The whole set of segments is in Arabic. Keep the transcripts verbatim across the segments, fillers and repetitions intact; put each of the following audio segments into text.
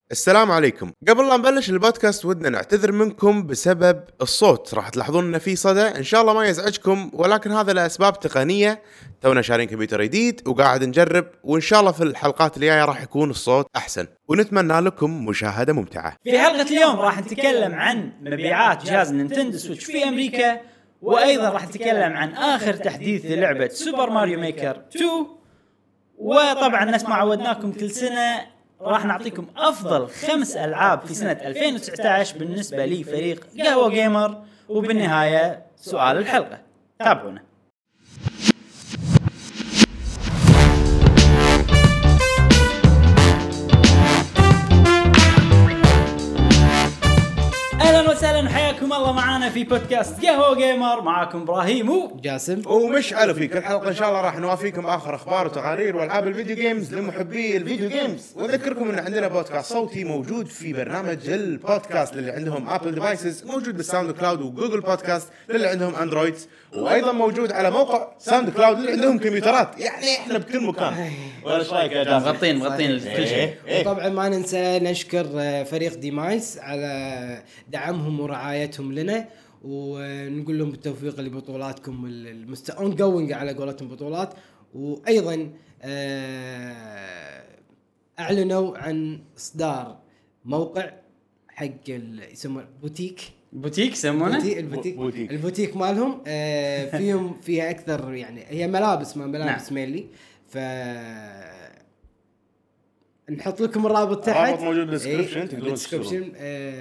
السلام عليكم. قبل لا نبلش البودكاست ودنا نعتذر منكم بسبب الصوت، راح تلاحظون ان في صدى، ان شاء الله ما يزعجكم، ولكن هذا لاسباب تقنيه. تونا شارين كمبيوتر جديد وقاعد نجرب، وان شاء الله في الحلقات الجايه راح يكون الصوت احسن، ونتمنى لكم مشاهده ممتعه. في حلقه اليوم راح نتكلم عن مبيعات جهاز نينتندو سويتش في امريكا، وايضا راح نتكلم عن اخر تحديث للعبه سوبر ماريو ميكر اثنين، وطبعا نفس ما عودناكم كل سنه راح نعطيكم أفضل خمس ألعاب في سنة ألفين وتسعة عشر بالنسبة لي فريق قهوة جيمر، وبالنهاية سؤال الحلقة. تابعونا. أهلا وسهلا وحياكم الله معنا في بودكاست قهوة جيمر. معاكم إبراهيم وجاسم ومشعل. في كل حلقه ان شاء الله راح نوافيكم اخر اخبار وتقارير والعاب الفيديو جيمز لمحبي الفيديو جيمز. واذكركم ان عندنا بودكاست صوتي موجود في برنامج البودكاست للي عندهم ابل ديفايسز، موجود بالساوند كلاود وجوجل بودكاست للي عندهم اندرويد، وايضا موجود على موقع ساوند كلاود للي عندهم كمبيوترات. يعني احنا بكل مكان. ولا ايش رايك يا جاسم؟ مغطين مغطين كل شيء. وطبعا ما ننسى نشكر فريق ديمايس على دعمهم ورعايتهم لنا، ونقول لهم بالتوفيق لبطولاتكم المست اون جوينج على قولتهم بطولات. وايضا اعلنوا عن اصدار موقع حق يسمونه بوتيك بوتيك يسمونه البوتيك بوتيك. البوتيك مالهم فيهم فيها اكثر، يعني هي ملابس ما ملابس نعم. ميلي. ف نحط لكم الرابط تحت، الرابط موجود بالديسكربشن، تقدرون تشوفون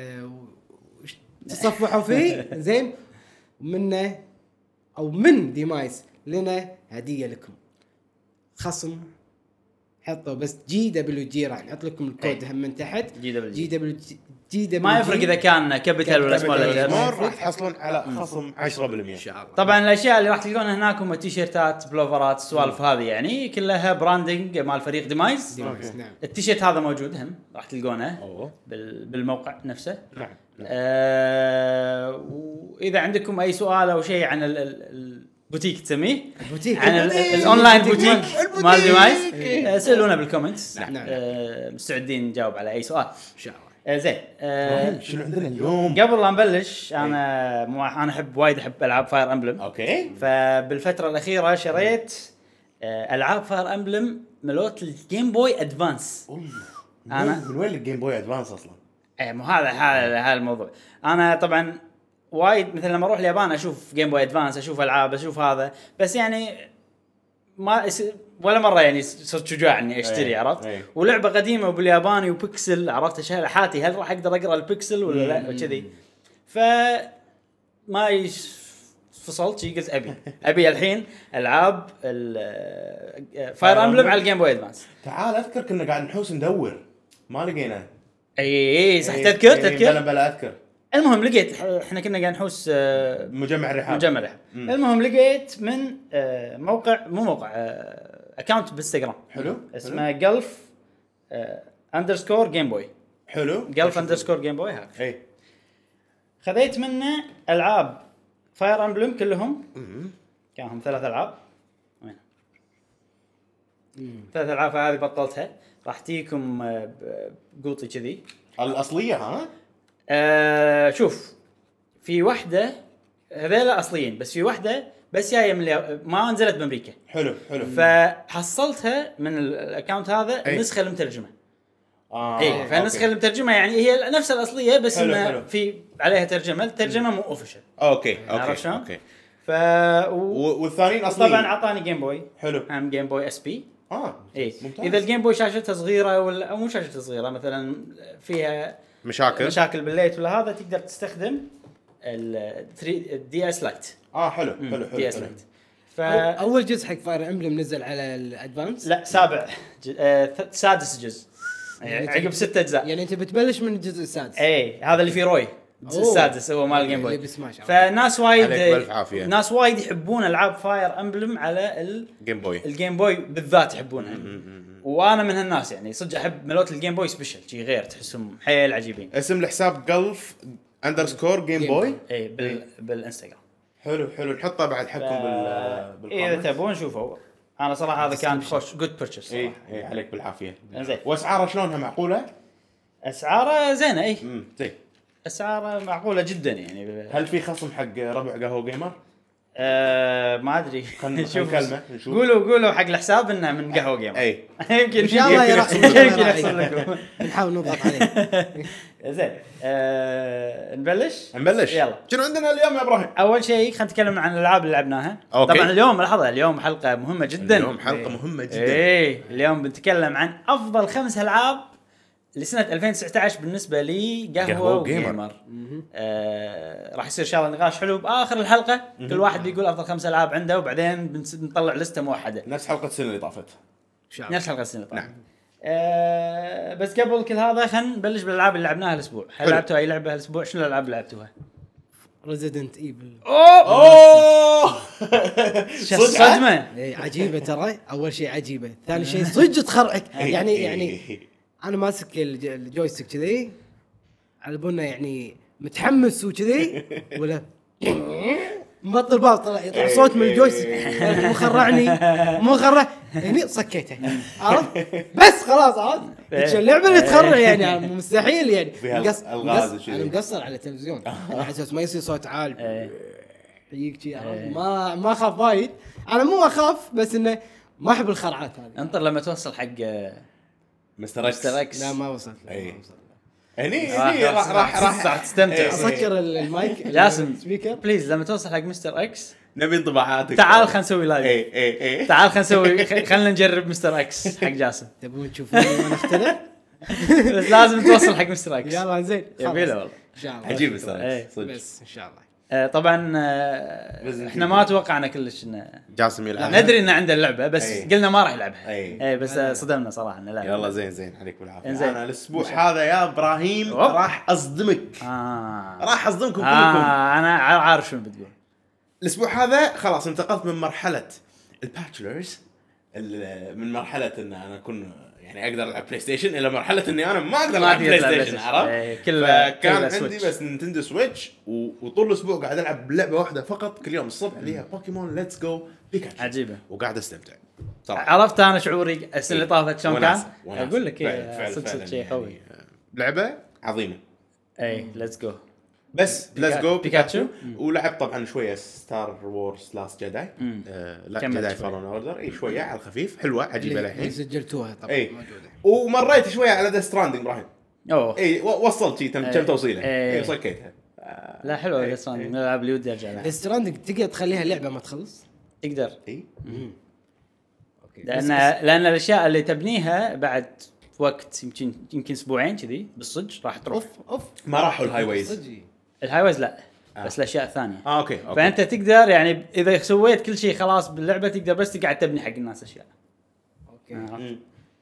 تصفحوا فيه. زين، منه او من ديمايس لنا هديه لكم، خصم. حطوا بس جي دبليو جي، راح نحط لكم الكود هم من تحت. جي دبليو جي دبليو جي دبليو ما يفرق اذا كان كابيتال ولا سمول لتر، راح تحصلون على خصم عشرة بالمية ان شاء الله. طبعا الاشياء اللي راح تلقونها هناك هم تيشيرتات، بلوفرات، السوالف هذه يعني كلها براندنج مال فريق ديمايس. ديمايس نعم. التيشيرت هذا موجود هم راح تلقونه بالموقع نفسه. نعم. آه واذا عندكم اي سؤال او شيء عن البوتيك تسميه البوتيك عن الاونلاين بوتيك مال ديمايس، سألونا بالكومنتس. نعم. آه مستعدين نجاوب على اي سؤال ان شاء الله. آه زين. آه شنو عندنا اليوم؟ قبل لا نبلش، انا مو انا احب وايد احب العاب فاير امبلم. اوكي. فبالفتره الاخيره شريت آه العاب فاير امبلم ملوت الجيم بوي ادفانس. انا من وين الجيم بوي ادفانس اصلا؟ ايه مو هذا هذا هذا الموضوع. انا طبعا وايد مثل لما اروح اليابان اشوف جيم بوي ادفانس، اشوف العاب، اشوف هذا، بس يعني ما ولا مره يعني صرت شجاع اني اشتري. عرفت؟ أيه. ولعبه قديمه وبالياباني وبيكسل، عرفت ايش حاتي، هل راح اقدر اقرا البيكسل ولا لا وكذي. ف ما يش فصلت شي، قلت ابي ابي الحين العاب فاير امبلم على الجيم بوي ادفانس. تعال اذكر كنا قاعد نحوس ندور ما لقينا. اي اي صح. تذكر تذكر بلا بلا اذكر. المهم لقيت، احنا كنا قاعد نحوس مجمع الرحاب مجمع الرحاب. المهم لقيت من موقع، مو موقع، اكاونت بالانستغرام. حلو اسمه جلف اندرسكور جيم بوي. حلو. جلف اندرسكور جيم بوي هاك. اي خذيت منه العاب فاير امبلم كلهم. كانهم ثلاث العاب. وين ثلاث العاب هذه بطلتها. راح تجيكم قوطي كذي الاصليه. ها أه شوف، في واحدة هذيلا أصليين، بس في واحدة بس جاية من ما نزلت بأمريكا. حلو حلو. فحصلتها من الأكاونت هذا النسخة المترجمة. آه إيه، فالنسخة المترجمة يعني هي نفس الأصلية، بس حلو إنه حلو. في عليها ترجمة، الترجمة مو أوفيشال. أوكي أوكي أوكي. ف و... والثانيين أصليين. طبعا عطاني جيم بوي. حلو. هم جيم بوي اس بي. آه إيه. ممتاز. إذا الجيم بوي شاشتها صغيرة ولا أو مو شاشتها صغيرة، مثلا فيها مشاكل مشاكل بالليت ولا هذا، تقدر تستخدم ال دي اس لايت. اه حلو حلو حلو دي اس لايت. ف اول جزء حق فاير امبلم نزل على الادفانس. لا سابع ج... آه... سادس جزء يعني عقب ستة اجزاء. يعني انت بتبلش من الجزء السادس. اي هذا اللي فيه روي. الجزء السادس هو مال الجيم بوي. فناس وايد ناس وايد يحبون العاب فاير امبلم على الجيم بوي الجيم بوي بالذات يحبونها. وانا من هالناس يعني صدق احب ملوت الجيم بوي سبيشل شيء غير، تحسهم حيل عجيبين. اسم الحساب جلف اندرسكور جيم بوي. اي بال... بالانستغرام. حلو حلو. نحطه بعد حقكم ف... بال بالقناه اذا تبون شوفوا. انا صراحه هذا كان خوش جود بيرتشيز. اي اي عليك بالعافيه. انزين. واسعاره شلونها معقوله؟ اسعاره زينه اي امم زين. اسعاره معقوله جدا يعني. هل في خصم حق ربع قهوه جيمر؟ أه ما ادري خلنا نكلمه نشوف. قولوا قولوا حق الحساب انه من قهوه جيمر. اي يمكن ان شاء الله يمكن يرحم يمكن يحصل لكم. نحاول نضغط عليه. زين أه نبلش نبلش. يلا. شنو عندنا اليوم يا ابراهيم؟ اول شيء خلينا نتكلم عن الالعاب اللي لعبناها. أوكي. طبعا اليوم لحظه اليوم حلقه مهمه جدا. اليوم حلقه مهمه جدا. ايه اليوم بنتكلم عن افضل خمس العاب لسنه ألفين وتسعة عشر بالنسبه لي قهوه, قهوة وجيمر. وجيمر. آه راح يصير ان شاء الله نقاش حلو باخر الحلقه. كل واحد بيقول افضل خمس العاب عنده وبعدين بنس- بنطلع لسته موحده نفس حلقه السنه اللي طافت. نفس حلقه السنه طبعا. نعم. آه بس قبل كل هذا خلينا نبلش بالالعاب اللي لعبناها الاسبوع. هل حلو. لعبتوا اي لعبه هالاسبوع؟ شنو الالعاب اللي لعبتوها؟ ريزيدنت ايفل اوه صدمه. اي عجيبه ترى. اول شيء عجيبه، ثاني شيء صدق تخرعك يعني يعني انا ماسك الج- الجويستيك كذي على بالنا يعني متحمس وكذي ولا مبطل باب طلع يطلع صوت من الجويستيك مو خرعني مو خرع هني صكيته عرفت بس خلاص عرفت ايش اللعبه اللي تخرع يعني مستحيل يعني فيها مقص- ألغاز مقص- وشذي. انا مقصر على التلفزيون على اساس ما يصير صوت عالي يجيك شيء عرفت؟ ما ما اخاف وايد انا مو اخاف بس انه ما احب الخرعات هذه. انطر لما توصل حق مستر اكس. مستر اكس. لا ما وصلت لا، أي. ما وصلت. هني راح هني راح راح راح راح تستمتع. إيه. اسكر المايك جاسم سبيكر بليز لما توصل حق مستر اكس نبي انطباعاتك. تعال خلينا نسوي لايف. اي اي اي تعال خلينا نسوي خ- خلينا نجرب مستر اكس حق جاسم. تبون تشوفوني وانا اختلف بس لازم توصل حق مستر اكس. يلا زين يبي له والله. ان شاء الله عجيب إيه. مستر صدق. بس ان شاء الله آه، طبعا آه، احنا ما توقعنا كلش انه جاسم يلعب. ندري انه عنده اللعبه بس أي. قلنا ما راح يلعبها. أي. اي بس آه، صدمنا صراحه انه لا. يلا زين زين عليك بالعافيه. إنزين. انا الاسبوع هذا يا ابراهيم أوب. راح اصدمك. اه راح اصدمكم كلكم. آه انا ع- عارف شنو بتقول. الاسبوع هذا خلاص انتقلت من مرحله الباتشلرز من مرحله ان انا اكون يعني اقدر العب بلاي ستيشن الى مرحله اني انا ما اقدر ما العب تقدر بلاي تلعب ستيشن. بلاي ستيشن. عرفت؟ إيه، كله- فكان كله عندي سويتش. بس نينتندو سويتش و- وطول الاسبوع قاعد العب لعبه واحده فقط كل يوم الصبح اللي هي بوكيمون ليتس جو بيكاتشو. عجيبه. وقاعد استمتع صراحه. عرفت انا شعوري السنه اللي طافت شلون كان؟ وناسة- وناسة. اقول لك فعلاً- إيه، فعلاً- صدق فعلاً صدق شيء يعني، قوي. آه، لعبه عظيمه. اي ليتس جو. بس ليتس جو بيكاتشو. بيكاتشو. ولعبت طبعا شويه ستار وورز لاست جداي. آه لا كمل جداي شوي. فالون اوردر اي شويه على الخفيف حلوه عجيبه اللي للحين. سجلتوها طبعا اي موجوده. ومريت شويه على ذا ستراندنج ابراهيم. اوه اي و- وصلت شي تم إيه. كم توصيله. إيه. اي صكيتها. آه، لا حلوه ذا ستراندنج من الالعاب اللي ودي ارجع لها. ستراندنج تقدر تخليها لعبه ما تخلص تقدر اي اوكي لان لان الاشياء اللي تبنيها بعد وقت يمكن يمكن اسبوعين كذي بالصدق راح تروح. اوف اوف ما راحوا الهاي ويز. صدق. الهاي ويز لا بس الاشياء الثانيه. اه اوكي اوكي. فانت تقدر يعني اذا سويت كل شيء خلاص باللعبه تقدر بس تقعد تبني حق الناس اشياء. اوكي مم.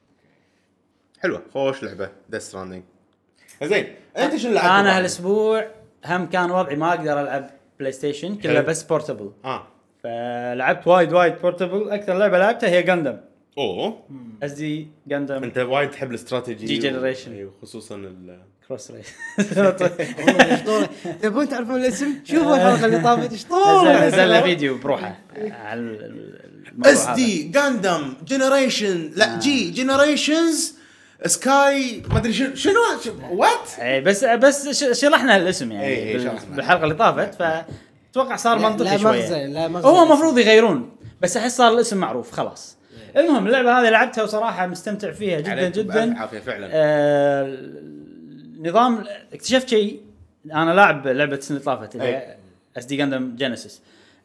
حلوه خوش لعبه ذا ستراندنج. زين انت شنو لعبت؟ انا إبراهيم؟ هالاسبوع هم كان وضعي ما اقدر العب بلاي ستيشن كله حلو. بس بورتبل. اه فلعبت وايد وايد بورتبل. اكثر لعبه لعبتها هي جاندم اوه قصدي جاندم انت وايد تحب الاستراتيجي. جي جنريشن. اي وخصوصا ال كروس ريس. والله اسطوره. تبون تعرفون الاسم؟ شوفوا الحلقه اللي طافت اسطوره. نزلنا فيديو بروحه على الموضوع اس هذا. دي جاندم جنريشن لا جي جنريشنز سكاي ما ادري شنو شنو وات. اي بس بس ش- شرحنا الاسم يعني إي إي بال- شرحنا. بالحلقه اللي طافت فاتوقع صار لا- منطقي لا شويه. مغزى لا مغزى. هو المفروض يغيرون بس احس صار الاسم معروف خلاص. المهم اللعبه هذه لعبتها وصراحه مستمتع فيها جدا عليك بألف جدا. عافيه فعلا. آه نظام اكتشفت شيء. انا لاعب لعبه السنه اللي طافت اللي اس دي جاندم جينيسيس.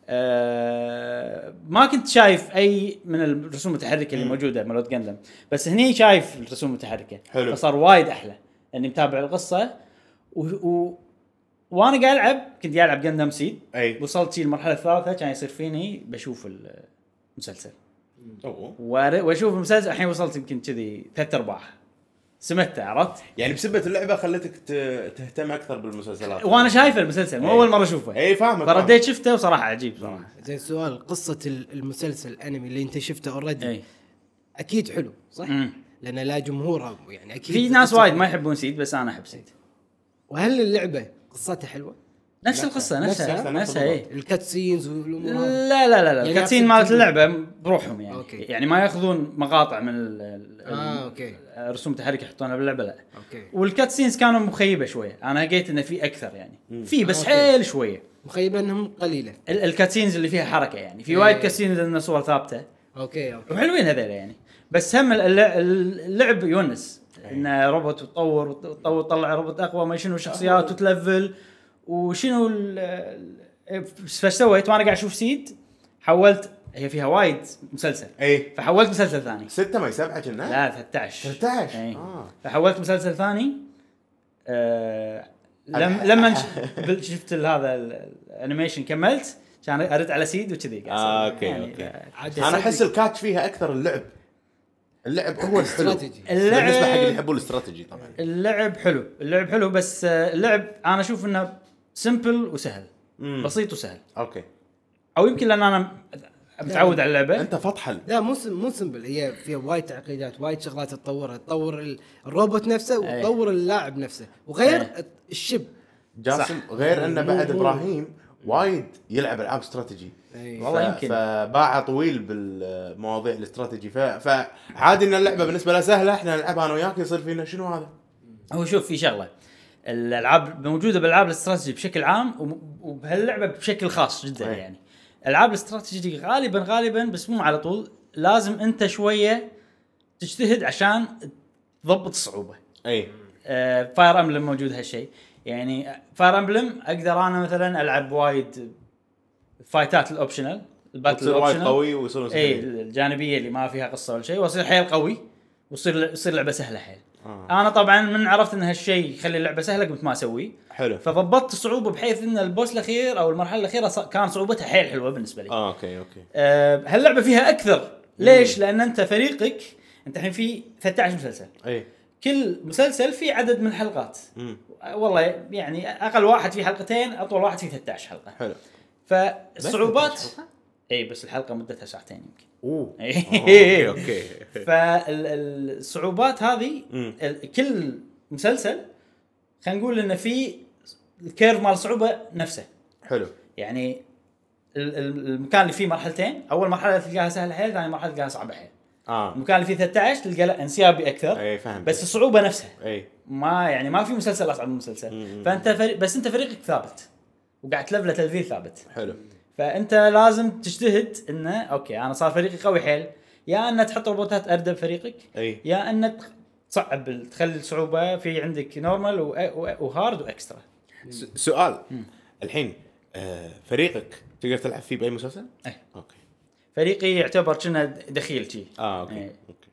آه ما كنت شايف اي من الرسوم المتحركه اللي موجوده مالوت جاندم بس هني شايف الرسوم المتحركه. حلو. فصار وايد احلى اني متابع القصه و, و... وانا قاعد العب كنت قاعد العب جاندم سيد. اي وصلت شي المرحله الثالثه كان يصير فيني بشوف المسلسل اوه وار- واشوف المسلسل. الحين وصلت يمكن كذي ثلاث ارباع سمعت عرفت. يعني بسبه اللعبه خلتك ت- تهتم اكثر بالمسلسلات. وانا شايف المسلسل مو أي. اول مره اشوفه. اي فاهمك. فرديت شفته وصراحه عجيب صراحه. زين سؤال قصه ال- المسلسل الانمي اللي انت شفته اوريدي اي اكيد حلو صح؟ مم. لان لا جمهور يعني اكيد في ناس وايد ما يحبون سيد بس انا احب سيد. وهل اللعبه قصتها حلوه؟ نفس القصه نفسها نفسها، نفسها اي الكات سينز والامور هذه. لا لا لا لا يعني الكاتسين ياخذ مالت كل- اللعبه بروحهم يعني أوكي. يعني ما ياخذون مقاطع من ال- ال- اه اوكي رسوم تحرك يحطونها باللعبه لا اوكي والكاتسينز كانوا مخيبه شويه انا لقيت انه في اكثر يعني في بس آه، أوكي. حيل شويه مخيبه انهم قليله. ال- الكاتسينز اللي فيها حركه يعني في إيه. وايد كاتسينز ان صور ثابته اوكي اوكي وحلوين هذول يعني بس هم اللع- اللعب يونس انه روبوت وتطور وتطور تطلع روبوت اقوى ما شنو شخصيات وتلفل وشنو ال- ال- فايش سويت وانا قاعد اشوف سيد حولت هي فيها وايد مسلسل اي فحولت مسلسل ثاني ستة ما سبعة كنا لا ثلاثة عشر ثلاثة عشر اي اه فحولت مسلسل ثاني آه لم لما شفت ال- هذا ال- الانيميشن كملت كان ارد على سيد وكذي قاعد آه، أسوي. أوكي، يعني أوكي. عاد انا صدق. احس الكاتش فيها اكثر اللعب اللعب هو الحلو استراتيجي. اللعب- بالنسبه حق اللي يحبون الاستراتيجي طبعا اللعب حلو اللعب حلو بس آه، اللعب انا اشوف انه سمبل وسهل مم. بسيط وسهل اوكي او يمكن لان انا متعود على اللعبه انت فطحل لا مو سم- مو سمبل هي فيها وايد تعقيدات وايد شغلات تطورها تطور ال- الروبوت نفسه أي. وتطور اللاعب نفسه وغير أي. الشب. جاسم غير انه مو- بعد مو- ابراهيم وايد يلعب العاب استراتيجي أي. والله ف- يمكن. فباع طويل بالمواضيع الاستراتيجي ف... فعادي ان اللعبه بالنسبه له سهله احنا نلعبها انا وياك يصير فينا شنو هذا هو شوف في شغله الالعاب موجوده بالالعاب الاستراتيجي بشكل عام وم- وبهاللعبه بشكل خاص جدا أي. يعني العاب الاستراتيجي غالبا غالبا بس مو على طول لازم انت شويه تجتهد عشان تضبط الصعوبه اي فاير امبلم موجود هالشيء يعني فاير امبلم اقدر انا مثلا العب وايد فايتات الاوبشنال الباتل تصير وايد الاوبشنال قوي ويصير اي الجانبيه اللي ما فيها قصه ولا شيء واصير حيل قوي ويصير يصير لعبه سهله حيل آه. انا طبعا من عرفت ان هالشيء يخلي اللعبه سهله قمت ما اسويه حلو فضبطت الصعوبه بحيث ان البوس الاخير او المرحله الاخيره ص- كان صعوبتها حيل حلوه بالنسبه لي اه اوكي اوكي أه هاللعبه فيها اكثر ليش لان انت فريقك انت الحين في ثلاثة عشر مسلسل اي كل مسلسل فيه عدد من الحلقات امم والله يعني اقل واحد فيه حلقتين اطول واحد فيه ثلاثة عشر حلقه حلو فالصعوبات ثلاثة عشر اي بس الحلقه مدتها ساعتين يمكن اوه إيه. اوكي اوكي فالصعوبات هذه مم. ال- كل مسلسل خلينا نقول انه في الكيرف مال الصعوبه نفسه حلو يعني ال- ال- المكان اللي فيه مرحلتين اول مرحله تلقاها سهله حيل ثاني مرحله تلقاها صعبه حيل اه المكان اللي فيه ثلاثة عشر تلقى له انسيابي اكثر اي فهمت بس الصعوبه نفسها اي ما يعني ما في مسلسل اصعب من مسلسل مم. فانت فريق بس انت فريقك ثابت وقاعد تلفله تلفيل ثابت حلو فانت لازم تجتهد انه اوكي انا صار فريقي قوي حيل يا ان تحط روبوتات اردب فريقك اي يا ان تصعب ال- تخلي الصعوبه في عندك نورمال و- و- وهارد واكسترا س- سؤال الحين آه فريقك تقدر تلعب فيه باي مسلسل؟ أي. اوكي فريقي يعتبر كنا دخيل شي اه اوكي إيه. اوكي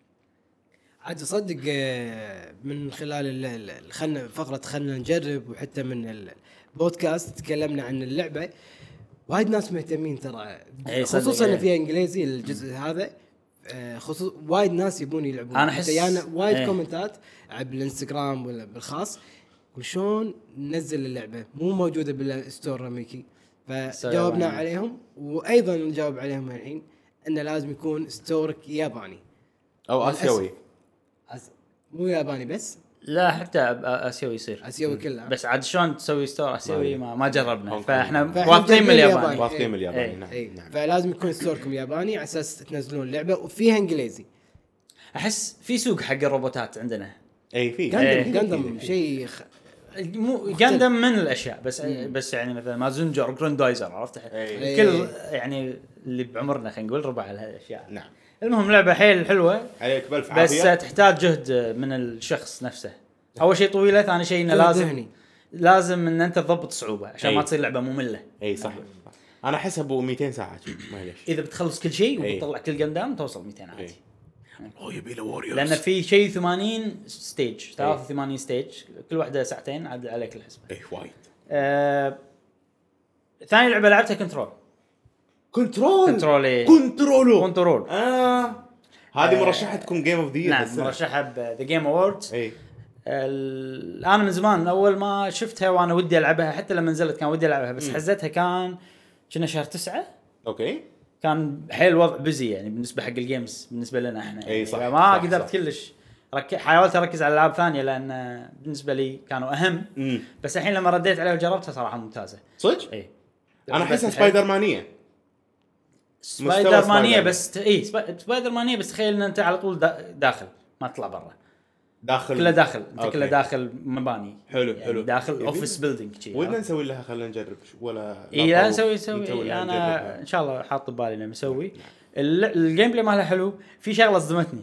عاد صدق آه، من خلال ال- ال- خلنا فقره خلنا نجرب وحتى من البودكاست تكلمنا عن اللعبه وايد ناس مهتمين ترى إيه، صدق، خصوصا إيه. ان فيها انجليزي الجزء هذا آه، خصوص وايد ناس يبون يلعبون أنا حتى أحس- يعني وايد إيه. كومنتات على بالانستغرام ولا بالخاص وشون ننزل اللعبه مو موجوده بالستور رميكي فجاوبنا ياباني. عليهم وايضا نجاوب عليهم الحين انه لازم يكون ستورك ياباني او اسيوي أس- مو ياباني بس لا حتى أب- اسيوي يصير اسيوي كلها بس عاد شلون تسوي ستور اسيوي ما, ما جربنا أوكي. فاحنا فإحنا واثقين من مجربين الياباني الياباني. واثقين من الياباني إيه. نعم اي نعم فلازم يكون ستوركم ياباني على اساس تنزلون اللعبه وفيها انجليزي احس في سوق حق الروبوتات عندنا اي في جاندم إيه. جاندم شيء خ... مو جاندم من الاشياء بس بس يعني مثلا مازنجر جروندايزر عرفت إيه. كل يعني اللي بعمرنا خلينا نقول ربع على هالاشياء نعم المهم لعبه حيل حلوه عليك بالف بس عافيه تحتاج جهد من الشخص نفسه اول شيء طويله ثاني شيء انه جهد لازم ذهني. لازم ان انت تضبط الصعوبه عشان أي. ما تصير لعبه ممله اي صح انا احسها ابو مئتين ساعه ما ليش اذا بتخلص كل شيء أي. وبتطلع كل قندام توصل مئتين اي عادي او يبي له ووريرز لان في شيء ثمانين ستيج ثلاثة وثمانين ستيج كل واحده ساعتين عاد عليك الحسبه اي وايد آه... ثاني لعبه لعبتها كنترول كنترول كنترول إيه. كنترولو كنترول اه هذه مرشحه تكون جيم اوف ذا نعم مرشحه بذا جيم اووردز اي انا من زمان اول ما شفتها وانا ودي العبها حتى لما نزلت كان ودي العبها بس حزتها كان كنا شهر تسعة اوكي كان حيل وضع بزي يعني بالنسبه حق الجيمز بالنسبه لنا احنا أي يعني صح، ما صح، قدرت صح. كلش رك... حاولت اركز على العاب ثانيه لان بالنسبه لي كانوا اهم. مم. بس الحين لما رديت عليها وجربتها صراحه ممتازه. صدق اي انا احسها سبايدر مانيه سبايدر مانيه سبايدر. بس اي سبا... سبايدر مانيه بس تخيل ان انت على طول دا... داخل ما تطلع برا داخل كله داخل انت أوكي. كله داخل مباني حلو يعني حلو داخل يبي- اوفيس بيلدينج شيء. ودنا نسوي لها خلينا نجرب شو- ولا اي لا طول. نسوي نسوي نسوي لها انا نجربها. ان شاء الله حاط ببالي اني مسوي ال- الجيم بلاي مالها حلو. في شغله صدمتني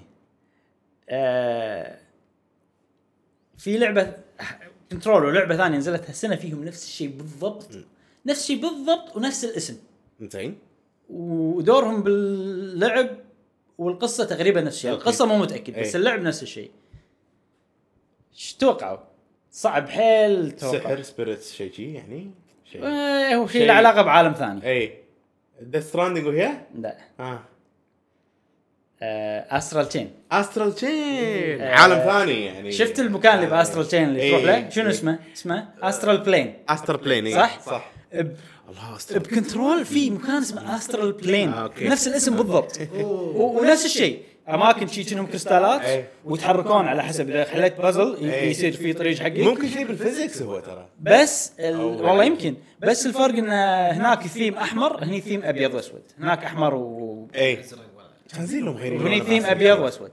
آه في لعبه كنترول ولعبه ثانيه نزلت هالسنه فيهم نفس الشيء بالضبط نفس الشيء بالضبط ونفس الاسم زين ودورهم باللعب والقصه تقريبا نفس الشيء. أوكي. القصه مو متاكد بس أي. اللعب نفس الشيء. ايش توقعوا؟ صعب حيل توقع. سحر سبيريتس شيء شي يعني شيء آه هو شيء شيء- له علاقه بعالم ثاني. اي ذا ستراندنج وهي لا اه آه استرال تشين. استرال تشين آه، عالم ثاني يعني شفت المكان اللي باسترال تشين اللي تروح له إيه، شنو إيه. اسمه؟ اسمه استرال بلين استر بلين صح؟ صح ب- الله استر بكنترول في مكان اسمه استرال بلين آه، أوكي. نفس الاسم بالضبط و- ونفس الشيء اماكن شي كأنهم كريستالات إيه. ويتحركون على حسب اذا حليت بازل ي- إيه. يصير في طريق حقك. ممكن شيء بالفيزيكس هو ترى بس ال... أو- والله يمكن بس الفرق ان هناك ثيم احمر هني ثيم ابيض واسود. هناك احمر و... اي تنزيل لهم غير وهني ثيم ابيض واسود.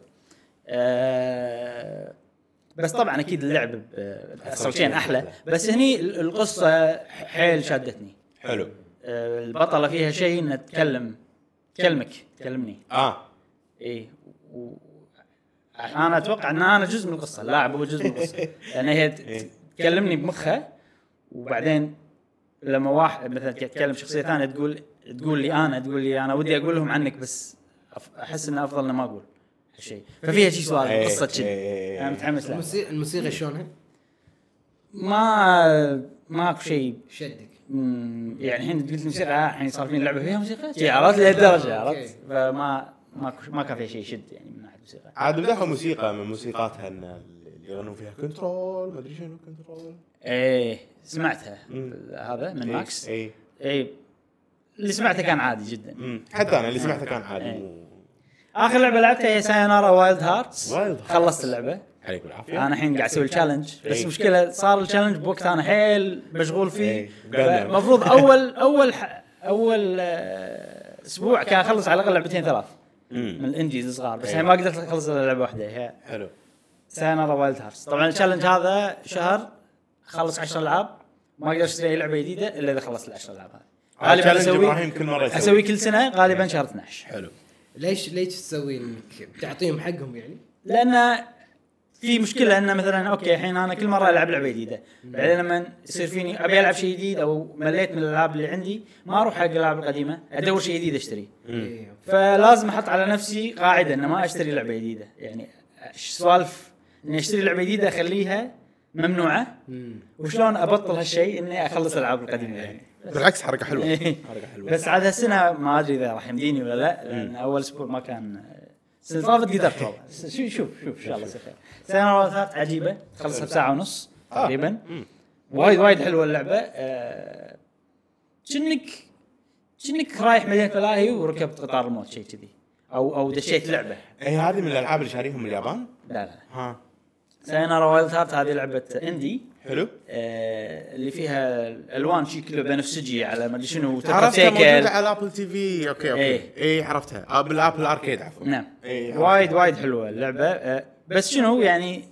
آه... بس طبعا اكيد اللعب بأسرتين احلى بس هني ال- القصه حيل شادتني. حلو آه، البطله فيها شيء انها تتكلم تكلمك تكلمني اه اي و... انا اتوقع ان انا جزء من القصه اللاعب هو جزء من القصه لان هي ت- تكلمني بمخها وبعدين لما واحد مثلا تتكلم شخصيه ثانيه تقول تقول لي انا تقول لي انا ودي اقول لهم عنك بس أف- احس انه افضل اني ما اقول هالشيء. ففيها شيء سؤال إيه، قصه كذي إيه. انا متحمس لها. الموسيقى الموسيقى شلونها؟ ما ماكو شيء شدك؟ مم، يعني الحين قلت موسيقى الحين صار في لعبه فيها موسيقى شي عرفت لهالدرجه أوكي. عرفت فما ما ما كان في شيء يشد يعني من ناحيه موسيقى. عاد مدحوا موسيقى من موسيقاتها ان اللي يغنون فيها كنترول ما ادري شنو كنترول ايه سمعتها مم. هذا من ماكس. اي ايه اللي سمعته كان عادي جدا. حتى انا اللي سمعته كان عادي إيه. مو اخر لعبه لعبتها هي سايونارا وايلد هارتس. وايلد هارتس. خلصت اللعبه عليك بالعافيه انا الحين قاعد اسوي التشالنج بس إيه. مشكله صار التشالنج بوقت انا حيل مشغول فيه. إيه. قلنا. المفروض اول اول ح- اول آه، اسبوع كان اخلص على الاقل لعبتين ثلاث من الانديز الصغار بس إيه. الحين ما قدرت اخلص الا لعبه واحده هي حلو سايونارا وايلد هارتس. طبعا التشالنج هذا شهر اخلص عشر العاب ما اقدر اشتري أي لعبه جديده الا اذا خلصت العشر العاب هذه. غالبا تشالنج اسوي ابراهيم كل مره يسوي اسوي كل سنه غالبا شهر اثنا عشر. حلو ليش ليش تسوي انك بتعطيهم حقهم يعني؟ لان في مشكله ان مثلا اوكي الحين انا كل مره العب لعبه جديده بعدين لما يصير فيني ابي العب شيء جديد او مليت من الالعاب اللي عندي ما اروح حق الالعاب القديمه ادور شيء جديد اشتري. إيه. فلازم احط على نفسي قاعده ان ما اشتري لعبه جديده يعني ايش سوالف اني اشتري لعبه جديده اخليها ممنوعه مم. وشلون ابطل هالشيء اني اخلص الالعاب القديمه يعني. بالعكس حركه حلوه إيه. حركه حلوه بس عاد هالسنه ما ادري اذا راح يمديني ولا لا لان اول اسبوع ما كان السنه طافت قدرت والله. شوف شوف شوف ان شاء الله يصير خير. سنه ثالث عجيبه تخلصها بساعه ونص تقريبا وايد وايد حلوه اللعبه. آه، كأنك كأنك رايح مدينه ملاهي وركبت قطار الموت شيء كذي او او دشيت لعبه. اي هذه من الالعاب اللي شاريهم من اليابان لا لا ها سايونارا وايلد هارت هذه لعبه اندي حلو آه، اللي فيها الوان شي كله بنفسجي على ما ادري شنو عرفتها موجوده سيكل. على ابل تي في اوكي اوكي إيه. اي عرفتها آه، بالابل اركيد عفوا نعم إيه، وايد وايد حلوه اللعبه. آه، بس شنو يعني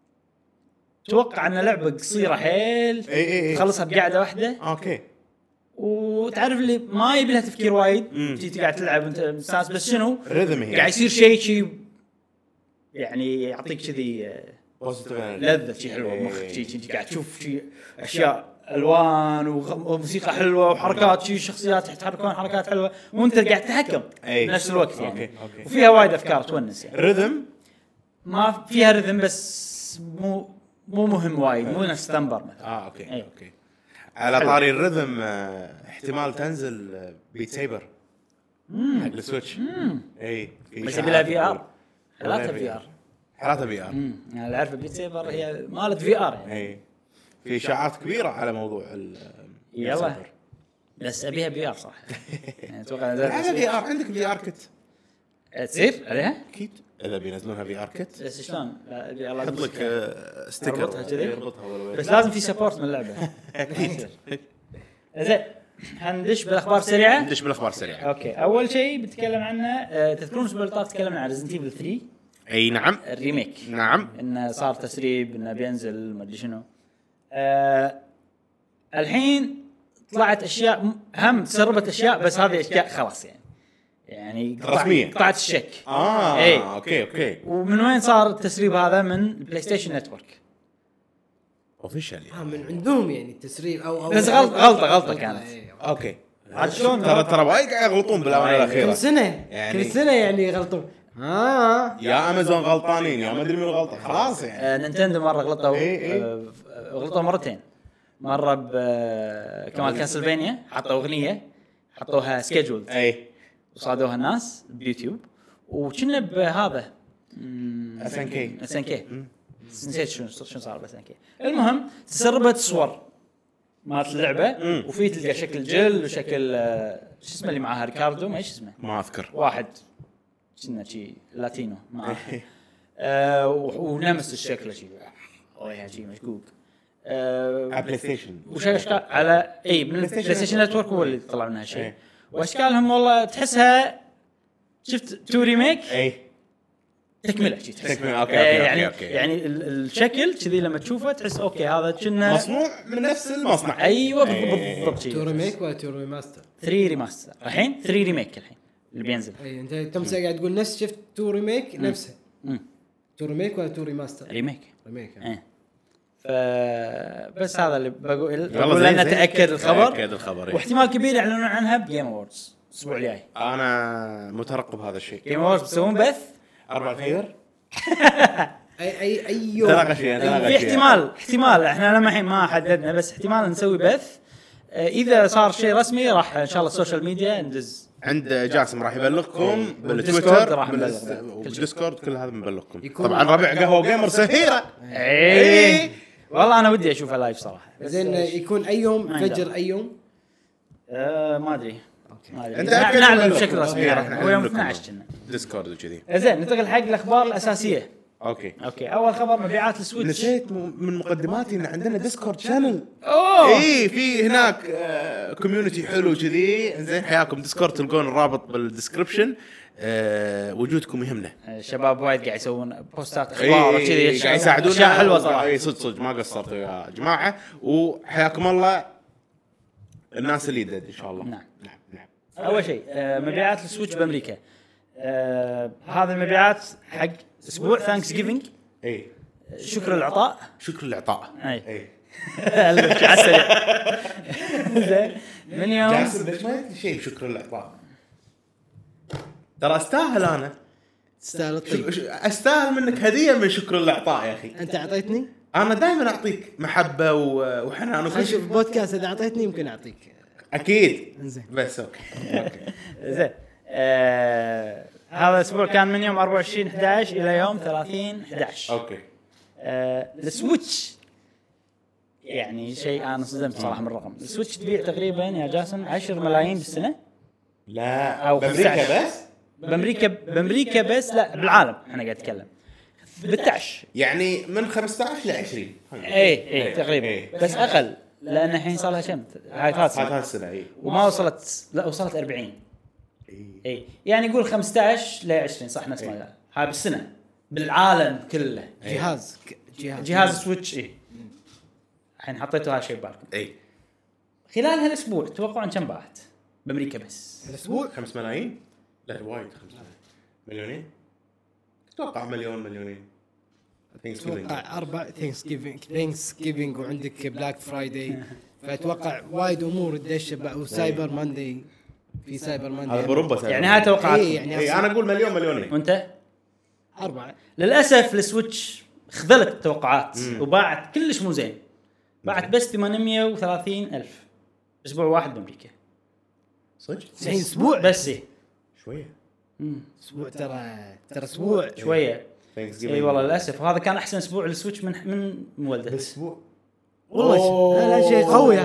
توقع ان لعبه قصيره حيل إيه، إيه، إيه. تخلصها بقعده واحده اوكي وتعرف اللي ما يبي لها تفكير وايد مم. تيجي قاعد تلعب وانت مستانس بس شنو ريذم هي قاعد يصير شيء شيء يعني يعطيك كذي آه، بوزيتيف لذة شيء حلوه إيه. بمخك شيء شيء قاعد تشوف شيء اشياء الوان وغ- وموسيقى حلوه وحركات شيء شخصيات يتحركون حركات حلوه وانت قاعد تتحكم أي. بنفس الوقت يعني. أوكي، أوكي. وفيها وايد افكار تونس يعني ريذم ما فيها رذم بس مو مو مهم وايد مو نفس تمبر مثلا. اه اوكي أي. اوكي على طاري الريذم آه، احتمال تنزل آه، بيت سايبر حق السويتش اي في بس إشاعات يبي لها في ار تقول. حالاتها ولا في ار. حالاتها في ار انا اللي اعرفه بيت سيبر هي مالت في ار يعني. اي في اشاعات كبيره على موضوع ال يلا. السايبر. بس ابيها في ار صح يعني اتوقع العبها في ار عندك في ار كت تصير عليها اكيد اذا بينزلونها في ار كت بس شلون الله يحط لك آه، ستيكر أربطها كذي؟ يربطها ولا بس لازم في سبورت من اللعبه اكيد زين هندش بالاخبار السريعه ندش بالاخبار سريعه. اوكي اول شيء بتكلم عنه آه، تذكرون الاسبوع اللي طاف تكلمنا عن ريزنت ايفل ثري اي نعم الريميك نعم انه صار تسريب انه بينزل ما ادري شنو آه الحين طلعت اشياء م- هم تسربت اشياء بس هذه اشياء خلاص يعني يعني قطع- رسمية. قطعت الشك اه إيه. اوكي اوكي ومن وين صار التسريب هذا من بلاي ستيشن نتورك اوفيشال آه من عندهم يعني التسريب او او بس غلط- غلطة- غلطة كانت. إيه. اوكي عاد شلون ترى ترى وايد قاعد يغلطون بالاونه الاخيره كل سنه يعني- كل سنه يعني يغلطون اه يا امازون غلطانين يا ما ادري منو غلطان خلاص يعني آه نينتندو مره غلطوا إيه، إيه. آه غلطوا مرتين مره ب آه، كمان كاسلفينيا حطوا اغنيه حطوها سكيدجولد اي وصادوها الناس بيوتيوب وكنا بهذا اس ان كي اس ان كي نسيت شنو شنو صار بس ان كي المهم تسربت صور مالت اللعبه وفي تلقى شكل جل وشكل آه، شو اسمه اللي معاها ريكاردو ما ايش اسمه ما اذكر واحد كنا شي لاتينو معاه آه و- ونمس الشكل شي اوه شي مشكوك آه بلاي ستيشن وش اشكال على اي من بلاي ستيشن نتورك هو اللي طلع منها شيء إيه. واشكالهم والله تحسها شفت تو ريميك اي تكمله شي تحس تكملة، أوكي، آه، أوكي، يعني أوكي، أوكي. يعني ال- الشكل كذي لما تشوفه تحس اوكي هذا كنا مصنوع من نفس المصنع ايوه بالضبط إيه. بالضبط شي تو ريميك ولا تو ريماستر؟ ثري ريماستر الحين ثري ريميك الحين اللي بينزل اي انت تمسك قاعد تقول نفس شفت تو ريميك نفسه مم. تو ريميك ولا تو ريماستر؟ ريميك ريميك آه. ايه ف بس هذا اللي بقول والله بقول زين، لنا زين. تاكد الخبر تأكد الخبر، إيه. واحتمال كبير يعلنون عنها بجيم اووردز الاسبوع الجاي انا مترقب هذا الشيء جيم اووردز بيسوون بث أربعة خير اي اي اي يوم تلاقى شيء تلاقى في شيء. احتمال احتمال احنا لما الحين ما حددنا بس احتمال نسوي بث آه، اذا صار شيء رسمي راح ان شاء الله السوشيال ميديا ندز عند جاسم راح يبلغكم بالديسكورد بالتويتر راح نبلغ. بالديسكورد كل هذا بنبلغكم يكون- طبعا ربع قهوه جيمر سهيره ايه والله انا ودي اشوفها لايف صراحه بس زين يكون اي يوم ما يندرى. فجر اي يوم آه، ما ادري ما ادري أنت نع- أكد نعلن ولا بشكل لا؟ رسمي إيه، راح راح هو يوم نعلن لكم. اثنعش كنا ديسكورد وكذي زين ننتقل حق الاخبار الاساسيه اوكي اوكي اول خبر مبيعات السويتش نسيت م- من مقدماتي ان عندنا ديسكورد شانل اوه اي في هناك كوميونتي حلو كذي زين حياكم ديسكورد تلقون الرابط بالديسكربشن آه، وجودكم يهمنا الشباب وايد قاعد يسوون بوستات اخبار إيه، كذي قاعد يساعدونا اشياء حلوه صراحه اي صدق صدق ما قصرتوا يا جماعه وحياكم الله الناس اللي يدد ان شاء الله نعم. نعم نعم اول شيء آه، مبيعات السويتش بامريكا آه، هذه المبيعات حق اسبوع ثانكس جيفنج اي شكر العطاء شكر العطاء اي اي على السريع زين من يوم جاسم ليش ما يدري شيء شكر العطاء ترى استاهل انا تستاهل الطيب. ش- استاهل منك هديه من شكر العطاء يا اخي انت اعطيتني انا دائما اعطيك محبه و- وحنان خلينا وكل نشوف شيء بودكاست اذا اعطيتني يمكن اعطيك اكيد انزين بس اوكي اوكي زين آه، هذا الاسبوع كان من يوم أربعة وعشرين أحد عشر الى يوم ثلاثين أحد عشر اوكي آه، السويتش يعني شيء انا صدمت صراحه من الرقم السويتش تبيع تقريبا يا جاسم عشرة ملايين بالسنه لا أو بامريكا خمسة عشر. بس بامريكا بامريكا بس لا بالعالم احنا قاعد نتكلم ستة يعني من خمسة عشر ل عشرين اي اي تقريبا إيه. بس اقل لان الحين صار لها كم هاي ثلاث هذا سنين السنه اي وما وصلت لا وصلت أربعين اي يعني يقول خمسة عشر ل عشرين صح نفس ما قال هاي بالسنه بالعالم كله جهاز ك- جهاز جهاز سويتش اي الحين حطيتوا هذا الشيء ببالكم اي خلال هالاسبوع تتوقعون كم باعت بامريكا بس الاسبوع خمس ملايين لا وايد خمس ملايين مليونين اتوقع مليون مليونين اتوقع اربع ثانكس جيفينج ثانكس جيفينج وعندك بلاك فرايداي فاتوقع وايد امور تدش وسايبر ماندي في سايبر ماندي هذا باوروبا يعني هاي توقعاتكم إيه، يعني اي انا اقول مليون مليونين وانت اربعه للاسف السويتش خذلت التوقعات وباعت كلش مو زين باعت بس ثمانمية وثلاثين ألف اسبوع واحد بامريكا صدق الحين اسبوع بس إيه. شويه اسبوع ترى ترى اسبوع شويه Thanksgiving. اي والله للاسف وهذا كان احسن اسبوع للسويتش من من مولده اسبوع والله ش- لا لا شيء قوي هذا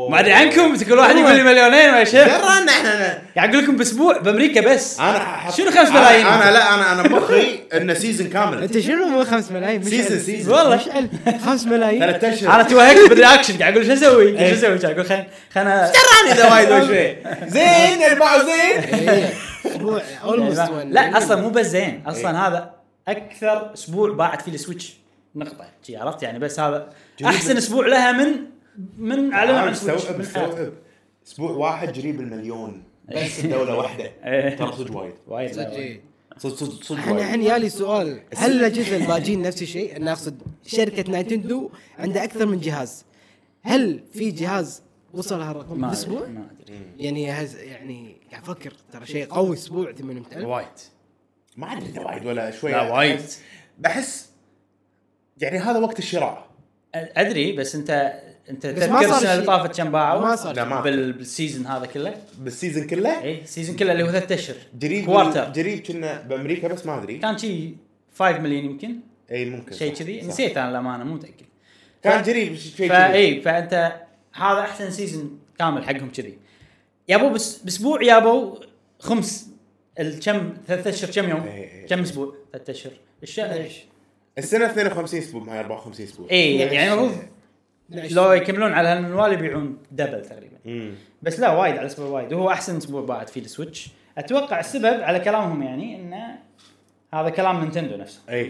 ما ادري عنكم كل واحد يقول لي مليونين ولا شيء درنا احنا قاعد اقول لكم باسبوع بامريكا بس انا حط... شنو خمس ملايين انا, أنا لا انا انا مخي انه سيزون كامل انت شنو مو خمس ملايين سيزون سيزون والله مشعل خمس ملايين ثلاث اشهر انا توهقت بالرياكشن قاعد اقول شو اسوي شو اسوي قاعد اقول خلينا خلينا دراني ذا وايد وشوي زين يربعوا زين اسبوع اولموست لا اصلا مو بس زين اصلا هذا اكثر اسبوع باعت فيه السويتش نقطه شي عرفت يعني بس هذا احسن اسبوع لها من من اعلنوا عن السويتش مستوعب مستوعب اسبوع واحد جريب المليون بس الدوله واحده ترى صدق وايد وايد صدق صدق صدق الحين الحين يالي سؤال هل الاجهزه الباجين نفس الشيء؟ انا اقصد شركه نايتندو عندها اكثر من جهاز، هل في جهاز وصل هالرقم باسبوع؟ ما ادري يعني هز يعني قاعد افكر ترى شيء قوي اسبوع ثمانية ألف وايد ما ادري وايد ولا شوي لا وايد بحس يعني هذا وقت الشراء ادري بس انت انت بس ما تذكر صار السنه اللي شيء. طافت كم باعوا ما صار لا ما بال- بالسيزون هذا كله بالسيزون كله اي السيزون كله اللي هو ثلاث اشهر جريب كوارتر جريب كنا بامريكا بس ما ادري كان شيء خمسة مليون يمكن اي ممكن شيء صح، كذي صح. نسيت انا الامانه مو متاكد كان جريب شيء كذي فاي فانت هذا احسن سيزون كامل حقهم كذي يابو بس باسبوع يابو خمس الكم ثلاث اشهر كم يوم إيه، إيه. كم اسبوع ثلاث اشهر الشهر السنه اثنين وخمسين اسبوع مع أربعة وخمسين اسبوع اي يعني المفروض لو يكملون على هالمنوال يبيعون دبل تقريبا امم بس لا وايد على اسبوع وايد وهو احسن اسبوع باعت فيه السويتش اتوقع السبب على كلامهم يعني انه هذا كلام نينتندو نفسه اي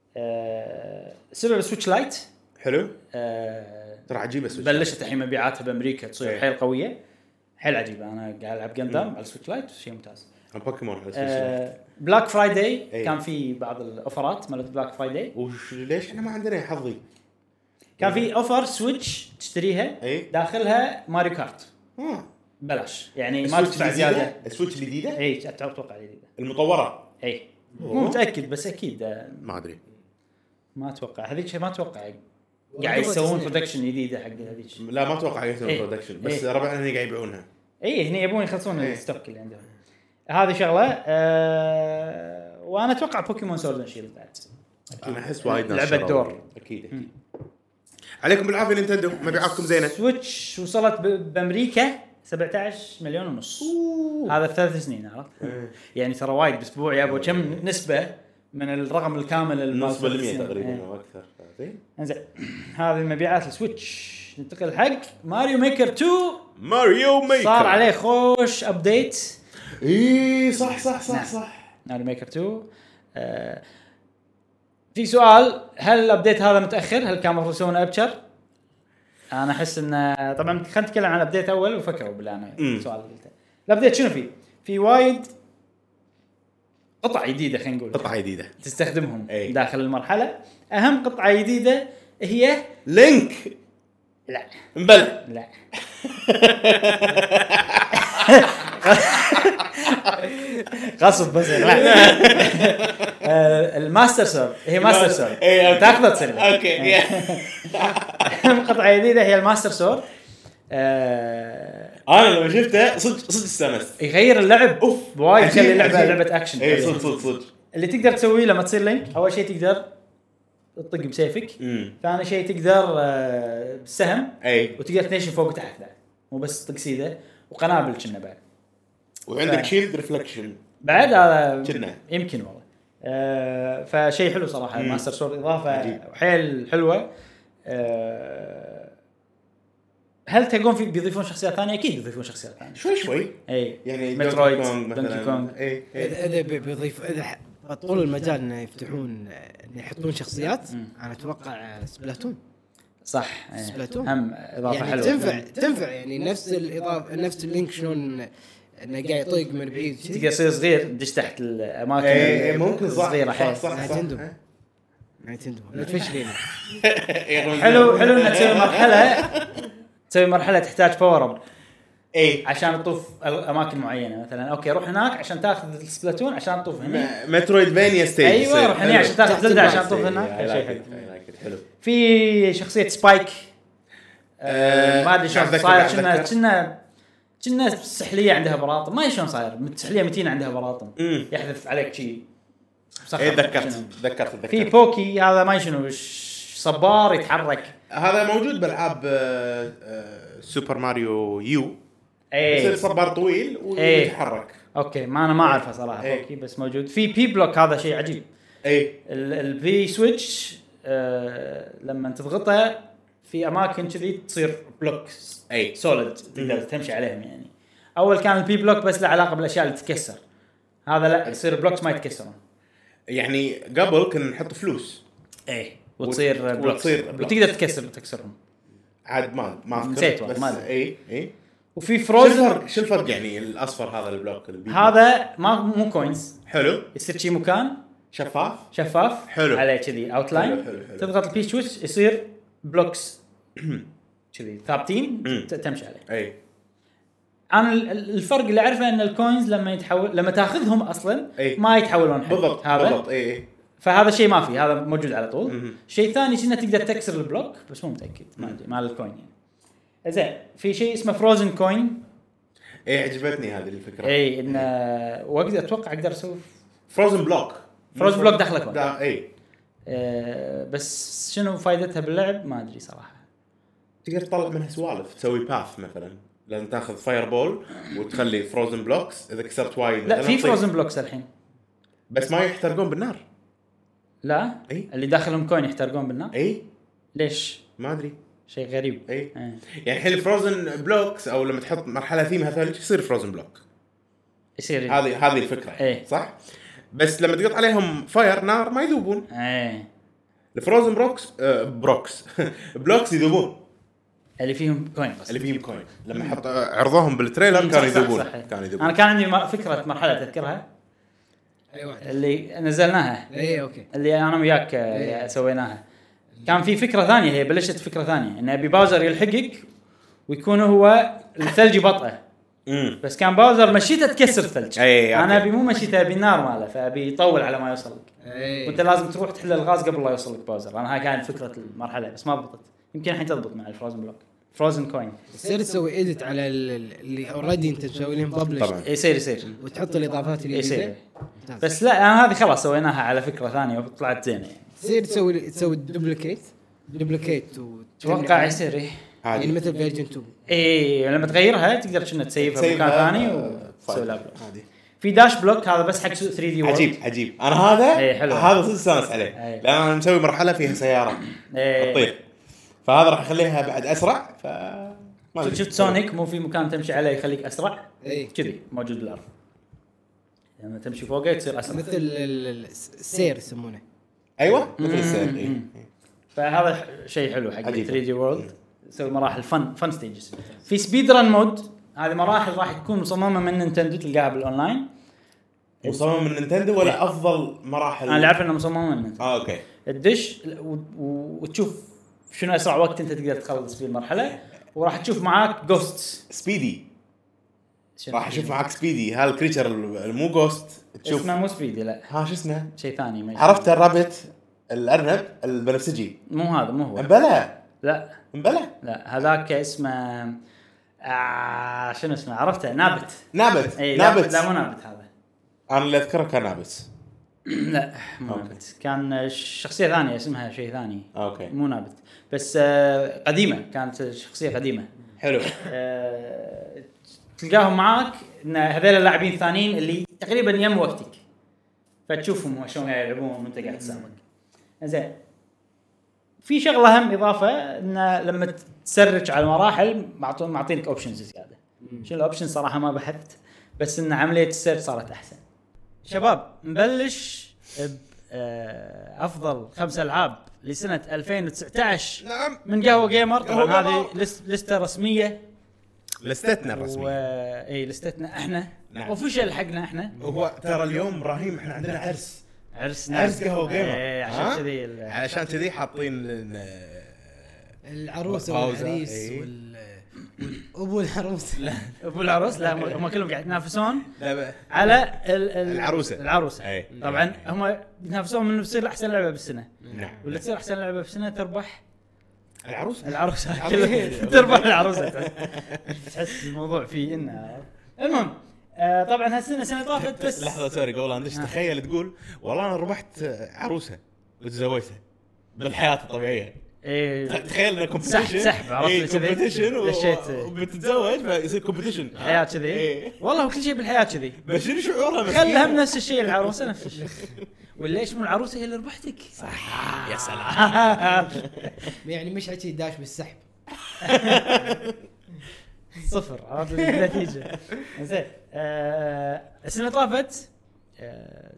أه سبب السويتش لايت حلو أه ترى عجيبه سويتش بلشت الحين مبيعاتها بامريكا تصير إيه. حيل قويه حيل عجيبه انا قاعد العب جندام على السويتش لايت شيء ممتاز عن بوكيمون على سويتش أه بلاك فرايداي إيه. كان في بعض الاوفرات مالت بلاك فرايداي وش ليش احنا ما عندنا حظي كان في اوفر سويتش تشتريها إيه. داخلها ماريو كارت اه بلاش يعني ما السويتش تدفع الجديدة؟ زياده السويتش الجديده اي اتوقع جديده المطوره اي مو متاكد بس اكيد آه، ما ادري ما اتوقع هذيك ما اتوقع قاعد يسوون برودكشن جديده حق هذيك لا ما اتوقع يسوون إيه. برودكشن بس إيه. ربعنا هني قاعد يبيعونها اي هني يبون يخلصون إيه. الستوك اللي عندهم هذه شغله أه وانا اتوقع بوكيمون سورد اند شيلد بعد انا احس وايد ناس لعبة شروا. دور. اكيد اكيد عليكم بالعافيه نينتندو مبيعاتكم زينه سويتش وصلت ب- بامريكا سبعة عشر مليون ونص هذا ثلاث سنين عرفت إيه. يعني ترى وايد باسبوع يا ابو كم نسبه من الرقم الكامل نص بالمية المال- تقريبا إيه. او اكثر زين انزين هذه مبيعات السويتش ننتقل حق ماريو ميكر تو ماريو ميكر صار عليه خوش ابديت اي صح صح صح نعم. صح ماريو ميكر تو آه في سؤال هل الابديت هذا متاخر هل كان المفروض يسوون ابشر انا احس انه طبعا خلينا نتكلم عن الابديت اول وفكروا بالله انا السؤال اللي قلته الابديت شنو فيه في وايد قطع جديده خلينا نقول قطعه جديده تستخدمهم أي. داخل المرحله اهم قطعه جديده هي لينك لا مبلى لا غصب بس لا آه، الماستر سورد هي ماستر سورد إيه، أوكي. تاخذها تسلم اوكي اهم قطعه جديده هي الماستر سورد آه، انا لما شفته صدق صدق استانست يغير اللعب اوف وايد عجيب، يخلي اللعبه عجيب. لعبه اكشن اي صدق صدق صدق اللي تقدر تسويه لما تصير لينك اول شيء تقدر تطق بسيفك امم ثاني شيء تقدر آه، بالسهم اي وتقدر تنشن فوق وتحت بعد مو بس طق سيده وقنابل كنا بعد وعندك ف- شيلد ريفلكشن بعد هذا كنا. يمكن والله آه فشيء حلو صراحه مم. الماستر سورد اضافه عجيب. حيل حلوه آه هل تلقون في بيضيفون شخصيات ثانيه اكيد بيضيفون شخصيات ثانيه شوي شوي اي يعني مترويد دونكي كونغ دونكي كونغ مثلا اي اي اذا اذا بي- بيضيف اذا ح- طول المجال انه يفتحون انه يحطون شخصيات انا اتوقع سبلاتون صح إيه. سبلاتون. هم اضافه يعني حلوه تنفع تنفع يعني نفس الاضافه نفس اللينك شلون انه قاعد يطيق من بعيد تقدر تصير صغير تدش تحت الاماكن إيه، ممكن صح صغيره صح حيل صح صح نايتندو نايتندو لا تفشلين حلو حلو انك تسوي مرحله تسوي مرحله تحتاج باور اب اي عشان تطوف اماكن معينه مثلا اوكي روح هناك عشان تاخذ السبلاتون عشان تطوف هنا مترويد فانيا ستيج ايوه روح هنا عشان تاخذ زلده عشان تطوف هناك شيء حلو حلو في شخصيه سبايك آه ما ادري شلون أتذكر- صاير كنا أتذكر. كنا كنا سحليه عندها براطم ما شلون صاير سحليه متينه عندها براطم امم يحذف عليك شيء اي تذكرت تذكرت في تذكرت بوكي هذا ما شنو ش- صبار يتحرك هذا موجود بالعاب آه، آه، سوبر ماريو يو ايه يصير صبار طويل ويتحرك. اوكي ما انا ما اعرفه صراحه إيه. اوكي بس موجود في بي بلوك. هذا شيء عجيب. اي البي سويتش آه لما تضغطه في اماكن كذي تصير بلوكس اي سوليد تقدر تمشي عليهم. يعني اول كان البي بلوك بس له علاقه بالاشياء اللي تتكسر. هذا لا يصير بلوكس ما يتكسرون. يعني قبل كنا نحط فلوس ايه وتصير وت- بلوكس وتصير بلوكس. وتقدر تكسر تكسرهم. عاد ما ما أذكر، نسيت والله، بس ما أدري. اي اي وفي شو فروزن الفرق شو الفرق يعني الاصفر هذا البلوك البي هذا ما مو كوينز حلو يصير شي مكان شفاف شفاف حلو. عليه كذي حلو، اوتلاين. حلو، حلو. تضغط البي سويتش يصير بلوكس كذي ثابتين مم. ت- تمشي عليه. اي انا ال- ال- الفرق اللي اعرفه ان الكوينز لما يتحول لما تاخذهم اصلا أي. ما يتحولون حق بالضبط هذا بالضبط اي اي فهذا شيء ما في. هذا موجود على طول. مهم. شيء ثاني كنا تقدر تكسر البلوك بس مو متاكد ما ادري مال الكوين يعني. زين في شيء اسمه فروزن كوين. اي عجبتني هذه الفكره. اي ان واقدر اتوقع اقدر اسوي فروزن بلوك فروزن بلوك داخله كوين. دا اي أه بس شنو فائدتها باللعب ما ادري صراحه. تقدر تطلع منها سوالف تسوي باث مثلا لازم تاخذ فاير بول وتخلي فروزن بلوكس اذا كسرت وايد لا مثلاً في تطير. فروزن بلوكس الحين. بس ما يحترقون بالنار. لا اي اللي داخلهم كوين يحترقون بالنار. اي ليش؟ ما ادري شيء غريب. اي إيه. يعني الحين الفروزن بلوكس او لما تحط مرحله فيها ثلج يصير فروزن بلوك. يصير هذه هذه الفكره إيه. صح بس لما تقط عليهم فاير نار ما يذوبون. ايه الفروزن بروكس آه بروكس بلوكس يذوبون اللي فيهم كوين بس. اللي فيهم كوين لما حط عرضوهم بالتريلر صح، كانوا صح، يذوبون صح. كانوا يذوبون. انا كان عندي م- فكره مرحله تذكرها اي واحد اللي نزلناها اي اوكي اللي انا وياك آه، سويناها. كان في فكره ثانيه هي بلشت فكره ثانيه ان ابي باوزر يلحقك ويكون هو الثلج يبطئه. امم بس كان باوزر مشيته تكسر الثلج. أي، أوكي. انا ابي مو مشيته ابي النار ماله فابي يطول على ما يوصل لك. اي وانت لازم تروح تحل الغاز قبل لا يوصل لك باوزر. انا هاي كانت فكره المرحله بس ما ضبطت. يمكن الحين تضبط مع الفروزن بلوك فروزن كوين. تصير تسوي ايديت على ال- ال- اللي اوريدي انت تسوي لهم ببلش طبعا يصير يصير وتحط الاضافات اللي يصير. جديدة. ممتاز. بس لا انا هذه خلاص سويناها على فكره ثانيه وطلعت زينه يعني. تصير تسوي تسوي دوبليكيت دوبليكيت اتوقع يصير ايه. يعني عادي مثل فيرجن تو. ايه لما تغيرها تقدر كنا تسيفها بمكان تسيفها، ثاني آه، وتسوي لها فايل. بلوك. عادي في داش بلوك هذا بس حق ثري دي وورلد. عجيب عجيب انا هذا إيه، حلو. هذا صدق استانس عليه إيه. لان انا مسوي مرحله فيها سياره إيه. تطير فهذا راح اخليها بعد اسرع ف ما أدري. شفت سونيك مو في مكان تمشي عليه يخليك اسرع اي كذي موجود بالارض لما تمشي فوقه تصير اسرع. مثل ال- ال- السير يسمونه. ايوه مثل السير إيه. فهذا ح- شيء حلو حق عجيب. ثري دي وورلد. تسوي مراحل فن فن ستيجز. في سبيد ران مود هذه مراحل راح تكون مصممه من نينتندو تلقاها بالاونلاين. مصمم من نينتندو ولا افضل مراحل انا اللي عارف انه مصممه من نينتندو. اه اوكي الدش و- و- وتشوف شنو اسرع وقت انت تقدر تخلص فيه المرحله وراح تشوف معاك جوست. سبيدي راح اشوف معك سبيدي هالكريتشر المو جوست تشوف اسمه مو سبيدي لا ها شو اسمه شيء ثاني ما عرفت الرابت الارنب البنفسجي مو هذا مو هو امبلا لا امبلا لا هذاك اسمه آه شنو اسمه عرفته نابت. نابت اي لا, نابت لا مو نابت هذا انا اللي اذكره كان نابت لا مو أوكي. نابت كان شخصيه ثانيه اسمها شيء ثاني اوكي مو نابت بس آه قديمه كانت شخصيه قديمه. حلو آه تلقاهم معاك ان هذول اللاعبين الثانيين اللي تقريبا يم وقتك فتشوفهم شلون يلعبون وانت قاعد تسابق. زين في شغله هم اضافه ان لما تسرج على المراحل معطون معطينك اوبشنز زياده. شنو الاوبشن صراحه ما بحثت بس ان عمليه السيرش صارت احسن. شباب نبلش بافضل خمس العاب لسنه ألفين وتسعة عشر نعم من قهوه جيمر. طبعا قهوة هذه جيمر. لست لسته رسميه لستنا و الرسميه اي لستنا احنا نعم. اوفيشال حقنا احنا هو ترى اليوم ابراهيم احنا عندنا عرس عرس عرس قهوة جيمر. ايه ها؟ عشان كذي ال- علشان كذي حاطين لنا العروسه باوزة، والعريس إيه. وال ابو العروس. ابو العروس لا هم هم كلهم قاعد يتنافسون لا ب- على ال ال العروسة. العروسه إيه. طبعا هم يتنافسون من تصير احسن لعبه بالسنه نعم واللي تصير احسن لعبه بالسنه تربح العروس العروسه كلها تربح العروسه تحس الموضوع فيه انه المهم آه طبعا هالسنه سنه طافت بس لحظه سوري قبل لا ندش تخيل تقول والله انا ربحت عروسه وتزوجتها بالحياه الطبيعيه ايه تخيل انه كومبيتيشن سحب سحب عرفت إيه كذي كومبيتيشن دشيت وبتتزوج فيصير كومبيتيشن الحياه كذي إيه. والله وكل شيء بالحياه كذي بس شنو شعورها مسكين؟ خلهم نفس الشيء العروسه نفس الشيء وليش مو العروسه هي اللي ربحتك صح يا سلام يعني مش حكي داش بالسحب. صفر عرفت النتيجه زين. آه السنه طافت آه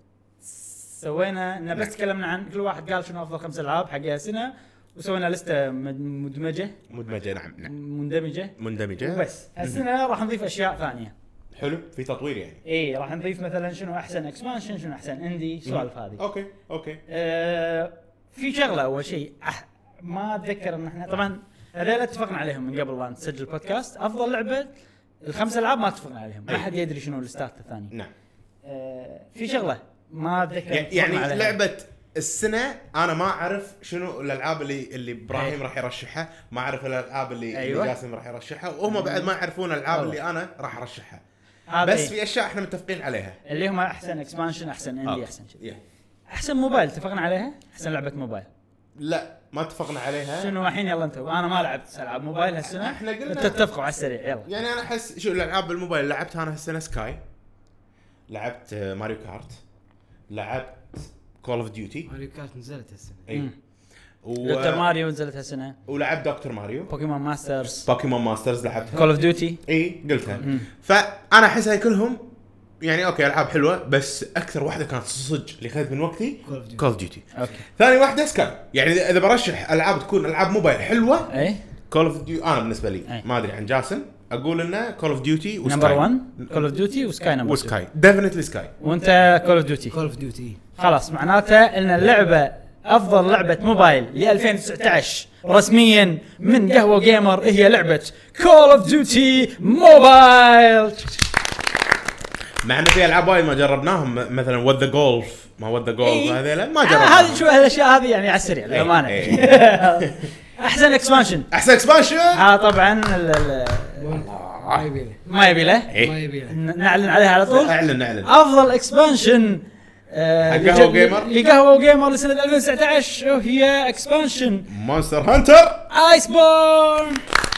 سوينا إن بس تكلمنا عن كل واحد قال شنو افضل خمس العاب حق السنه وسوينا لسته مدمجه مدمجه نعم نعم مندمجه مندمجه وبس. السنه راح نضيف اشياء ثانيه. حلو في تطوير يعني. اي راح نضيف مثلا شنو احسن اكسبانشن شنو احسن اندي سوالف هذه. اوكي اوكي آه في شغله اول شيء أح ما اتذكر ان احنا طبعا هذول اتفقنا عليهم من قبل لا نسجل البودكاست. افضل لعبه الخمس العاب ما اتفقنا عليهم ما حد يدري شنو الستات الثاني. نعم آه في شغله ما اتذكر يعني لعبه السنه انا ما اعرف شنو الالعاب اللي اللي ابراهيم أيه. راح يرشحها ما اعرف الالعاب اللي, أيوة. اللي جاسم راح يرشحها وهم بعد ما يعرفون الالعاب اللي انا راح ارشحها بس في اشياء احنا متفقين عليها اللي هم احسن اكسبانشن احسن اندي أوكي. احسن كذي. yeah. احسن موبايل اتفقنا عليها احسن لعبه موبايل. لا ما اتفقنا عليها. شنو الحين يلا انت انا ما لعبت العاب موبايل هالسنه احنا قلنا انت تتفقوا على السريع يلا. يعني انا احس شو الالعاب بالموبايل لعبتها انا هالسنه سكاي لعبت ماريو كارت لعبت كول اوف ديوتي ماريو كارت نزلت هالسنه اي و... دكتور ماريو نزلت هالسنه ولعبت دكتور ماريو بوكيمون ماسترز بوكيمون ماسترز لعبتها كول اوف ديوتي اي قلتها فانا احس هاي كلهم يعني اوكي العاب حلوه بس اكثر واحده كانت صدق اللي خذت من وقتي كول اوف ديوتي. اوكي ثاني واحده سكاي يعني اذا برشح العاب تكون العاب موبايل حلوه اي كول اوف ديوتي انا بالنسبه لي أي. ما ادري عن جاسم اقول انه كول اوف ديوتي نمبر واحد كول اوف ديوتي وسكاي نمبر وسكاي ديفينتلي سكاي وانت كول اوف ديوتي كول اوف ديوتي خلاص معناته ان اللعبه افضل لعبه موبايل ل ألفين وتسعة عشر رسميا من قهوه جيمر هي لعبه كول اوف ديوتي موبايل. مع انه في العاب وايد ما جربناهم مثلا ود ذا جولف ما ود ذا جولف إيه. هذول ما آه جربناهم هذه شو هالاشياء هذه يعني على السريع إيه. للامانه. إيه. احسن اكسبانشن احسن اكسبانشن ها طبعا ال- ال- ما يبي له ما يبي له إيه. ما يبي له ن- نعلن عليها على طول. اعلن اعلن افضل اكسبانشن آه حق قهوة جيمر؟ لقهوه جيمر لسنه ألفين وتسعة عشر وهي اكسبانشن مونستر هانتر. ايس بورن.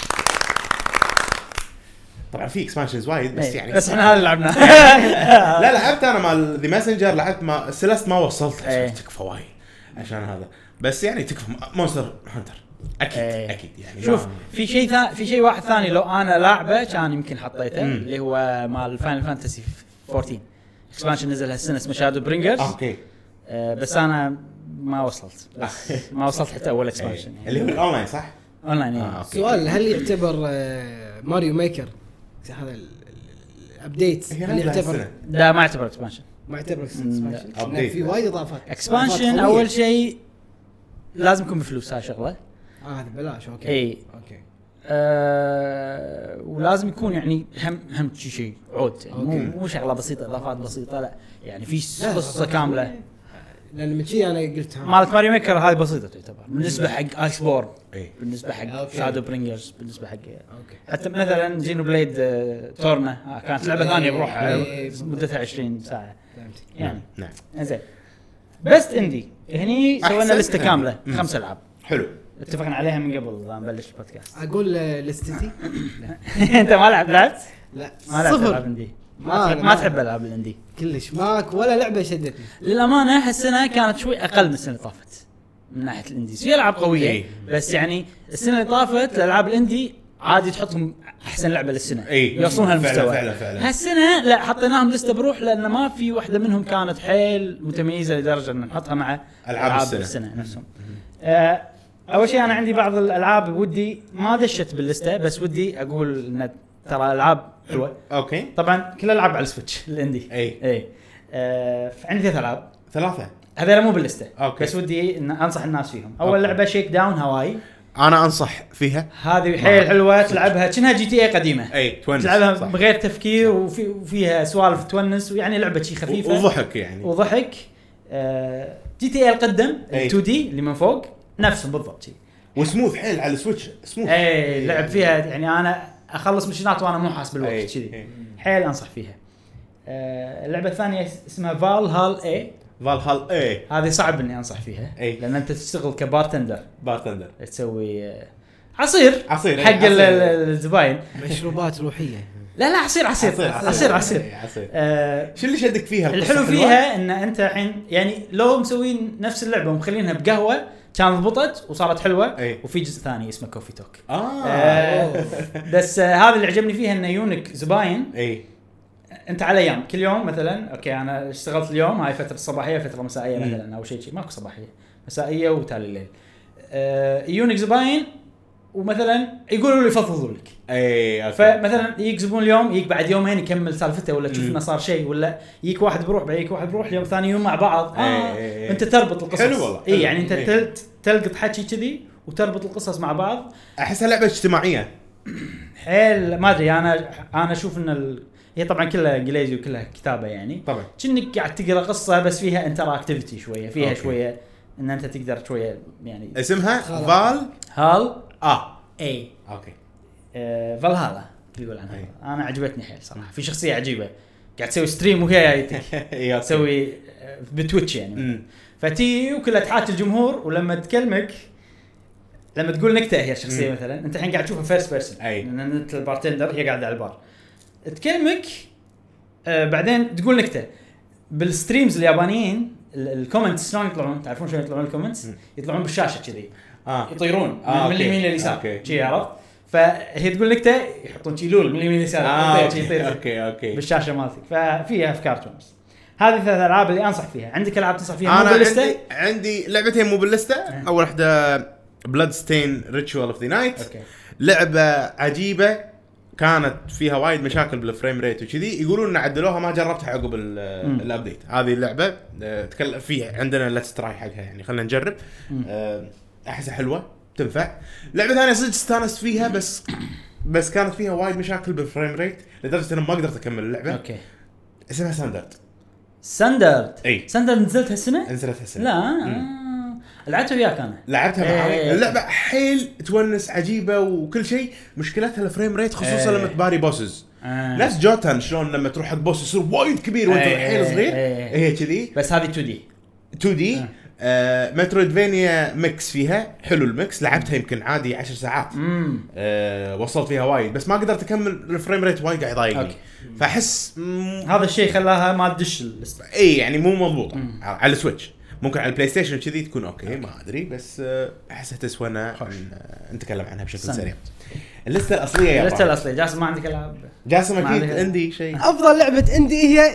طبعا في اكسبانشنز وايد بس يعني بس احنا هذا لعبناه. لا لعبت انا مال ذا ماسنجر لعبت ما سلست ما وصلت إيه. تكفى وايد عشان هذا بس يعني تكفى مونستر هانتر اكيد إيه. اكيد يعني شوف ما- في شيء ثاني في شيء واحد ثاني لو انا لاعبه كان يمكن حطيته اللي هو مال فاينل فانتسي أربعة عشر اكسبانشن نزل هالسنه اسمه شادو برينجرز. اوكي آه بس انا ما وصلت بس ما وصلت حتى اول اكسبانشن يعني. اللي هو الاونلاين صح؟ اونلاين آه، يعني. أوكي. سؤال هل يعتبر آه، ماريو ميكر هذا الابديت هي هل نازلة يعتبر هالسنة. لا ما يعتبر اكسبانشن. ما يعتبر اكسبانشن update. لأن في وايد اضافات اكسبانشن إضافات اول قوية. شيء لازم يكون بفلوس هاي شغله. اه هذا بلاش اوكي اي اوكي آه ولازم يكون يعني هم هم شيء شيء عود يعني مو أوكي. مو شغله بسيطه اضافات بسيطه لا يعني في لا، قصه إضافات كامله. قوية. لان من شيء انا قلت ها مالت ماريو ميكر هاي بسيطه تعتبر بالنسبه حق ايس بورن اي بالنسبه حق أوكي. شادو برينجرز بالنسبه حق اوكي حتى مثلا زينو بليد آه، تورنا آه، كانت لعبه ثانيه بروحها إيه. مدتها عشرين ساعه فهمت يعني نعم زين. بست اندي هني سوينا أحسن لسته إندي. كامله مم. خمس العاب حلو اتفقنا عليها من قبل لا نبلش البودكاست. اقول آه، لستي انت ما لعبت لعبت لا ما لعبت العاب صفر اندي ما ما, أنا تحب- ما- ما تحب العاب الاندي. كلش ماك ولا لعبه شدتني للامانه هالسنه كانت شوي اقل من السنه اللي طافت من ناحيه الاندي. في العاب قويه إيه. بس يعني السنه اللي طافت الالعاب الاندي عادي تحطهم احسن لعبه للسنه إيه. يوصلون فعلاً- هالمستوى. فعلاً- فعلاً. هالسنه لا حطيناهم لسته بروح لان ما في واحده منهم كانت حيل متميزه لدرجه ان نحطها مع ألعاب السنة. السنه نفسهم. آه اول شيء انا عندي بعض الالعاب ودي ما دشت باللسته بس ودي اقول ان ترى العاب حلوه. اوكي طبعا كل الالعاب على السويتش الاندي اي اي آه عندي ثلاث العاب ثلاثة هذول مو باللسته أوكي. بس ودي ان انصح الناس فيهم. اول أوكي. لعبه شيك داون هواي انا انصح فيها هذه حيل حلوه تلعبها كأنها جي تي اي قديمه اي توينز تلعبها صح. بغير تفكير وفي وفيها سوالف تونس ويعني لعبه شي خفيفه وضحك يعني وضحك. آه جي تي اي القدم أي. اثنين دي اللي من فوق نفسهم بالضبط شي. وسموث حيل على السويتش سموث اي لعب فيها يعني انا اخلص مشينات وانا مو حاس أي. بالوقت كذي أي. حيل انصح فيها. آه اللعبه الثانيه اسمها فال هال اي فالهال ايه هذه صعب اني انصح فيها إيه. لان انت تشتغل كبارتندر بارتندر تسوي آه، عصير عصير حق إيه، ال- عصير. ال- الزباين. مشروبات روحيه. لا لا عصير عصير عصير عصير إيه، عصير آه، شو اللي شدك فيها؟ القصة الحلو حلوة؟ فيها ان انت الحين يعني لو مسوين نفس اللعبه ومخلينها بقهوه كانت ضبطت وصارت حلوه. أي. وفي جزء ثاني اسمه كوفي توك. اه آه، بس آه، هذا اللي عجبني فيها انه يونك زباين اي انت على ايام كل يوم مثلا اوكي انا اشتغلت اليوم هاي فتره صباحيه فتره مسائيه مم. مثلا او شيء شيء ماكو صباحيه مسائيه وتالي الليل. آه، يونك زباين ومثلا يقولوا لي يفضلوا لك اي أوكي. فمثلا يجيك زبون اليوم يجيك بعد يومين يكمل سالفته ولا تشوف مم. انه صار شيء ولا يجيك واحد بروح بعد يجيك واحد بروح اليوم ثاني يوم مع بعض. إيه، آه إيه، إيه. انت تربط القصص. حلو والله، اي حلو. يعني انت إيه. تل- تلقط حكي كذي وتربط القصص مع بعض. احسها لعبه اجتماعيه. حيل ما ادري انا انا اشوف ان ال... هي طبعا كلها انجليزي وكلها كتابه يعني طبعا كأنك قاعد تقرا قصه بس فيها انتراكتيفيتي شويه فيها أوكي. شويه ان انت تقدر شويه يعني اسمها خلاص. فال هال اه اي اوكي آه فالهالا يقول عنها. أي. انا عجبتني حيل صراحه في شخصيه عجيبه قاعد تسوي ستريم وهي جايتك اي أوكي. تسوي آه، بتويتش يعني أمم. فتي وكلها تحاتي الجمهور ولما تكلمك لما تقول نكته هي الشخصيه مم. مثلا انت الحين قاعد تشوفها فيرست بيرسون أي. لان انت البارتندر هي قاعده على البار تكلمك آه بعدين تقول نكته بالستريمز اليابانيين ال- الكومنتس شلون يطلعون تعرفون شلون يطلعون الكومنتس مم. يطلعون بالشاشه كذي اه يطيرون آه، من أوكي. اليمين لليسار أوكي. شي عرفت فهي تقول نكته يحطون شي لول من اليمين لليسار آه، يطير شي اوكي يطير اوكي اوكي بالشاشه مالتك ففيها افكار تومس. هذه ثلاث العاب اللي انصح فيها. عندك العاب تنصح فيها مو انا باللسته؟ عندي عندي لعبتين مو باللسته. اول واحده بلاد ستين ريتشوال اوف ذا نايت. اوكي لعبه عجيبه كانت فيها وايد مشاكل بالفريم ريت وكذي يقولون ان عدلوها ما جربتها عقب ال- مم. الابديت. هذه اللعبه آه، تكلم فيه عندنا ليتس تراي حقها يعني خلينا نجرب. مم. آه، احسها حلوه تنفع. لعبه ثانيه صدق استانست فيها بس بس كانت فيها وايد مشاكل بالفريم ريت لدرجه اني ما قدرت اكمل اللعبه. اوكي اسمها ستاندرد. ستاندرد اي ستاندرد نزلت هالسنه؟ نزلت هالسنه. لا مم. آه. لعبتها وياك انا لعبتها معاي. إيه. اللعبه حيل تونس عجيبه وكل شيء. مشكلتها الفريم ريت خصوصا إيه. لما تباري بوسز. آه. نفس جوتان شلون لما تروح حق بوس يصير وايد كبير وانت إيه. حيل صغير. إيه. هي كذي بس هذه تو دي تو دي. آه. آه مترويدفينيا ميكس فيها حلو الميكس. لعبتها يمكن عادي عشر ساعات. امم آه وصلت فيها وايد بس ما قدرت اكمل الفريم ريت وايد قاعد يضايقني. أوكي. فاحس مم، هذا الشيء خلاها ما تدش اللسته. اي يعني مو مضبوطه مم. على السويتش. ممكن على البلاي ستيشن كذي تكون اوكي ما ادري بس آه، احسها تسوى ان خوش. آه، نتكلم عنها بشكل سنة. سريع. اللسته الاصليه يا اللسته اللسته الاصليه جاسم ما عندك العاب؟ جاسم ما اكيد عندك- عندي شيء. افضل لعبه اندي هي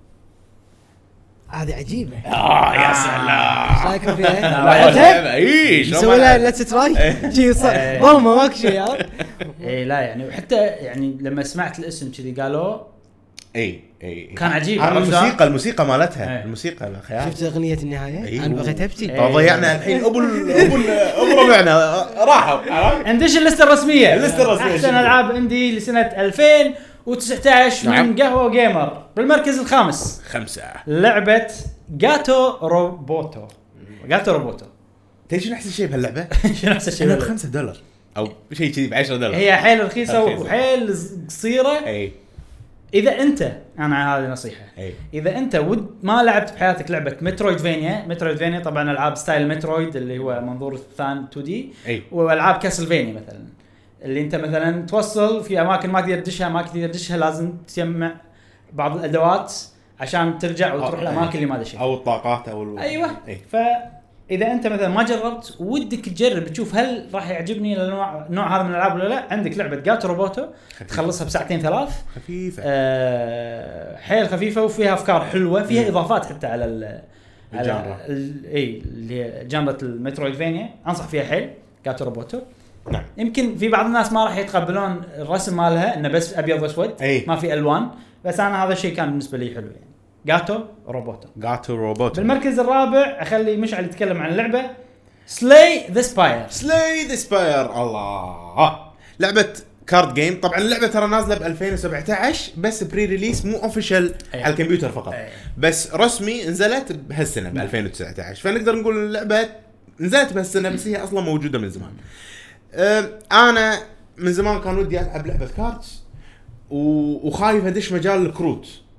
هذه عجيبه. اه يا سلام. ايش رايكم فيها؟ لا، لعبتها؟ اي نسوي لها ليتس تراي شي صار إيه. والله ماكو شيء عرفت؟ اي لا يعني وحتى يعني لما سمعت الاسم كذي قالوا اي اي كان عجيب. انا عرفت الموسيقى الموسيقى مالتها إيه. الموسيقى خيال. شفت اغنيه النهايه؟ أيوه. انا بغيت ابكي. إيه. ضيعنا الحين ابو ال- ابو ال- ابو ربعنا راحوا عرفت؟ ندش اللسته الرسميه. اللستة الرسمية احسن شنو؟ العاب اندي لسنه ألفين وتسعة عشر نعم. من قهوه جيمر. بالمركز الخامس خمسة. لعبه جاتو روبوتو. جاتو روبوتو تدري شنو احسن شيء بهاللعبه؟ شنو احسن شيء انها ب باللعبة؟ خمسة دولار او شيء كذي ب عشرة دولار. هي حيل رخيصه رخيصة. وحيل قصيره. اي اذا انت انا هذه نصيحه اي اذا انت ود ما لعبت بحياتك لعبه مترويدفينيا. مترويدفينيا طبعا العاب ستايل مترويد اللي هو منظور الثاني تو دي اي والعاب كاسلفينيا مثلا اللي انت مثلا توصل في اماكن ما تقدر تدشها ما تقدر تدشها لازم تجمع بعض الادوات عشان ترجع وتروح أو- الاماكن اللي ما دشيت. او الطاقات او ال... ايوه اي فاذا انت مثلا ما جربت ودك تجرب تشوف هل راح يعجبني النوع النوع هذا من الالعاب ولا لا عندك لعبه جاتو روبوتو تخلصها بساعتين ثلاث. خفيفه. آه حيل خفيفه وفيها افكار حلوه فيها مم. اضافات حتى على ال الجانرا. ال- اي اللي هي جانرا المترويدفينيا. انصح فيها حيل جاتو روبوتو. نعم يمكن في بعض الناس ما راح يتقبلون الرسم مالها انه بس ابيض واسود أي. ما في الوان بس انا هذا الشيء كان بالنسبه لي حلو يعني. جاتو روبوتو. جاتو روبوت. بالمركز الرابع اخلي مشعل يتكلم عن اللعبه سلاي ذا سباير. سلاي ذا سباير. الله لعبه كارد جيم. طبعا اللعبه ترى نازله ب ألفين وسبعة عشر بس بري ريليس مو اوفيشال أيه. على الكمبيوتر فقط. أيه. بس رسمي نزلت بهالسنه ب ألفين وتسعة عشر فنقدر نقول اللعبه نزلت بهالسنه بس هي اصلا موجوده من زمان. أه انا من زمان كان ودي العب لعبه كاردز و- وخايف ادش مجال الكروت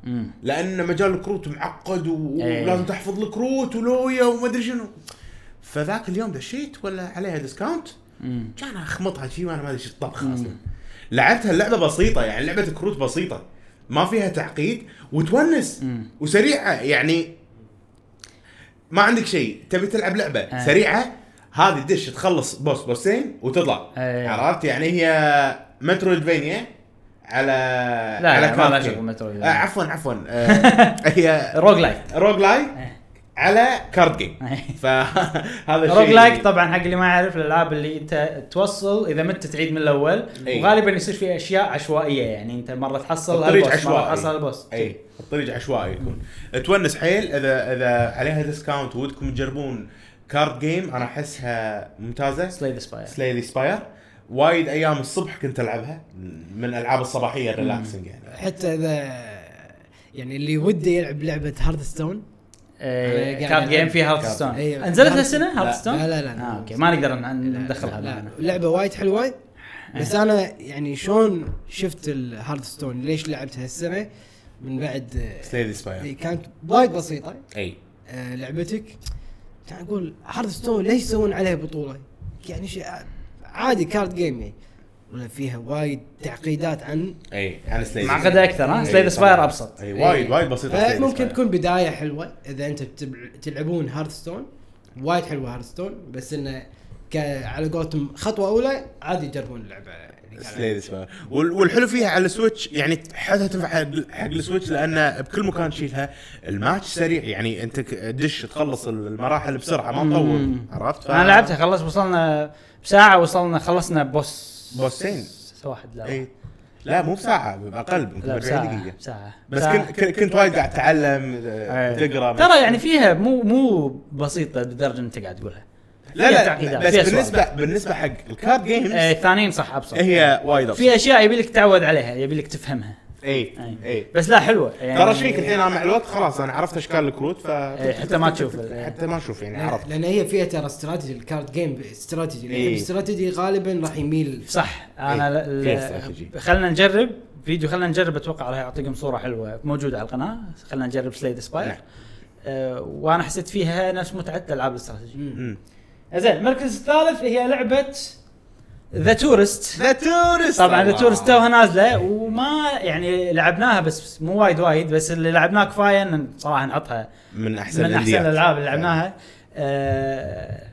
مم. لان مجال الكروت معقد و- إيه. ولازم تحفظ الكروت ولويا وما ادري شنو. فذاك اليوم دشيت ولا عليها ديسكاونت مم. كان اخمطها شيء وانا ما ادري ايش الطبخ اصلا. لعبتها اللعبه بسيطه يعني لعبه كروت بسيطه ما فيها تعقيد وتونس مم. وسريعه يعني ما عندك شيء تبي تلعب لعبه آه. سريعه هذه دش تخلص بوس بوسين وتطلع. آه. عرفت يعني هي مترويدفينيا على لا على لا ما كارد لها جيم. شغل مترويد. آه عفوا عفوا آه هي روج لايك. روج لايك إيه. على كارد جيم. فهذا الشيء روج لايك طبعا حق اللي ما يعرف الالعاب اللي انت توصل اذا مت تعيد من الاول أي. وغالبا يصير في اشياء عشوائيه يعني انت مره تحصل الطريق هالبوس مره عشوائي. تحصل البوس. اي الطريق عشوائي يكون تونس حيل. اذا اذا عليها ديسكاونت ودكم تجربون كارد جيم انا احسها ممتازه. سلاي ذا سباير. سلاي ذا سباير وايد ايام الصبح كنت العبها من الالعاب الصباحيه الريلاكسنج يعني. حتى اذا يعني اللي وده يلعب لعبه هارثستون إيه، أنا قاعد كارد جيم ألعب. في هارثستون. أيوة. انزلت هارث- هالسنه لا هارثستون؟ لا لا, لا. آه اوكي ما نقدر ن- ندخلها لا معنا. لعبه وايد حلوه بس انا يعني شلون شفت الهارثستون ليش لعبتها هالسنه من بعد سلاي ذا سباير آه، كانت وايد بسيطه. اي آه، لعبتك كان اقول هارثستون ليش يسوون عليها بطوله يعني شيء عادي كارد جيم يعني ولا فيها وايد تعقيدات عن اي عن سلاي معقده اكثر ها إيه، سلاي ذا سباير طبعاً. ابسط. اي وايد وايد بسيطه. آه، Slay the ممكن Spire. تكون بدايه حلوه اذا انت بتبع- تلعبون هارثستون وايد حلوه هارثستون بس انه ك- على قولتهم خطوه اولى عادي يجربون اللعبه يعني سلاي ذا سباير والحلو فيها على السويتش يعني حتى تنفع حق حق السويتش لان بكل مكان تشيلها الماتش سريع يعني انت ك- دش تخلص المراحل بسرعه ما تطول. مم. عرفت؟ ف- انا لعبتها خلص وصلنا بساعه وصلنا خلصنا بوس بوسين. واحد لا اي لا مو بساعه اقل يمكن لا أربعين بساعة دقيقه ساعة بس ساعة. كنت كنت كنت وايد قاعد اتعلم آه، أي. تقرا ترى يعني فيها مو مو بسيطة لدرجة انت قاعد تقولها. لا فيها لا تعقيدات، بس فيها بالنسبه سوالف. بالنسبه حق الكارد جيمز آه، الثانيين صح ابسط. هي وايد ابسط. في اشياء يبي لك تتعود عليها يبي لك تفهمها. اي أي. اي بس لا حلوة يعني. ترى ايش فيك الحين انا مع الوقت خلاص انا عرفت اشكال الكروت ف إيه، حتى ما تشوف ال- حتى ما اشوف يعني لأن- عرفت. لان هي فيها ترى استراتيجي الكارد جيم استراتيجي اللي إيه. يحب استراتيجي غالبا راح يميل صح انا إيه، ل- فيها ل- استراتيجي. خلنا نجرب فيديو خلنا نجرب اتوقع راح يعطيكم صورة حلوة موجودة على القناة. خلنا نجرب سلاي ذا سباير. نعم. آه، وانا حسيت فيها نفس متعة العاب الاستراتيجي. امم زين المركز الثالث هي لعبة ذا تورست. ذا تورست طبعا ذا تورست توها نازله وما يعني لعبناها بس مو وايد وايد بس اللي لعبناه كفايه ان صراحه نحطها من احسن من احسن الأنديات. الالعاب اللي لعبناها. آه،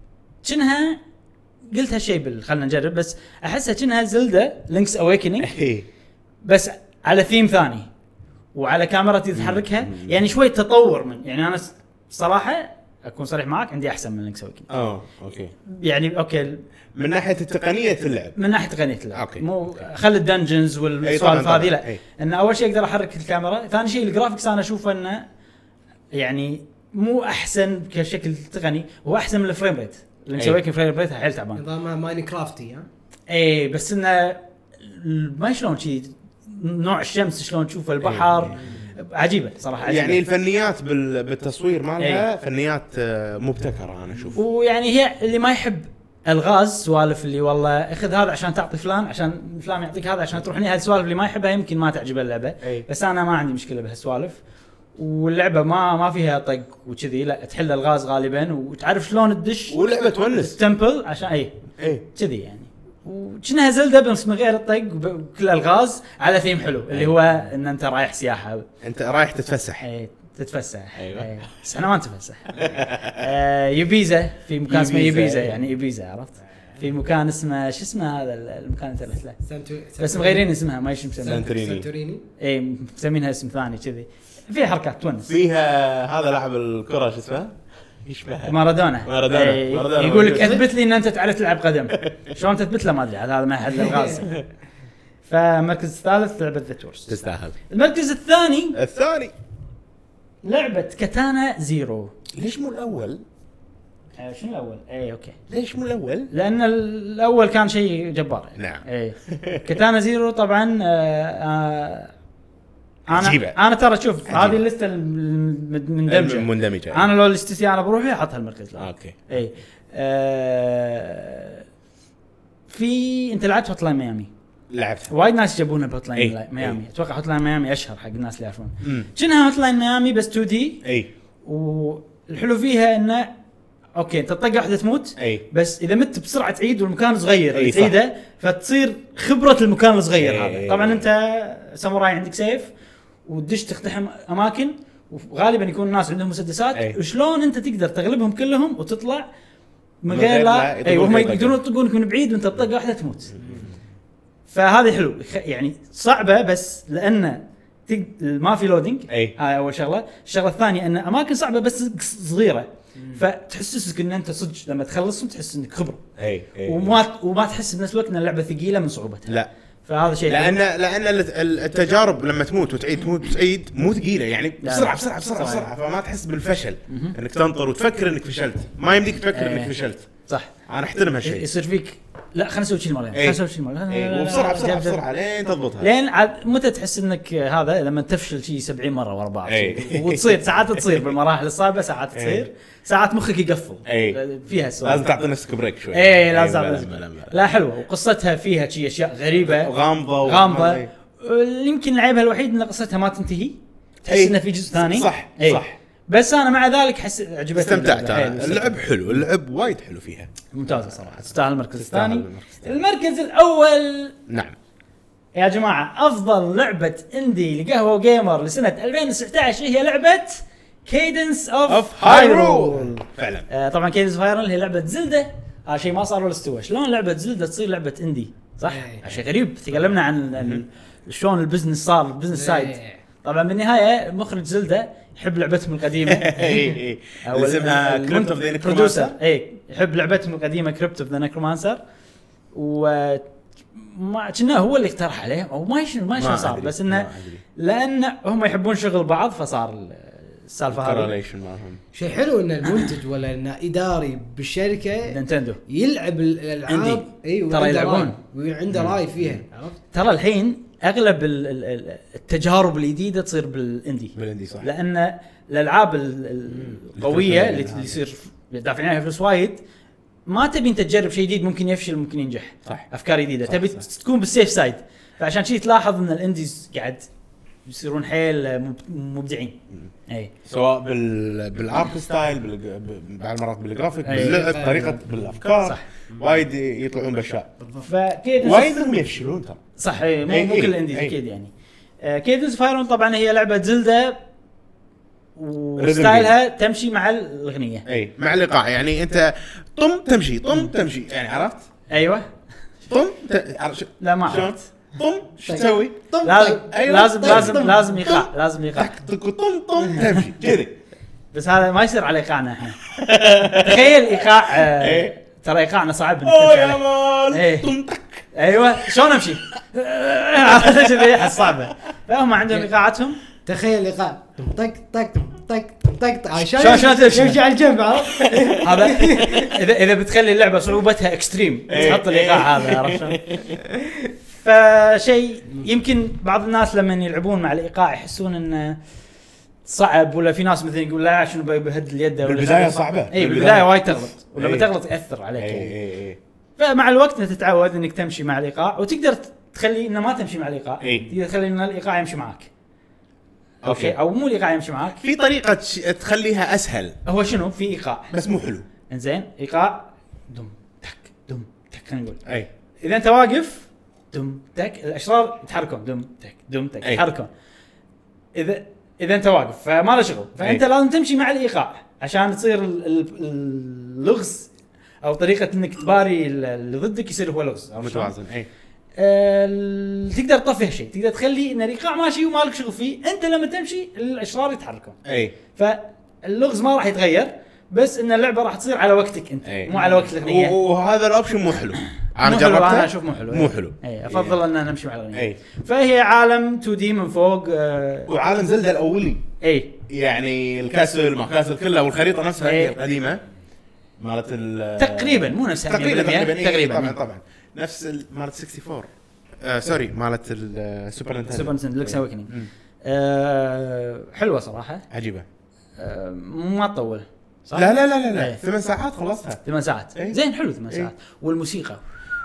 كأنها قلت هالشيء بال خلنا نجرب بس احسها كأنها زلدة لينكس اويكنينج اي بس على ثيم ثاني وعلى كاميرا تتحركها يعني شوي تطور من يعني انا صراحه اكون صريح معك عندي احسن من لينكس اويكنينج اه اوكي يعني اوكي من ناحيه التقنيه اللعب من ناحيه تقنيه اللعب أوكي. مو خل الدنجنز أي والسوالف طبعاً طبعاً. هذه لا أي. ان اول شيء اقدر احرك الكاميرا ثاني شيء الجرافيكس انا اشوف انه يعني مو احسن كشكل تقني هو احسن من الفريم ريت لينكس أي. اويكن فريم ريتها حيل تعبان نظامها ماين كرافتي ها اي بس انه ما شلون شيء نوع الشمس شلون تشوف البحر عجيبه صراحه عجيبة. يعني الفنيات بال- بالتصوير مالها أي. فنيات آه، مبتكره انا اشوف. ويعني هي اللي ما يحب الغاز سوالف اللي والله اخذ هذا عشان تعطي فلان عشان فلان يعطيك هذا عشان تروح هني هالسوالف اللي ما يحبها يمكن ما تعجبه اللعبه. أي. بس انا ما عندي مشكله بهالسوالف واللعبه ما ما فيها طق وكذي لا تحل الغاز غالبا وتعرف شلون تدش ولعبه تونس التمبل عشان اي اي كذي يعني وكأنها زلدة بس من غير الطق وكل الغاز على ثيم حلو اللي هو ان انت رايح سياحه انت رايح تتفسح. اي تتفسح. أيوة. أي. بس احنا ما نتفسح. آه يبيزا في مكان اسمه يبيزا. يبيزا يعني يبيزا عرفت في مكان اسمه شو اسمه هذا المكان اللي رحت له سانتو- بس مغيرين اسمها ما يشم مسمينها سانتوريني. سانتوريني اي مسمينها اسم ثاني كذي في حركات تونس فيها هذا لاعب الكره شو اسمه يشبه مارادونا. مارادونا. إي، مارادونا يقول لك موجود. اثبت لي ان انت تعرف تلعب قدم شلون تثبت له ما ادري هذا ما حد الغاز. فالمركز الثالث لعبه ذا تورست. تستاهل. المركز الثاني الثاني لعبه كاتانا زيرو. ليش مو الاول؟ آه، شنو الاول؟ اي اوكي ليش مو الاول؟ لان الاول كان شيء جبار يعني. نعم. اي كاتانا زيرو طبعا. آه آه انا عجيبة. انا ترى شوف عجيبة. هذه اللسته المندمجه المندمجه انا لو لستي انا بروحي احطها المركز الاول. اوكي. اي آه في انت لعبت هوت لاين ميامي لعبتها وايد ناس يجيبونها بهوت أي. لاين ميامي. أي. اتوقع هوت لاين ميامي اشهر حق الناس اللي يعرفون. مم. كأنها هوت لاين ميامي بس تو دي. اي والحلو فيها انه اوكي انت طقه واحده تموت، اي بس اذا مت بسرعه تعيد والمكان صغير أي اللي صح. تعيده فتصير خبره المكان الصغير أي. هذا. طبعا انت ساموراي عندك سيف وتدش تقتحم اماكن وغالبا يكون الناس عندهم مسدسات، أي. وشلون انت تقدر تغلبهم كلهم وتطلع من من غير غير لا لا يطقون اي وهم فيك طقة. يقدرون يطقونك من بعيد وانت بطقه واحده تموت. فهذه حلو خ- يعني صعبه بس لان تق... ما في لودينج. أي. هاي اول شغله. الشغله الثانيه ان اماكن صعبه بس صغيره، فتحسسك ان انت صدق لما تخلصهم تحس انك خبره، اي اي وما وما تحس بنفس الوقت ان اللعبه ثقيله من صعوبتها. لا فهذا شيء لان حلو. لان ال- التجارب لما تموت وتعيد تموت وتعيد مو ثقيله يعني لا. بسرعه بسرعه بسرعه صحيح. بسرعه فما تحس بالفشل انك تنطر وتفكر انك فشلت. ما يمديك تفكر إيه. انك فشلت. صح. انا احترم هالشيء. يصير فيك لا خلينا نسوي شيء مره إيه. خلينا نسوي شيء مره إيه. وبسرعه بسرعه بسرعه لين تضبطها. لين عاد متى تحس انك هذا لما تفشل شيء سبعين مره ورا بعض. إيه. وتصير ساعات تصير بالمراحل الصعبه، ساعات إيه. تصير ساعات مخك يقفل. إيه. فيها سؤال لازم تعطي نفسك بريك شوي. ايه لازم بلا- لازم. بلا- بلا. لا حلوه وقصتها فيها شيء اشياء غريبه غامضه و- غامضه. إيه. يمكن العيبها الوحيد ان قصتها ما تنتهي، تحس إيه. انه في جزء ثاني. صح إيه. صح بس انا مع ذلك حس عجبتني استمتعت اللعبة. أنا. إيه، اللعب حلو اللعب وايد حلو فيها. ممتازه صراحه تستاهل المركز تستاهل الثاني. المركز الثاني. المركز الاول نعم يا جماعه افضل لعبه اندي لقهوه جيمر لسنه ألفين وتسعة عشر هي لعبه كيدنس اوف اوف هايرول. هايرول فعلا. آه طبعا كيدنس اوف هايرول هي لعبه زلده. هذا شيء ما صار ولا استوى. شلون لعبه زلده تصير لعبه اندي صح؟ إيه. هذا شيء غريب. تكلمنا عن ال- شلون البزنس صار البزنس سايد. إيه. طبعا بالنهايه مخرج زلده يحب لعبتهم القديمه اي اي او اسمها كريبت اوف ذا برودوسر اي يحب لعبتهم القديمه كريبت اوف ذا نكرومانسر. و ما كنا هو اللي اقترح عليه او ما شنو ما شنو صار، بس انه لان هم يحبون شغل بعض فصار السالفه هذه. كورليشن معهم. شيء حلو ان المنتج ولا ان اداري بالشركه نينتندو يلعب الالعاب عندي. اي ترى يلعبون. وعنده راي فيها عرفت. ترى الحين اغلب ال- ال- ال- التجارب الجديده تصير بالاندي، بالاندي صح. لان الالعاب ال- ال- القويه اللي اللي يصير دافعين عليها فلوس وايد ما تبي انت تجرب شيء جديد ممكن يفشل ممكن ينجح. صح. افكار جديده صح، تبي صح. تكون بالسيف سايد. فعشان شيء تلاحظ ان الانديز قاعد يصيرون حيل مب- مبدعين. اي سواء بال بالارت ستايل بال... ب- بعض المرات بالجرافيك أي. باللعب طريقه بالافكار صح. وايد يطلعون باشياء فكيدنس وايد منهم يفشلون ترى. صح إيه، مو أي، مو أي، كل الانديز أي. اكيد يعني. آه، كيدنس فايرون طبعا هي لعبه زلده Rhythm وستايلها تمشي مع الاغنيه. اي مع الايقاع يعني انت طم تمشي طم تمشي يعني عرفت ايوه طم ت... عرفت شو- لا ما شلون عرفت. طم شو تسوي طم لازم طم. أيوة. لازم طم، لازم طم، لازم طم، ايقاع لازم ايقاع. طق طق طم طم تمشي كذي. بس هذا ما يصير على ايقاعنا احنا. تخيل ايقاع آه، إيه. ترى ايقاعنا صعب انك اوه تمشي يا عليه. مان إيه. طم طق. ايوه شلون امشي؟ عرفت كذي احس صعبه. فهم عندهم ايقاعاتهم. تخيل ايقاع طق طق طق طق طق عشان شلون- شلون تمشي؟ يمشي على الجنب عرفت. هذا اذا اذا بتخلي اللعبه صعوبتها اكستريم إيه. تحط الايقاع هذا عرفت شلون؟ فشيء يمكن بعض الناس لما يلعبون مع الايقاع يحسون انه صعب، ولا في ناس مثلا يقول لا شنو بيهد اليد ولا بالبداية شنو. صعبة. اي بالبداية. بالبدايه وايد تغلط، ولما إيه. تغلط ياثر عليك اي يعني. اي اي فمع الوقت انت تتعود انك تمشي مع الايقاع، وتقدر تخلي انه ما تمشي مع الايقاع. إيه. تقدر تخلي ان الايقاع يمشي معك. أوكي. اوكي او مو الايقاع يمشي معك. في طريقة ش- تخليها اسهل هو شنو في ايقاع بس مو حلو. انزين ايقاع دم تك دم تك خلينا نقول اي اذا انت واقف دم تك الاشرار يتحركون دم تك دم تك أي. يتحركون. اذا اذا انت واقف فما له شغل، فانت أي. لازم تمشي مع الايقاع عشان تصير ال- ال- اللغز او طريقه انك تباري ال- اللي ضدك يصير هو لغز عرفت شلون؟ متوازن اي آه، تقدر تطفي هالشيء، تقدر تخلي ان الايقاع ماشي ومالك شغل فيه، انت لما تمشي الاشرار يتحركون. اي فاللغز ما راح يتغير، بس ان اللعبه راح تصير على وقتك انت أي. مو على وقت الاغنيه. وهذا الاوبشن مو حلو. انا مو حلو، جربته انا اشوف مو حلو. مو حلو. اي افضل ان نمشي مع الاغنيه. اي فهي عالم تو دي من فوق. آه وعالم زلدة الاولي اي يعني الكاسل ما كاسل كله والخريطه نفسها إيه. هي القديمه مالت ال تقريبا مو نفسها تقريبا مية بالمية. تقريبا إيه، تقريبا طبعا طبعا نفس ال- مالت أربعة وستين آه سوري مالت السوبر سوبر نينتندو نينتندو لينكس اوكننج. مم. آه حلوه صراحه. عجيبه. آه ما تطول صح؟ لا لا لا لا, لا. إيه. ثمان ساعات خلصتها. ثمان ساعات إيه. زين حلو ثمان إيه. ساعات. والموسيقى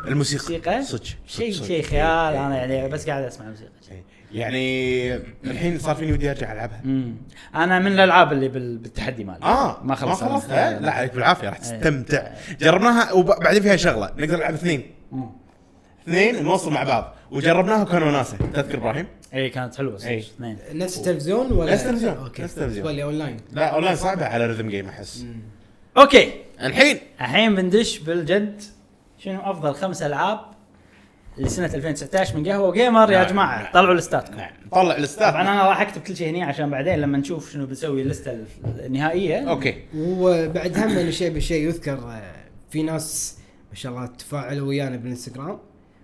الموسيقى صدق شيء شيء خيال. انا يعني بس قاعد اسمع موسيقى يعني الحين صار فيني ودي ارجع العبها. امم انا من الالعاب اللي بالتحدي مالي اه ما خلصت ما خلصتها. لا عليك بالعافيه راح تستمتع. جربناها وبعدين فيها شغله نقدر نلعب اثنين اثنين نوصل مع بعض وجربناها وكانوا ناسه. تذكر ابراهيم؟ اي كانت حلوه اثنين نفس التلفزيون ولا نفس التلفزيون؟ اوكي نفس التلفزيون ولا اونلاين؟ لا اونلاين صعبه على ريذم جيم احس. اوكي الحين الحين بندش بالجد. شنو افضل خمس العاب لسنه ألفين وتسعة عشر من قهوه جيمر يا جماعه؟ طلعوا الاستاتكم. نعم طلع الاستاذ. طبعا انا راح اكتب كل شيء هنا عشان بعدين لما نشوف شنو بنسوي اللسته النهائيه. اوكي وبعد هم من شيء بشيء يذكر في ناس ما شاء الله تفاعلوا ويانا بالانستغرام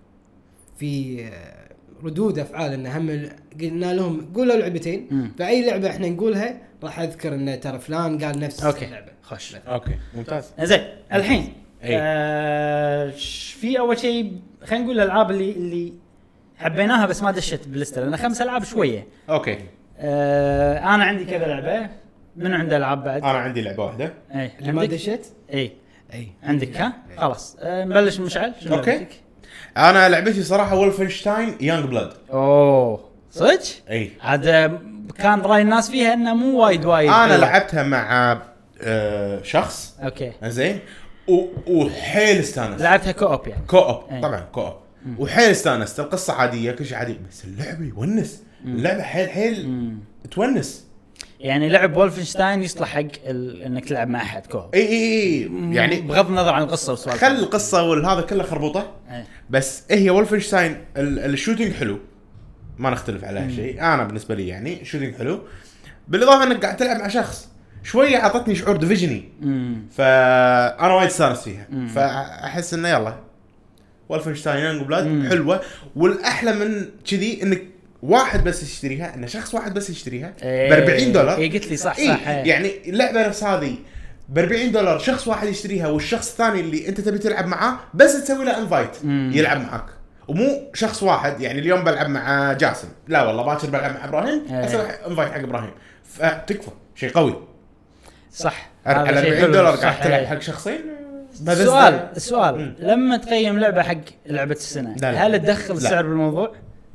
في ردود افعال ان هم قلنا لهم قولوا لعبتين مم. فاي لعبه احنا نقولها راح اذكر ان ترى فلان قال نفس أوكي. اللعبه. خش اوكي ممتاز. زين الحين أي. آه ش- في اول شيء خلينا نقول الالعاب اللي اللي حبيناها بس ما دشت باللسته لان خمس العاب شويه. اوكي آه انا عندي كذا لعبه. من عنده العاب بعد؟ انا عندي لعبه واحده. اي اللي ما عندك؟ دشت اي اي عندك ها خلاص. آه نبلش مشعل. شنو أوكي. لعبتك؟ انا لعبتي صراحه وولفنشتاين يانج بلاد. اوه صدق؟ اي عاد كان راي الناس فيها انه مو وايد وايد. انا لعبتها مع آه شخص اوكي زين و- وحيل استانس. لعبتها كوب يعني. كوب أي. طبعا كوب وحيل استانست. القصه عاديه كل شيء عادي بس اللعبه يونس. اللعبه حيل حيل مم. تونس. يعني لعب وولفنشتاين يصلح حق ال... انك تلعب مع احد كوب. اي اي اي يعني بغض النظر عن القصه والسوالف. خل القصه والهذا كله خربوطه. أي. بس إيه هي وولفنشتاين ال- الشوتينج حلو ما نختلف على هالشيء. انا بالنسبه لي يعني شوتينج حلو بالاضافه انك قاعد تلعب مع شخص شويه اعطتني شعور ديفيجني. امم فانا وايد استانس فيها. فاحس انه يلا وولفنشتاين يانج بلاد حلوه. والاحلى من كذي انك واحد بس يشتريها ان شخص واحد بس يشتريها ب أربعين دولار. اي قلت لي صح إيه صح. إيه. يعني اللعبه نفس هذه ب أربعين دولار شخص واحد يشتريها والشخص الثاني اللي انت تبي تلعب معاه بس تسوي له انفايت يلعب معك ومو شخص واحد. يعني اليوم بلعب مع جاسم لا والله باكر بلعب مع ابراهيم إيه. اسوي انفايت حق ابراهيم فتكفى شيء قوي. صح على هذا شيء أربعين حلو. دولار صح. قاعد تلعب إيه. حق شخصين. السؤال السؤال لما تقيم لعبه حق لعبه السنه لا لا. هل تدخل لا. السعر بالموضوع؟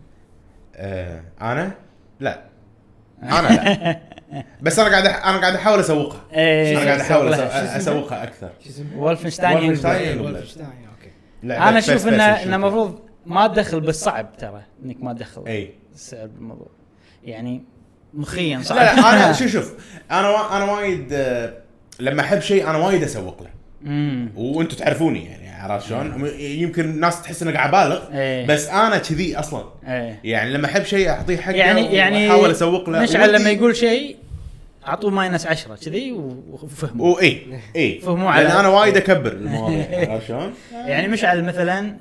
آه انا لا انا لا بس انا قاعد أح- انا قاعد احاول اسوقها. إيه. انا قاعد احاول سوقها. أسو- اسوقها اكثر. وولفنشتاين وولفنشتاين. وولفنشتاين اوكي لعبة انا first اشوف person انه shooter. انه المفروض ما تدخل بالصعب ترى انك ما تدخل اي السعر بالموضوع يعني مخيا صعب. لا لا انا شوف شوف انا وا- انا وايد آه، لما احب شيء انا وايد اسوق له. امم وانتم تعرفوني يعني عرفت شلون. يمكن الناس تحس اني قاعد ابالغ إيه. بس انا كذي اصلا. ايه يعني لما احب شيء اعطيه حقه يعني يعني واحاول اسوق له. مشعل ودي- لما يقول شيء اعطوه ماينس عشرة كذي وفهموا. واي اي فهموا لان على- انا وايد اكبر المواضيع عرفت شلون. يعني مشعل مثلا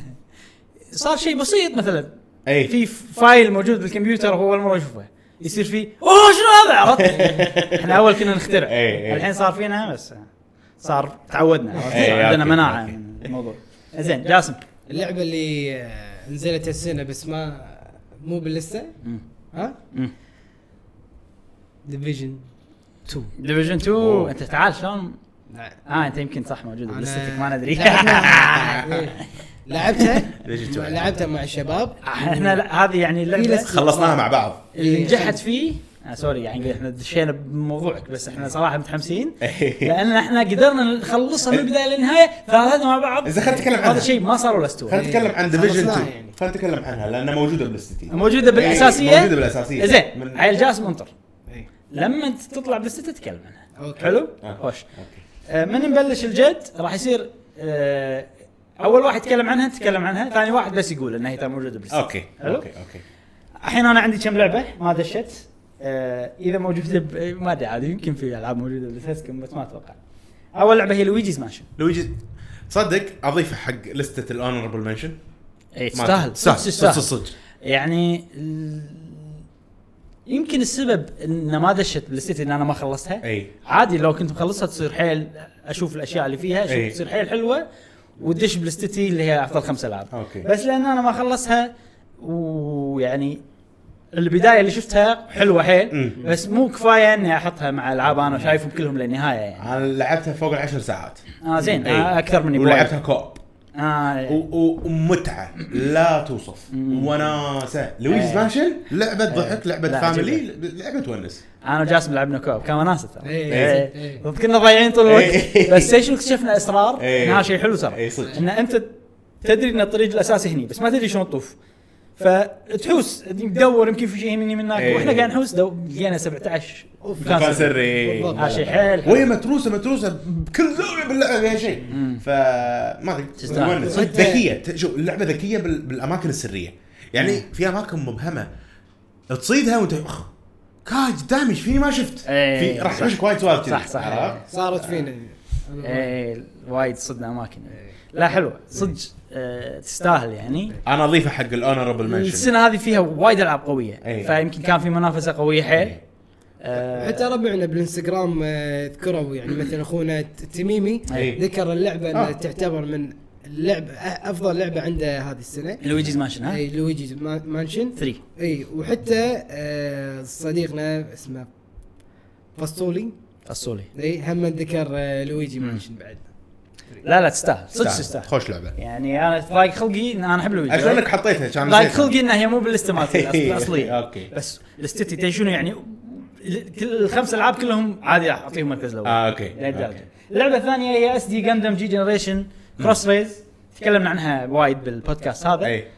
صار شيء بسيط مثلا اي في فايل موجود بالكمبيوتر وهو اول مره يشوفه يصير فيه اوه شنو هذا عرفت. احنا اول كنا نخترع إي إي. الحين صار فينا بس صار تعودنا عرفت؟ إي، عندنا أوكي، مناعه أوكي. من الموضوع. زين جاسم. اللعبه اللي آه، نزلت السنه بس ما مو باللسته مم. ها مم. ديفيجن تو. ديفيجن اثنين أوه. انت تعال شلون لا اه انت يمكن صح موجوده أنا- بلستك ما ندري. لعبنا- لعبتها Division two. لعبتها مع الشباب. احنا لا- هذه يعني اللعبه لست- خلصناها مع بعض. اللي نجحت فيه آه سوري يعني احنا دشينا بموضوعك بس احنا صراحه متحمسين لان احنا قدرنا نخلصها من البدايه للنهايه ثلاثتنا مع بعض. إذا خلينا نتكلم عنها. هذا شيء ما صار ولا استوى. خلينا نتكلم عن ديفيجن خلصناها اثنين. يعني. خلينا نتكلم عنها لانها موجوده بلستي. موجوده بالاساسيه. موجوده بالاساسيه. زين من- عيل جاسم انطر إيه. لما انت تطلع بلستة تتكلم عنها. أوكي. حلو آه. خوش. أوكي. آه من نبلش الجد راح يصير آه اول واحد يتكلم عنها تتكلم عنها ثاني واحد بس يقول انها هي موجوده بلستة. اوكي حلو؟ اوكي اوكي الحين انا عندي كم لعبه ما دشت. آه اذا موجوده ب... ما ادري عاد يمكن في العاب موجوده بلستكم بس ما اتوقع. اول لعبه هي لويجيز مانشن. لويجي تصدق اضيفها حق لسته الاونربل منشن. اي تستاهل تستاهل تستاهل صدق صدق. يعني ال... يمكن السبب ان ما دشت بالستي ان انا ما خلصتها. اي عادي لو كنت مخلصها تصير حيل اشوف الاشياء اللي فيها اشوف أي. تصير حيل حلوه ودش بالستي اللي هي افضل خمس العاب. أوكي. بس لان انا ما خلصها ويعني البدايه اللي شفتها حلوه حيل مم. بس مو كفايه اني احطها مع العاب انا شايفهم كلهم للنهايه يعني. انا لعبتها فوق العشر ساعات. اه زين أي. آه اكثر مني ولعبتها كوب. آه و- و- ومتعه لا توصف وناسه. لويجيز مانشن لعبه ضحك، لعبه لا، فاميلي، لعبه تونس. انا وجاسم لعبنا كوب كان وناسه ترى. إيه. إيه. إيه. كنا ضايعين طول الوقت. إيه. بس شو اكتشفنا اسرار إيه. ان هذا شيء حلو ترى. إيه صدق. ان انت تدري ان الطريق الاساسي هني بس ما تدري شلون تطوف، فتحوس تدور يمكن في شيء يمني منك. إيه. واحنا قاعد نحوس دو لقينا سبعة عشر كان سري. بالضبط. هذا شيء حيل وهي متروسه متروسه بكل زاويه باللعبه فيها شيء. فما ادري تستاهل. تونس. ذكيه، شوف اللعبه ذكيه بال- بالاماكن السريه. يعني في اماكن مبهمه تصيدها وانت اخ كاج دامج فيني ما شفت. إيه. في راح تمشي وايد سوالف كذي. صح صح. عرفت؟ صارت فينا. ايه وايد صدنا اماكن. لا حلوه صدق. آه تستاهل يعني. انا اضيفه حق الاونربل منشن. السنه هذه فيها وايد العاب قويه. أيه. فيمكن كان في منافسه قويه حيل. آه حتى ربعنا بالانستغرام آه، ذكروا يعني مثلا اخونا تميمي أي. ذكر اللعبه انها آه. تعتبر من اللعبه افضل لعبه عنده هذه السنه. لويجيز مانشن ها اي لويجيز ما- مانشن ثلاثة. اي. وحتى آه، صديقنا اسمه فصولي الصولي. اي هم ذكر آه، لويجي مانشن بعد. لا لا تستاهل صدق تستاهل. خوش لعبه. يعني انا ضايق خلقي ان انا احب لويجي. شلونك حطيتها كان ضايق نسيتها. خلقي انها هي مو باللسته مالتي الأصل- الاصليه. اوكي. بس الاستتي تدري شنو يعني ال- كل الخمس العاب كلهم عادي راح اعطيهم مركز الاول. اه اوكي. لهالدرجة. اللعبه الثانيه هي اس دي جاندم جي جنريشن كروس ريز، تكلمنا عنها وايد بالبودكاست هذا. اي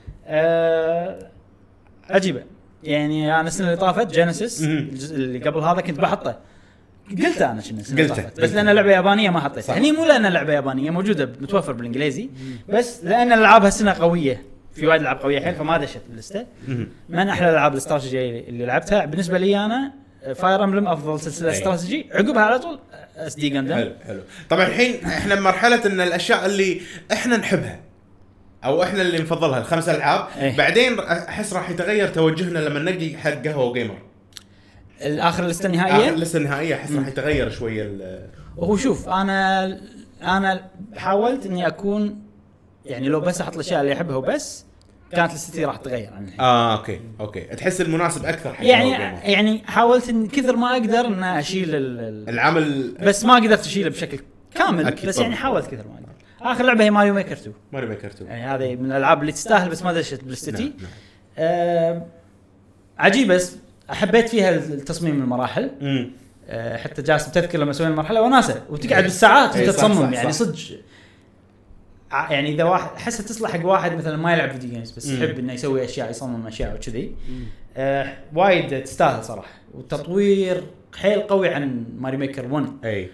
آه عجيبه يعني. انا السنه اللي طافت جينيسيس مم. الجزء اللي قبل هذا كنت بحطه، قلت انا شنو السنه اللي قلته. طافت. بس لان لعبه يابانيه ما حطيتها هني، مو لان لعبه يابانيه موجوده متوفر بالانجليزي، بس لان الالعاب هالسنه قويه، في وايد العاب قويه حيل فما دشت باللسته. من احلى الالعاب الاستراتيجيه اللي لعبتها بالنسبه لي انا فاير امبلم افضل سلسله أي. استراتيجي، عقبها على طول اس دي جاندم. حلو حلو. طبعا الحين احنا بمرحله ان الاشياء اللي احنا نحبها او احنا اللي نفضلها الخمس العاب. إيه. بعدين احس راح يتغير توجهنا لما نقي حق قهوه وجيمر. الاخر اللسته اخر النهائيه. لسه النهائيه احس راح يتغير شويه ال- وهو شوف انا انا حاولت اني اكون يعني لو بس احط الاشياء اللي احبها وبس، كانت لستي راح تتغير عن الحين. اه اوكي اوكي. تحس المناسب اكثر حق يعني قهوة وجيمر. يعني حاولت ان كثر ما اقدر ان اشيل ال... ال... العمل بس ما قدرت اشيله بشكل كامل. أكيد بس طبعاً. يعني حاولت كثر ما اقدر. اخر لعبه هي ماريو ميكر تو، ماري ميكر تو. يعني هذه من الالعاب اللي تستاهل بس ما دشت بالستي. نعم، نعم. آه عجيبه بس حبيت فيها التصميم المراحل. امم آه حتى جاسم تذكر لما سوينا المرحله وناسه وتقعد بالساعات إيه، وانت صح، تصمم صح، يعني صح. صدق. ع- يعني اذا واحد احسها تصلح حق واحد مثلا ما يلعب فيديو جيمز بس مم. يحب انه يسوي اشياء يصمم اشياء وكذي. آه وايد تستاهل صراحه، والتطوير حيل قوي عن ماري ميكر واحد. اي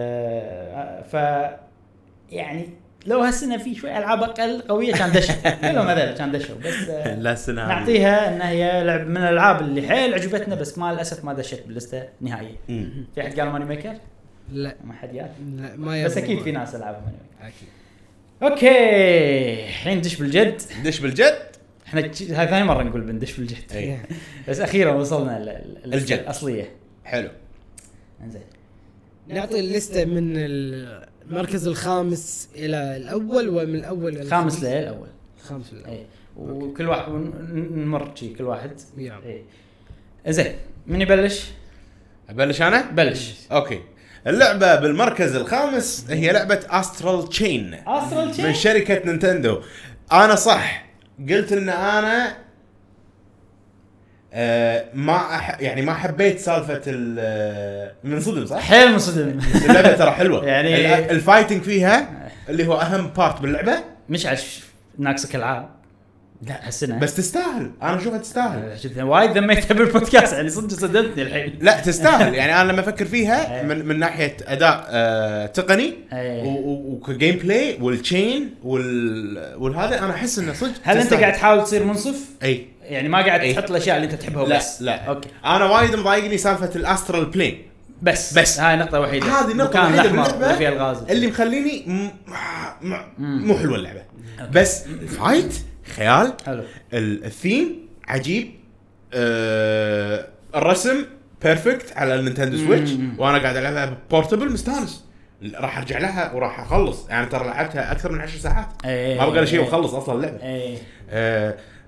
آه ف يعني لو هالسنه في شوي العاب اقل قويه كان دش كلهم هذول كان دشوا بس. آه لا السنه هذه. نعطيها انها هي لعب من الالعاب اللي حيل عجبتنا بس ما للاسف ما دشت باللسته نهائيا. مم. في احد قال ماني ميكر؟ لا ما حد قال. لا ما بس يبغى. اكيد في ناس العبها ماني ميكر. اكيد. اوكي الحين ندش بالجد. دش بالجد. احنا ج- هاي ثاني مره نقول بندش بالجد. اي بس اخيرا وصلنا لل- للجد الجد. الاصليه. حلو. انزين نعطي الليسته من المركز الخامس الى الاول ومن الاول الى خامس ليل الاول. الخامس للاول. اي وكل واحد ون- نمر شي كل واحد. يلا. اي زين من يبلش؟ ابلش انا؟ بلش. اوكي. اللعبه بالمركز الخامس هي لعبه استرال تشين استرال من شركه نينتندو. انا صح قلت ان انا آه ما أح يعني ما حبيت سالفه ال- منصدم صح؟ حيل منصدم. اللعبه ترى حلوه يعني- ال- الفايتنج فيها اللي هو اهم بارت باللعبه. مش عش ناقصك العاب لا هالسنه بس تستاهل، انا اشوفها تستاهل. جدا وايد ذميتها بالبودكاست يعني صدق صدمتني الحين. لا تستاهل يعني انا لما افكر فيها من من ناحيه اداء آه تقني أي. و- و- وكجيم بلاي والتشين وال والهذا انا احس انه صدق هل انت تستاهل. قاعد تحاول تصير منصف؟ اي يعني ما قاعد أي. تحط الاشياء اللي انت تحبها لا وبس؟ لا اوكي انا وايد مضايقني سالفه الاسترال بلاين بس بس. هاي النقطه الوحيده. هذه النقطه مكان الوحيده الأحمر باللعبه اللي فيها الغاز اللي مخليني م- م- مو حلوه اللعبه. بس فايت خيال. حلو. ال- الثيم عجيب. أه الرسم بيرفكت على النينتندو سويتش وانا قاعد العبها بورتبل مستانس. راح ارجع لها وراح اخلص يعني ترى لعبتها اكثر من عشر ساعات أي. ما بقى لي شيء واخلص اصلا اللعبه. اي أه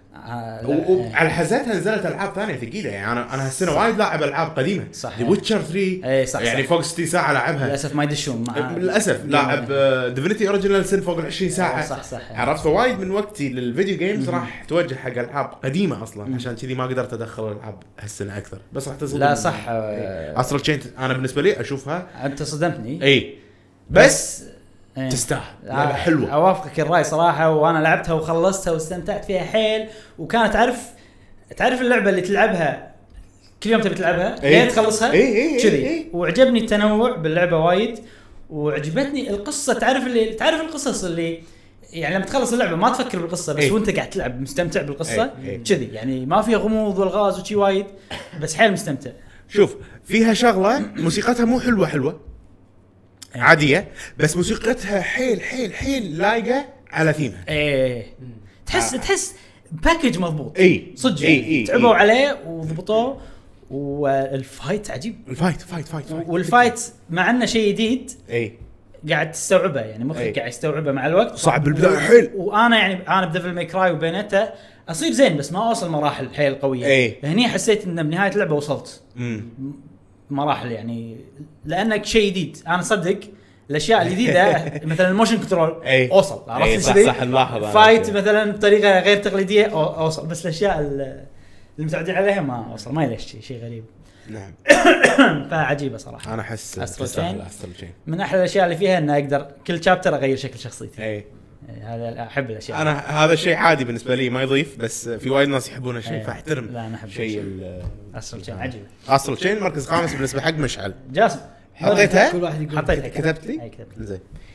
آه وعلى حزتها نزلت العاب ثانيه ثقيله يعني انا انا هالسنه وايد لاعب العاب قديمه صح ذا ويتشر ثري اي صح يعني صح. فوق ستين ساعه لعبها للاسف ما يدشون مع للاسف لاعب ديفينيتي اوريجينال سن فوق ال عشرين ساعه صح صح عرفت وايد من وقتي للفيديو جيمز راح توجه حق العاب قديمه اصلا عشان كذي ما قدرت ادخل العاب هالسنه اكثر بس راح تصدم لا صح استرال تشين انا بالنسبه لي اشوفها انت صدمتني اي بس إيه. تستاهل لعبه حلوه اوافقك الراي صراحه وانا لعبتها وخلصتها واستمتعت فيها حيل وكانت تعرف تعرف اللعبه اللي تلعبها كل يوم تبي تلعبها إيه. لين تخلصها إيه إيه كذي إيه. وعجبني التنوع باللعبه وايد وعجبتني القصه تعرف اللي تعرف القصص اللي يعني لما تخلص اللعبه ما تفكر بالقصه بس إيه. وانت قاعد تلعب مستمتع بالقصه إيه. كذي يعني ما فيها غموض والغاز وشي وايد بس حيل مستمتع. شوف فيها شغله موسيقتها مو حلوه حلوه عاديه بس موسيقتها حيل حيل حيل لايقه على ثيمها ايه تحس آه. تحس باكج مضبوط اي صدق اي يعني اي تعبوا عليه وضبطوه والفايت عجيب الفايت فايت فايت, فايت. والفايت مع انه شيء جديد اي قاعد تستوعبه يعني مخك قاعد يستوعبه مع الوقت صعب بالبدايه حيل وانا يعني انا بديفل ماي كراي وبينتا اصير زين بس ما اوصل مراحل حيل قويه اي هني حسيت ان بنهايه اللعبه وصلت امم مراحل يعني لانك شيء جديد انا صدق الاشياء الجديده مثلا الموشن كنترول أي. اوصل عرفت صح شذي صح نلاحظ فايت مثلا بطريقه غير تقليديه اوصل بس الاشياء اللي متعودين عليها ما اوصل ما ليش شيء شيء غريب نعم فعجيبه صراحه انا احس تستاهل استرال تشين من احلى الاشياء اللي فيها ان اقدر كل شابتر اغير شكل شخصيتي اي هذا احب الاشياء انا هذا الشيء عادي بالنسبه لي ما يضيف بس في وايد ناس يحبون الشيء أيه. فاحترم لا انا احب شيء استرال تشين عجيبه استرال تشين مركز خامس بالنسبه حق مشعل جاسم حطيتها كل واحد يقول حطيتها كتبت لي اي كتبت لي زين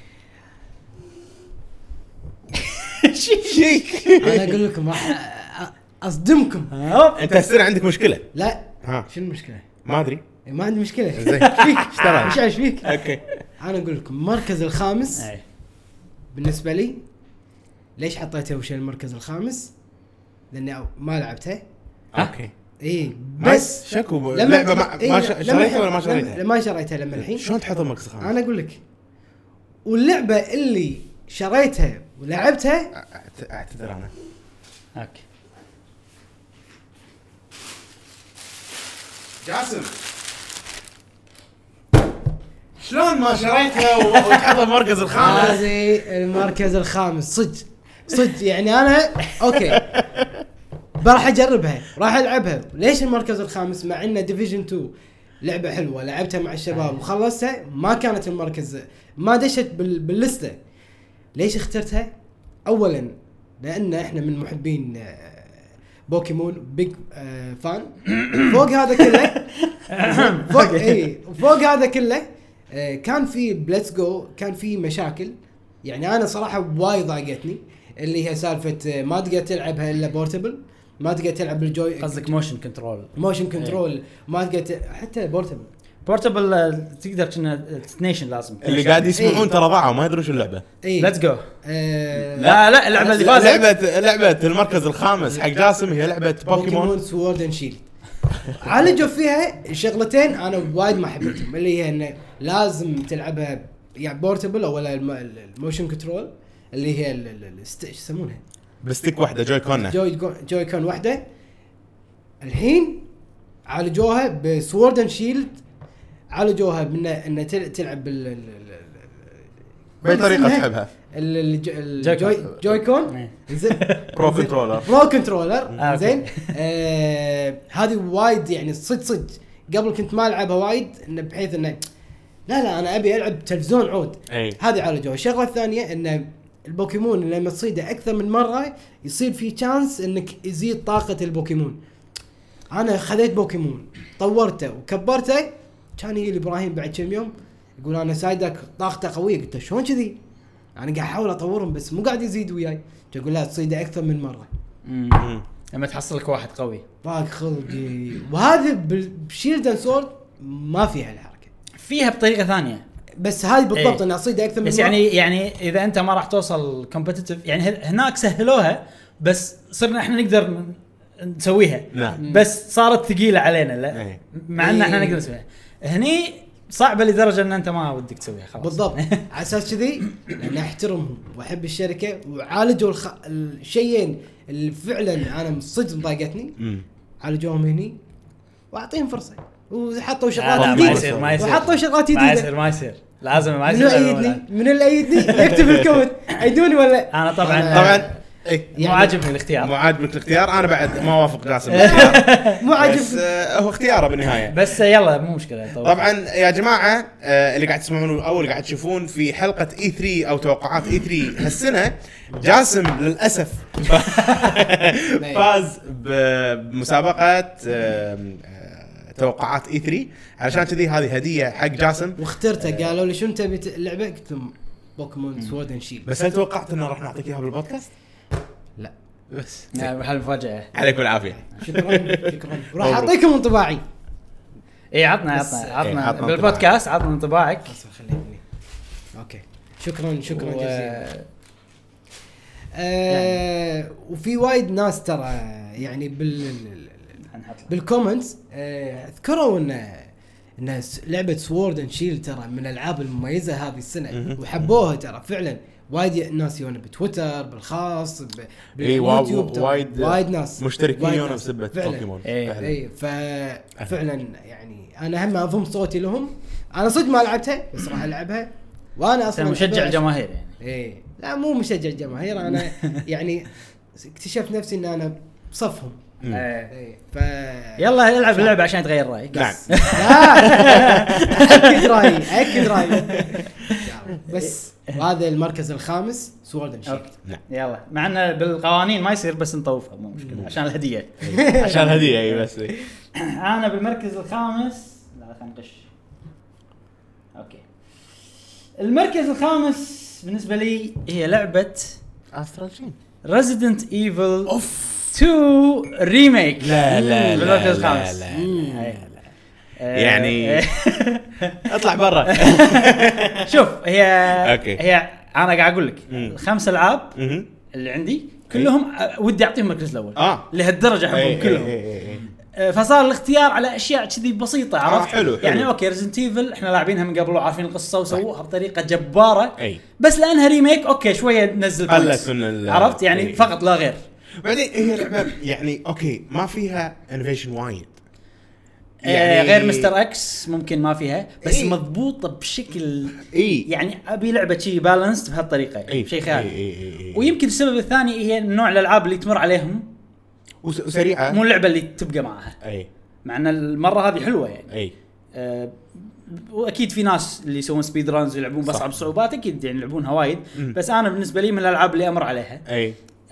شيك انا اقول لكم راح اصدمكم انت هسه عندك مشكله لا ها شو المشكله ما ادري ما عندي مشكله زين فيك ايش ترى ايش ايش فيك اوكي انا اقول لكم المركز الخامس اي بالنسبه لي ليش حطيته وش المركز الخامس لاني ما لعبته اوكي اي بس بس شكو لما اللعبه ما, إيه ما لما- شريتها ولا ما لما- شريتها ما شريتها لما الحين شلون تحط المركز الخامس انا اقول لك واللعبه اللي شريتها ولعبتها أعت- اعتذر انا اوكي جاسم شلون ما شريتها وتحط المركز الخامس هذه المركز الخامس صدق صدق يعني انا اوكي راح اجربها راح العبها ليش المركز الخامس مع انه ديفيجن اثنين لعبه حلوه لعبتها مع الشباب وخلصتها ما كانت المركز ما دشت بال... باللسته ليش اخترتها اولا لان احنا من محبين آه، بوكيمون بيج آه، فان فوق هذا كله فوق اي فوق هذا كله آه، كان في بليتس جو كان في مشاكل يعني انا صراحه وايد ضايقتني اللي هي سالفه آه، ما تقدر تلعبها الا بورتبل ما تقدر تلعب بالجوي قصدك موشن كنترول موشن كنترول ما تقدر ت- حتى بورتبل بورتبل تقدر كنا تنيشن لازم اللي قاعد يسمعون ترى ضاعوا ما يدرون شو اللعبه اي ليتس جو آه لا لا اللعبه اللي فازت لعبه لعبه المركز الخامس حق جاسم هي لعبه بوكيمون بوكيمون سوورد اند شيلد عالجوا فيها شغلتين انا وايد ما حبيتهم اللي هي انه لازم تلعبها يعني بورتبل او ولا الم- الموشن كنترول اللي هي ال- ال- ال- است- ايش يسمونها بستيك واحده جوي كون جوي جوي كون واحده الحين عالجوها بسوورد اند شيلد عالجوها بان ان تل- تلعب بال ال- ال- ال- بطريقه اسمها؟ تحبها ال- الج- ال- جوي جوي كون. جوي كون إيه. زين برو كنترولر برو كنترولر آه، أوكي. زين آه هذه وايد يعني صد صد قبل كنت ما العبها وايد انه بحيث انه لا لا انا ابي العب تلفزيون عود اي هذه عالجوها الشغله الثانيه انه البوكيمون لما تصيده اكثر من مره يصير في تشانس انك يزيد طاقه البوكيمون انا خذيت بوكيمون طورته وكبرته كان يجي لي ابراهيم بعد كم يوم يقول انا سايدك طاقته قويه قلت له شلون كذي انا قاعد احاول اطورهم بس مو قاعد يزيد وياي تقول لا تصيده اكثر من مره مم. لما تحصل لك واحد قوي باك خلقي وهذا بال- بشيلد اند سورد ما فيها الحركه فيها بطريقه ثانيه بس هذه بالضبط إيه. اني اصيده اكثر من بس مرة. يعني يعني اذا انت ما راح توصل كومبتيتيف يعني ه- هناك سهلوها بس صرنا احنا نقدر ن- نسويها نعم بس صارت ثقيله علينا لا إيه. مع ان احنا إيه. نقدر نسويها هني صعبه لدرجه ان انت ما ودك تسويها خلاص بالضبط على اساس كذي لان احترمهم واحب الشركه وعالجوا الخ... الشيئين اللي فعلا انا صدق ضايقتني عالجوهم هني واعطيهم فرصه وحطوا شغلات لا، ما جديده يصير ما يصير وحطوا شغلات ما جديده. يصير ما يصير لازم ما من يصير الايدني من الايدني يكتب الكومنت ايدوني ولا انا طبعا طبعا إيه. مو عاجبني الاختيار مو عاجبك الاختيار، انا بعد ما اوافق جاسم بالاختيار. مو عاجب بس آه، هو اختياره بالنهايه. بس يلا مو مشكله طبعا. طبعا يا جماعه آه، اللي قاعد تسمعون او اللي قاعد تشوفون في حلقه اي ثري او توقعات اي ثري هالسنه، جاسم للاسف فاز بمسابقه آه، آه، توقعات اي ثري، علشان كذي هذه هديه حق جاسم. واخترته قالوا لي شو انت بت- اللعبه قلت لهم بوكيمون سورد اند شيلد. بس هل توقعت انه راح نعطيك اياها بالبودكاست؟ لا بس نعم هالمفاجاه. عليكم العافيه. شكرا شكرا وراح اعطيكم انطباعي. اي عطنا بس- عطنا إيه، عطنا عطنا بالبودكاست عطنا انطباعك. خلاص خليني اوكي شكرا شكرا و- جزيلا. آه وفي وايد ناس ترى يعني بال هنحط. بالكومنتس آه ذكروا ان ان س- لعبه سوورد اند شيلد ترى من الالعاب المميزه هذه السنه وحبوها ترى فعلا. وايد ناس يونا بتويتر بالخاص ب- إيه، وا- باليوتيوب ترى. وايد- وايد ناس مشتركين وايد يونا ناس. بسبه فعلاً. بوكيمون. إيه. فعلاً. اي ففعلا يعني انا هم اضم صوتي لهم. انا صدق ما لعبتها بس راح العبها وانا انت اصلا مشجع أحبها. الجماهير يعني. ايه لا مو مشجع الجماهير انا يعني اكتشفت نفسي ان انا بصفهم. إيه. ايه ف يلا العب اللعبه عشان تغير رايك. نعم. لا اكد رايي اكد رايي بس. وهذا المركز الخامس سوورد اند شيلد. نعم. يلا مع انه بالقوانين ما يصير بس نطوفها مو مشكله عشان الهديه. عشان هديه اي بس إيه. انا بالمركز الخامس لا خلينا نقش. اوكي المركز الخامس بالنسبه لي هي لعبه استرال شين. ريزيدنت ايفل اوف تو ريميك. لا لا بالمركز لا الخامس. لا أي. آه، يعني اطلع برا. شوف هي أوكي. هي انا قاعد اقول لك مم. الخمس العاب مهم. اللي عندي كلهم آه، ودي اعطيهم المركز الاول. اه لهالدرجه احبهم إيه، كلهم. إيه، إيه، إيه. آه، فصار الاختيار على اشياء كذي بسيطه عرفت. حلو، حلو. يعني اوكي ريزنت ايفل احنا لاعبينها من قبل وعارفين القصه وسووها بطريقه جباره. اي بس لانها ريميك اوكي شويه نزل قلت points. من ال- عرفت يعني إيه. فقط لا غير. بعدين هي لعبه يعني اوكي ما فيها انوفيشن وايد يعني غير مستر اكس ممكن ما فيها بس إيه. مضبوطه بشكل اي يعني ابي لعبه شيء بالانسد بهالطريقه اي شيء خيالي. إي، إي، إي، إي. ويمكن السبب الثاني هي نوع الالعاب اللي تمر عليهم وس- وسريعه مو اللعبه اللي تبقى معها اي مع ان المره هذه حلوه يعني. اي أه واكيد في ناس اللي يسوون سبيد رانز ويلعبون صح. باصعب صعوبات اكيد يعني يلعبونها وايد. مم. بس انا بالنسبه لي من الالعاب اللي امر عليها اي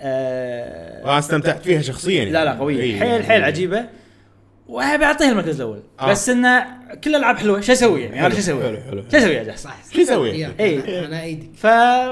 أه وانا استمتعت فيها شخصيا يعني. لا لا قويه إي، حيل حيل إي. عجيبه وابي اعطيها المركز الاول. آه. بس انه كل الالعاب حلوه شو اسوي يعني انا حلو، شو اسوي حلو، حلو. شو اسوي يا جاسم صح شو يسوي؟ إيه، إيه. انا ايدي ف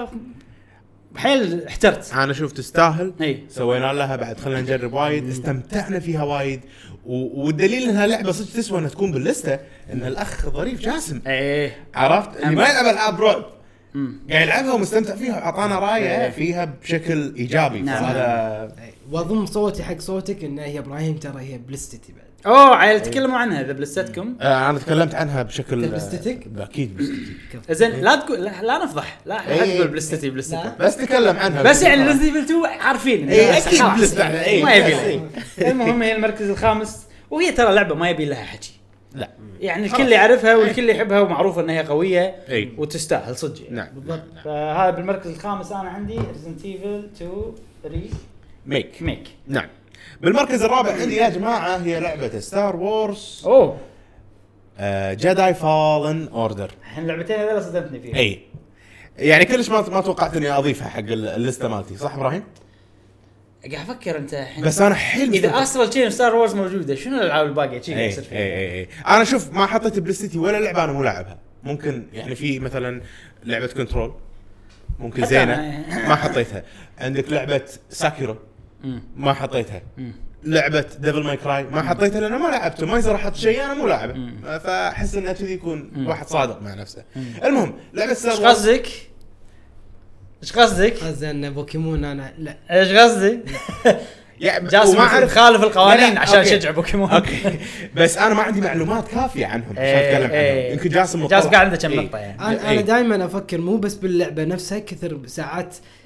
حيل احترت. انا شوف تستاهل اي سوينا لها بعد خلينا نجرب وايد استمتعنا فيها وايد و... والدليل انها لعبه صدق تسوى انها تكون باللسته ان الاخ ظريف جاسم ايه عرفت اللي ما يلعب العاب رعب مم. قاعد يلعبها ومستمتع فيها وعطانا رايه إيه. فيها بشكل ايجابي نعم. هذا إيه. واضم صوتي حق صوتك ان هي ابراهيم ترى هي بلستي بعد. اوه عيل تكلموا عنها اذا بلستكم. آه انا تكلمت عنها بشكل بلاستيك؟ آه، اكيد بلاستيك زين لا تقول لا, لا نفضح لا لا إيه. تقول بلستي بلستي لا. بس تكلم عنها بس يعني ريزنت ايفل تو عارفين إيه، بس أكيد خلاص. بلستة، إيه، ما يبي إيه. لها. المهم هي المركز الخامس وهي ترى لعبه ما يبي لها حكي لا يعني الكل يعرفها والكل يحبها ومعروفه ان هي قويه إيه. وتستاهل صدق يعني. نعم بالضبط. فهذا بالمركز الخامس انا عندي ريزنت ايفل تو ثري ميك ميك. نعم بالمركز الرابع عندي يا جماعه هي لعبه ستار وورز اوه جداي فالن اوردر الحين اللعبتين هذول صدمتني فيها. اي يعني كلش ما ما توقعت اني اضيفها حق ال- اللسته مالتي صح ابراهيم قاعد افكر انت الحين بس انا حيل اذا استرال تشين وستار وورز موجوده شنو الالعاب الباقيه شيء اي يصير فيها؟ اي اي انا شوف ما حطيت بلاستيتي ولا لعبه انا مو لاعبها ممكن يعني في مثلا لعبه كنترول ممكن حتى زينه أنا- ما حطيتها عندك لعبه ساكيرو مم. ما حطيتها مم. لعبه ديفل ماي كراي ما حطيتها لان ما لعبته ما يصير احط شيء انا مو لاعبه مم. فاحس انه كذي يكون مم. واحد صادق مع نفسه مم. المهم لعبه ستار ايش وورز قصدك؟ ايش قصدك؟ قصدي ان بوكيمون انا لا ايش قصدي؟ يعني جاسم وما أعرف- خالف القوانين لا، لا، عشان أوكي. يشجع بوكيمون. اوكي بس انا ما عندي معلومات كافيه عنهم عشان إيه، اتكلم عنهم إيه. يمكن جاسم جاسم مطلع. قاعد عنده كم إيه. نقطه يعني. انا انا إيه. دائما افكر مو بس باللعبه نفسها كثر ساعات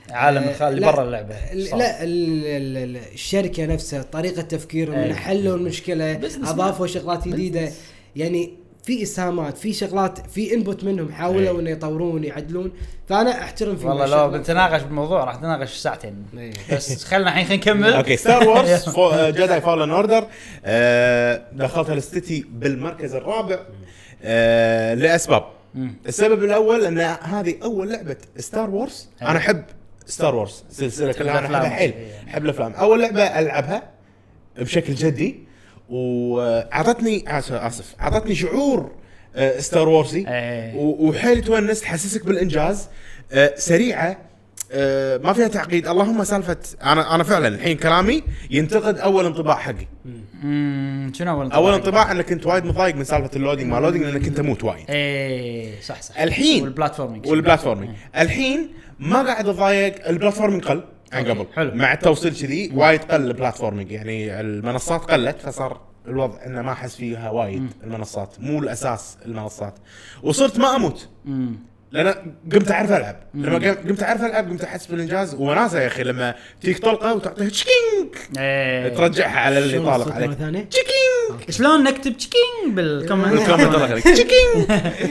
عالم آه، الخالي لا، برا اللعبه ال- صار. لا ال- ال- ال- الشركه نفسها طريقه تفكيرهم أي. من حلوا المشكله بزنس اضافوا شغلات جديده يعني في اسهامات في شغلات في انبوت منهم حاولوا أي. انه يطورون يعدلون فانا احترم فيهم والله لو هالشغلة. بنتناقش بالموضوع راح نتناقش ساعتين أي. بس خلنا الحين خلينا نكمل. اوكي ستار وورز جداي فالن اوردر دخلت الستيتي بالمركز الرابع آه، لاسباب. السبب الاول ان هذه اول لعبه ستار وورز. انا احب ستار وورز سلسله كلها انا احبها حيل احب الافلام. اول لعبه العبها بشكل جدي واعطتني اسف اعطتني شعور آه، ستار وورزي أي. و- وحيل تونس تحسسك بالانجاز آه، سريعه آه، ما فيها تعقيد. اللهم سالفه انا انا فعلا الحين كلامي ينتقد اول انطباع حقي. امم شنو اول اول انطباع انك كنت وايد مضايق من سالفه اللودينج ما لودينج لانك كنت اموت وايد. ايه صح صح. الحين والبلاتفورمينج والبلاتفورمينج الحين ما قاعد اضايق. البلاتفورمينج قل عن قبل حلو. مع التوصيل كذي وايد قل البلاتفورمينج يعني المنصات قلت فصار الوضع انه ما احس فيها وايد المنصات مو الاساس المنصات وصرت ما اموت امم لان قمت اعرف العب. لما قم- قمت اعرف العب قمت احس بالانجاز وناسه يا اخي لما تيك طلقه وتعطيها تشكينج ايه ترجعها على اللي شلون طالق الصوت عليك مرة ثانية؟ تشكينج شلون نكتب تشيكينج بالكومنت بالكومنت الله يخليك تشكينج.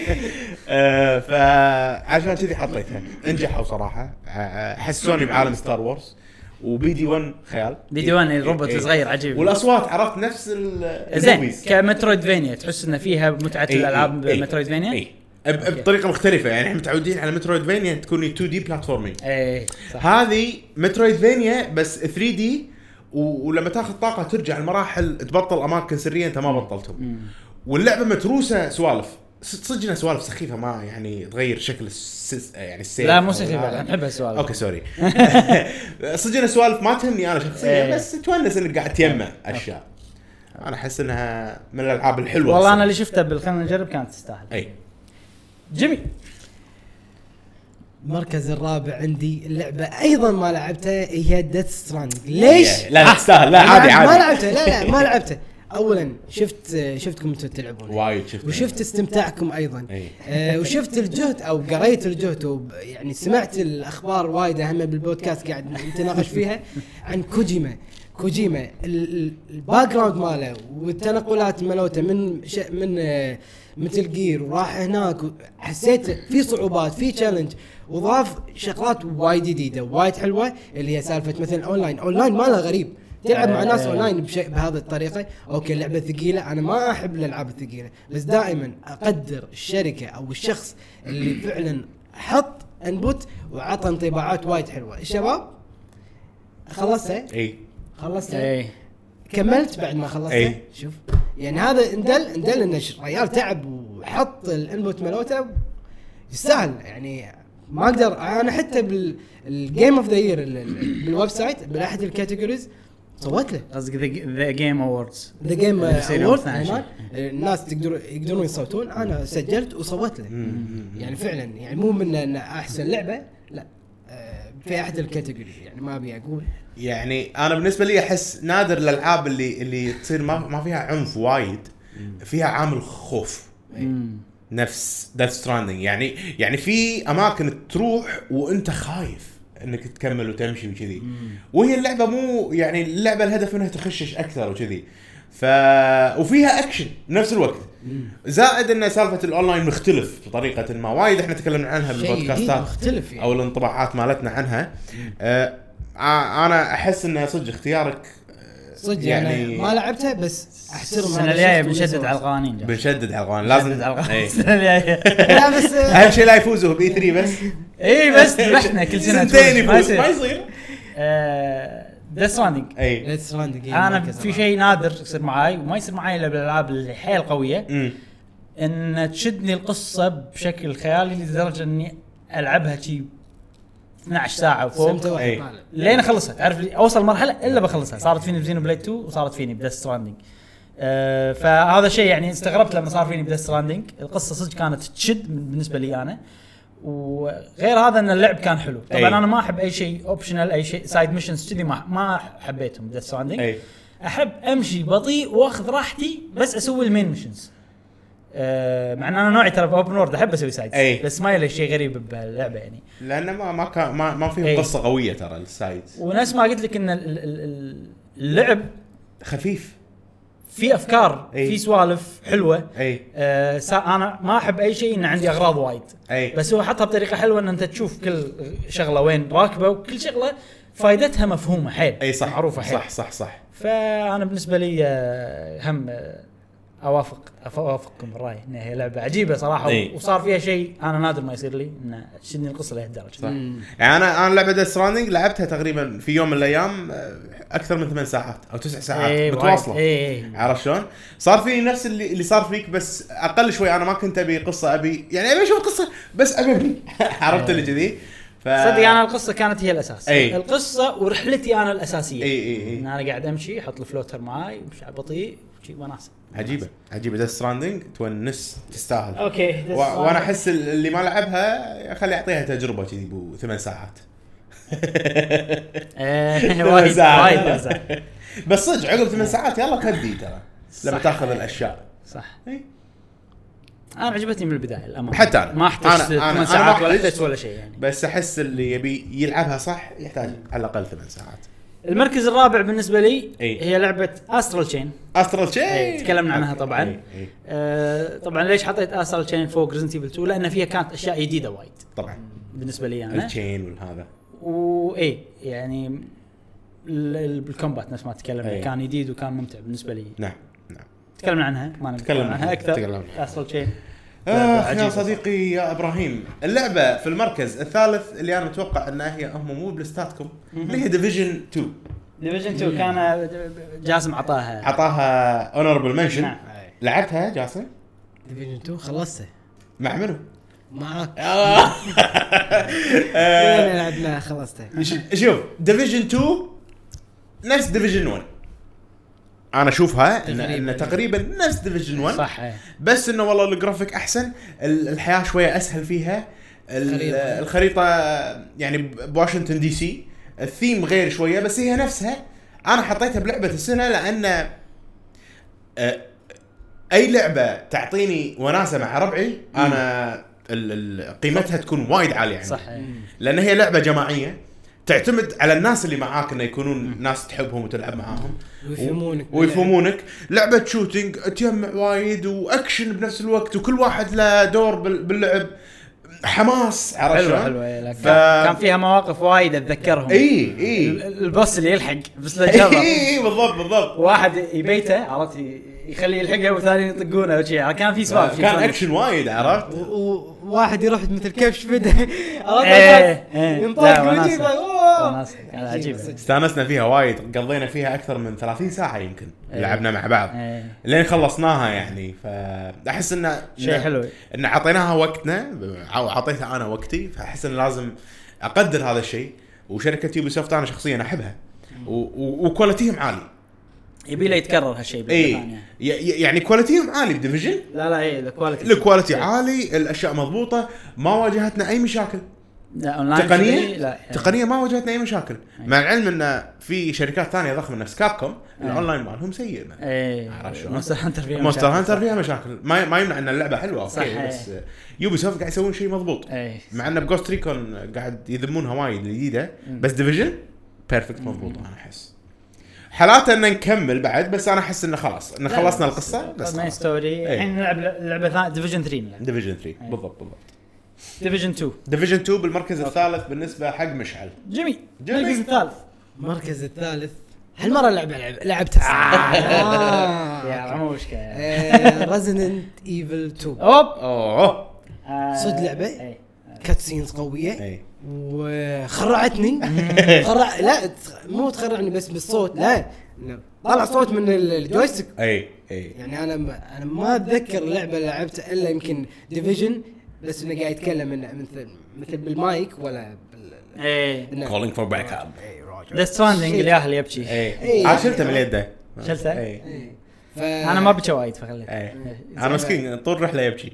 آه، فعشان كذي حطيتها انجحوا صراحه آه، حسوني بعالم ستار وورز وبي دي واحد خيال بي دي واحد الروبوت إيه. الصغير عجيب. والاصوات عرفت نفس زين الموفيز. كمترويدفينيا تحس ان فيها متعه إيه، الالعاب إيه، مترويدفينيا؟ اي ب- بطريقه مختلفه يعني احنا متعودين على مترويدفينيا تكون اثنين دي بلاتفورمينج. ايه صح. هذه مترويدفينيا بس ثري دي و- ولما تاخذ طاقه ترجع المراحل تبطل اماكن سريه انت ما بطلتهم. واللعبه متروسه سوالف صدقنا سوالف سخيفه ما يعني تغير شكل السس يعني السير. لا مو سخيفه نحب هالسؤال. اوكي سوري. صدقنا سوالف ما تهمني انا شخصيا إيه. بس تونس انك قاعد تجمع اشياء. انا احس انها من الالعاب الحلوه والله انا الصراحة. اللي شفته بالخلنا نجرب كانت تستاهل. اي جميل. المركز الرابع عندي اللعبة أيضا ما لعبتها هي ديث ستراندنج. ليش؟ لا لا تستاهل لا أنا عادي ما عادي لعبتها لا لا ما لعبتها. أولا شفت شفتكم أنتم تلعبون وايد شفت وشفت استمتاعكم أيضا أي. آه وشفت الجهد أو قريت الجهد وب- يعني سمعت الأخبار وايد أهم بالبودكاست قاعد نتناقش فيها عن كوجيما. كوجيما ال- ال- الباك جراوند ماله والتنقلات مالته من ش... من آه، مثل جير وراح هناك حسيت في صعوبات في تشالنج وضاف شغلات وايد جديده وايد حلوه اللي هي سالفه مثلا اونلاين اونلاين ماله غريب تلعب مع ناس اونلاين بشيء بهذه الطريقه. اوكي اللعبه ثقيله انا ما احب الالعاب الثقيله بس دائما اقدر الشركه او الشخص اللي فعلا حط انبوت وعطى انطباعات وايد حلوه. الشباب خلصتها اي خلصتها ايه كملت بعد ما خلصت. أي. شوف يعني هذا اندل اندل النشر ريال تعب وحط الانبوت مالوته يستاهل يعني ما اقدر انا حتى بالجيم اوف ذا يير بالويب سايت باحد الكاتيجوريز صوت له قصدك ذا جيم اووردز. ذا جيم يصير يوم اوورد ثاني شيء. الناس تقدر يقدرون يصوتون انا سجلت وصوت له يعني فعلا يعني مو من إن احسن لعبه لا آه، في احد الكاتيجوري يعني ما ابي اقول يعني انا بالنسبه لي احس نادر الالعاب اللي اللي تصير ما ما فيها عنف وايد فيها عامل خوف نفس ديث ستراندنج. يعني يعني في اماكن تروح وانت خايف انك تكمل وتمشي وكذي وهي اللعبه مو يعني اللعبه الهدف انها تخشش اكثر وكذي ف وفيها اكشن بنفس الوقت زائد ان سالفه الاونلاين مختلف بطريقه ما وايد احنا تكلمنا عنها شيء بالبودكاستات مختلف يعني. او الانطباعات مالتنا عنها. آه انا احس ان صدق اختيارك صدق يعني يعني ما لعبتها بس احترم السنه هذا الجايه الشخص بنشدد واللي على سواه. القوانين جاي. بنشدد على القوانين لازم بنشدد على القوانين إيه. السنه الجايه. لا بس اهم شيء لا يفوزوا بي ثري بس اي بس ذبحنا كل سنه سنتين ما يفوز ما يصير. يصير ذا ستراندنج اي ليتس راندنج انا في شيء نادر يصير معاي وما يصير معاي الا بالالعاب اللي حيل قويه امم ان تشدني القصه بشكل خيالي لدرجه اني العبها شي اثنعش ساعه سمت وفوق واحد أي. طالع. لين اخلصها. تعرف لي اوصل مرحله الا بخلصها. صارت فيني بزينو بلاي تو وصارت فيني بدث ستراندنج. أه فهذا شيء يعني استغربت لما صار فيني بدث ستراندنج. القصه صدق كانت تشد بالنسبه لي انا وغير هذا ان اللعب كان حلو. طبعا أي. انا ما احب اي شيء اوبشنال اي شيء سايد ميشنز كذي ما ما حبيتهم بدث ستراندنج. اي احب امشي بطيء واخذ راحتي بس اسوي المين ميشنز. آه مع ان انا نوعي ترى اوبن وورد احب اسوي سايدز أي. بس ما يلي شيء غريب باللعبه يعني لانه ما ما كان ما, ما فيه أي. قصه قويه ترى السايدز ونفس ما قلت لك ان ال- ال- ال- اللعب خفيف. في افكار أي. في سوالف حلوه اي آه سا- انا ما احب اي شيء ان عندي اغراض وايد اي بس هو حطها بطريقه حلوه ان انت تشوف كل شغله وين راكبه وكل شغله فائدتها مفهومه حيل اي صح معروفه حيل صح صح صح فانا بالنسبه لي آه، هم آه، اوافق اوافقكم بالراي انها هي لعبه عجيبه صراحه إي. وصار فيها شيء انا نادر ما يصير لي ان تشدني القصه لهالدرجه صح. يعني انا انا لعبه ديث ستراندنج لعبتها تقريبا في يوم من الايام آه، اكثر من ثمان ساعات او تسع ساعات إي، متواصله. وايد. إي. عرفت شلون؟ صار فيني نفس اللي اللي صار فيك بس اقل شوي. انا ما كنت ابي قصه ابي يعني ابي اشوف قصه بس ابي ابني عرفت اللي كذي. ف صدق انا القصه كانت هي الاساس إي. القصه ورحلتي انا الاساسيه اي اي اي ان انا قاعد امشي احط الفلوتر معاي ومشي بطيء شيء وناسه عجيبه عجيبه ديث ستراندنج تونس تستاهل. اوكي و... وانا احس اللي ما لعبها خلي يعطيها تجربه كذي بو ثمان ساعات. آه، وايد وايد بس صدق عقب ثمان ساعات يلا كدي ترى لما صح. تاخذ الاشياء. صح إيه؟ انا عجبتني من البدايه الامانه حتى أنا. ما احتجت أنا- أنا- ثمان أنا ساعات ما ولا أحتجت. احتجت ولا شيء يعني بس احس اللي يبي يلعبها صح يحتاج على الاقل ثمان ساعات. المركز الرابع بالنسبه لي إيه. هي لعبه استرال تشين استرال تشين إيه، تكلمنا عنها طبعاً. إيه، إيه. آه طبعا ليش حطيت استرال تشين فوق ريزنت ايفل تو لان فيها كانت اشياء جديده وايد طبعا بالنسبه لي انا التشين والهذا وايه يعني ال- ال- بالكومبات نفس ما تكلمنا إيه. كان جديد وكان ممتع بالنسبه لي نعم نعم. تكلمنا عنها ما نتكلم تكلمنا عنها عنها، اكثر تكلمنا عنها. استرال تشين آه يا عجيبة صديقي يا ابراهيم اللعبه في المركز الثالث اللي انا اتوقع انها هي هم مو بلستاتكم اللي هي ديفيجن تو. ديفيجن تو كان جاسم عطاها عطاها اونربل منشن. نعم. لعبتها جاسم ديفيجن اثنين خلصته مع منو؟ معك آه. كلنا لعبنا خلصته. ش- شوف ديفيجن تو نفس ديفيجن ون. انا اشوفها ان تقريباً. إن تقريبا نفس ديفيجن ون صح إيه. بس انه والله الجرافيك احسن ال- الحياه شويه اسهل فيها ال- الخريطة. الخريطه يعني بواشنطن دي سي الثيم غير شويه بس هي نفسها. انا حطيتها بلعبه السنه لان آه، اي لعبه تعطيني وناسه مع ربعي انا ال- ال- قيمتها تكون وايد عاليه يعني. صح إيه. لان هي لعبه جماعيه تعتمد على الناس اللي معاك انه يكونون ناس تحبهم وتلعب معاهم ويفهمونك ويفهمونك. لعبه شوتينج تجمع وايد واكشن بنفس الوقت وكل واحد له دور بال- باللعب حماس. عرفت حلوه شلون؟ حلوه إيه. ف... كان كان فيها مواقف وايد اتذكرهم اي اي ال- البوس اللي يلحق بس لا اي جرب اي بالضبط بالضبط. واحد يبيته عرفت ي- يخليه يلحقه والثاني يطقونه وشي كان في سوالف كان اكشن وايد عرفت. و- وواحد يروح مثل كبش بده إيه، إيه. ينطق لا، ويجي وناسة. يقول أوه. وناسة. كانت عجيبه استانسنا فيها وايد قضينا فيها اكثر من ثلاثين ساعه يمكن إيه. لعبنا مع بعض إيه. لين خلصناها يعني. فاحس انه شيء حلو ان اعطيناها وقتنا او اعطيتها انا وقتي. فاحس ان لازم اقدر هذا الشيء. وشركه يوبي سوفت انا شخصيا احبها و- و- وكواليتيهم عالي. يبي له يتكرر هالشيء اي بالثانيه ي- ي- يعني كواليتيهم عالي بديفيجن. لا لا اي الكواليتي الكواليتي عالي الاشياء مضبوطه ما واجهتنا اي مشاكل لا اونلاين تقنيه شيء، لا يعني. تقنيه ما واجهتنا اي مشاكل مع العلم ان في شركات ثانيه ضخمه نفس كابكوم الاونلاين مالهم سيء. اي عرفت شلون؟ مونستر هانتر فيها مونستر مشاكل. هانتر فيها مشاكل ما ما يمنع ان اللعبه حلوه صح، اوكي إيه. بس يوبي سوفت قاعد يسوون شيء مضبوط. اي مع ان بجوست ريكون قاعد يذمونها وايد الجديده بس ديفيجن بيرفكت مضبوط. انا احس حالاته ان نكمل بعد بس انا احس انه خلاص ان خلصنا القصه بس ماين ستوري الحين نلعب لعبه ثانيه ديفيجن ثلاثة يعني ديفيجن ثلاثة بالضبط بالضبط. ديفيجن اثنين ديفيجن اثنين بالمركز الثالث بالنسبه حق مشعل. جميل جميل. المركز الثالث المركز الثالث هالمره لعب لعب لعبتها يا عموشكا ريزيدنت ايفل اثنين اوب اوه آه، صد لعبة؟ إيه. كات سينز قويه اي وخرعتني خرع لا تخ- مو تخرعني بس بالصوت لا لا. طلع صوت من ال- الجويستيك اي اي يعني انا ما انا ما اتذكر لعبه لعبتها الا يمكن ديفيجن بس انه قاعد يتكلم إنه مثل مثل بالمايك ولا بال ايه إنه- كولينج فور باك اب. إيه، راجل. ذا ستراندنج الياهل يبكي اي إيه. عاد شلته من يده شلته؟ اي إيه. ف... انا ما بكى وايد فخليت اي انا مسكين طول رحله يبكي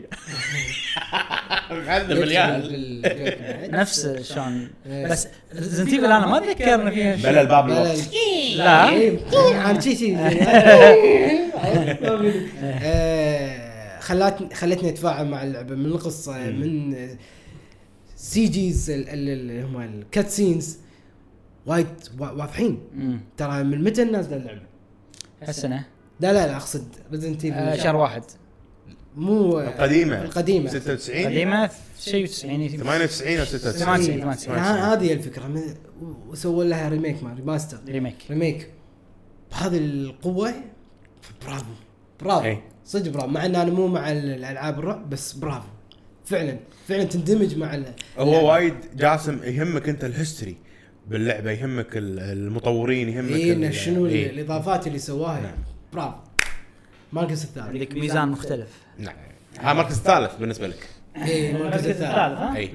معذب يبكي الياهل. بالجوك بعد. نفس شلون بس ريزنت ايفل انا ما اتذكر ان فيها شيء. بلا الباب بلا- الوقت. لا إيه، انا شي شي آه، خلتني خلتني اتفاعل مع اللعبه من القصه مم. من سي جيز اللي هم الكات سينز وايد وا- واضحين. مم. ترى من متى نازله اللعبه؟ هالسنه لا لا لا اقصد ريزنت آه، ايفل شهر واحد مو القديمة القديمه ستة وتسعين قديمه شيء تسعين ثمانية وتسعين أو ستة ثمانية وتسعين وتسعين. يعني ها- هذه الفكره من- وسووا لها ريميك ما ريماستر ريميك. ريميك بهذه القوه. برافو برافو إيه. صدق برافو، مع ان انا مو مع الالعاب الرعب بس برافو فعلا فعلا تندمج مع ال- هو وايد جاسم يهمك انت الهيستوري باللعبه، يهمك ال- المطورين، يهمك إيه ال- شنو إيه. الاضافات اللي سواها. نعم. برافو. المركز الثالث عندك ميزان مختلف. نعم ها المركز الثالث بالنسبه لك. ايه المركز الثالث. ها؟ اي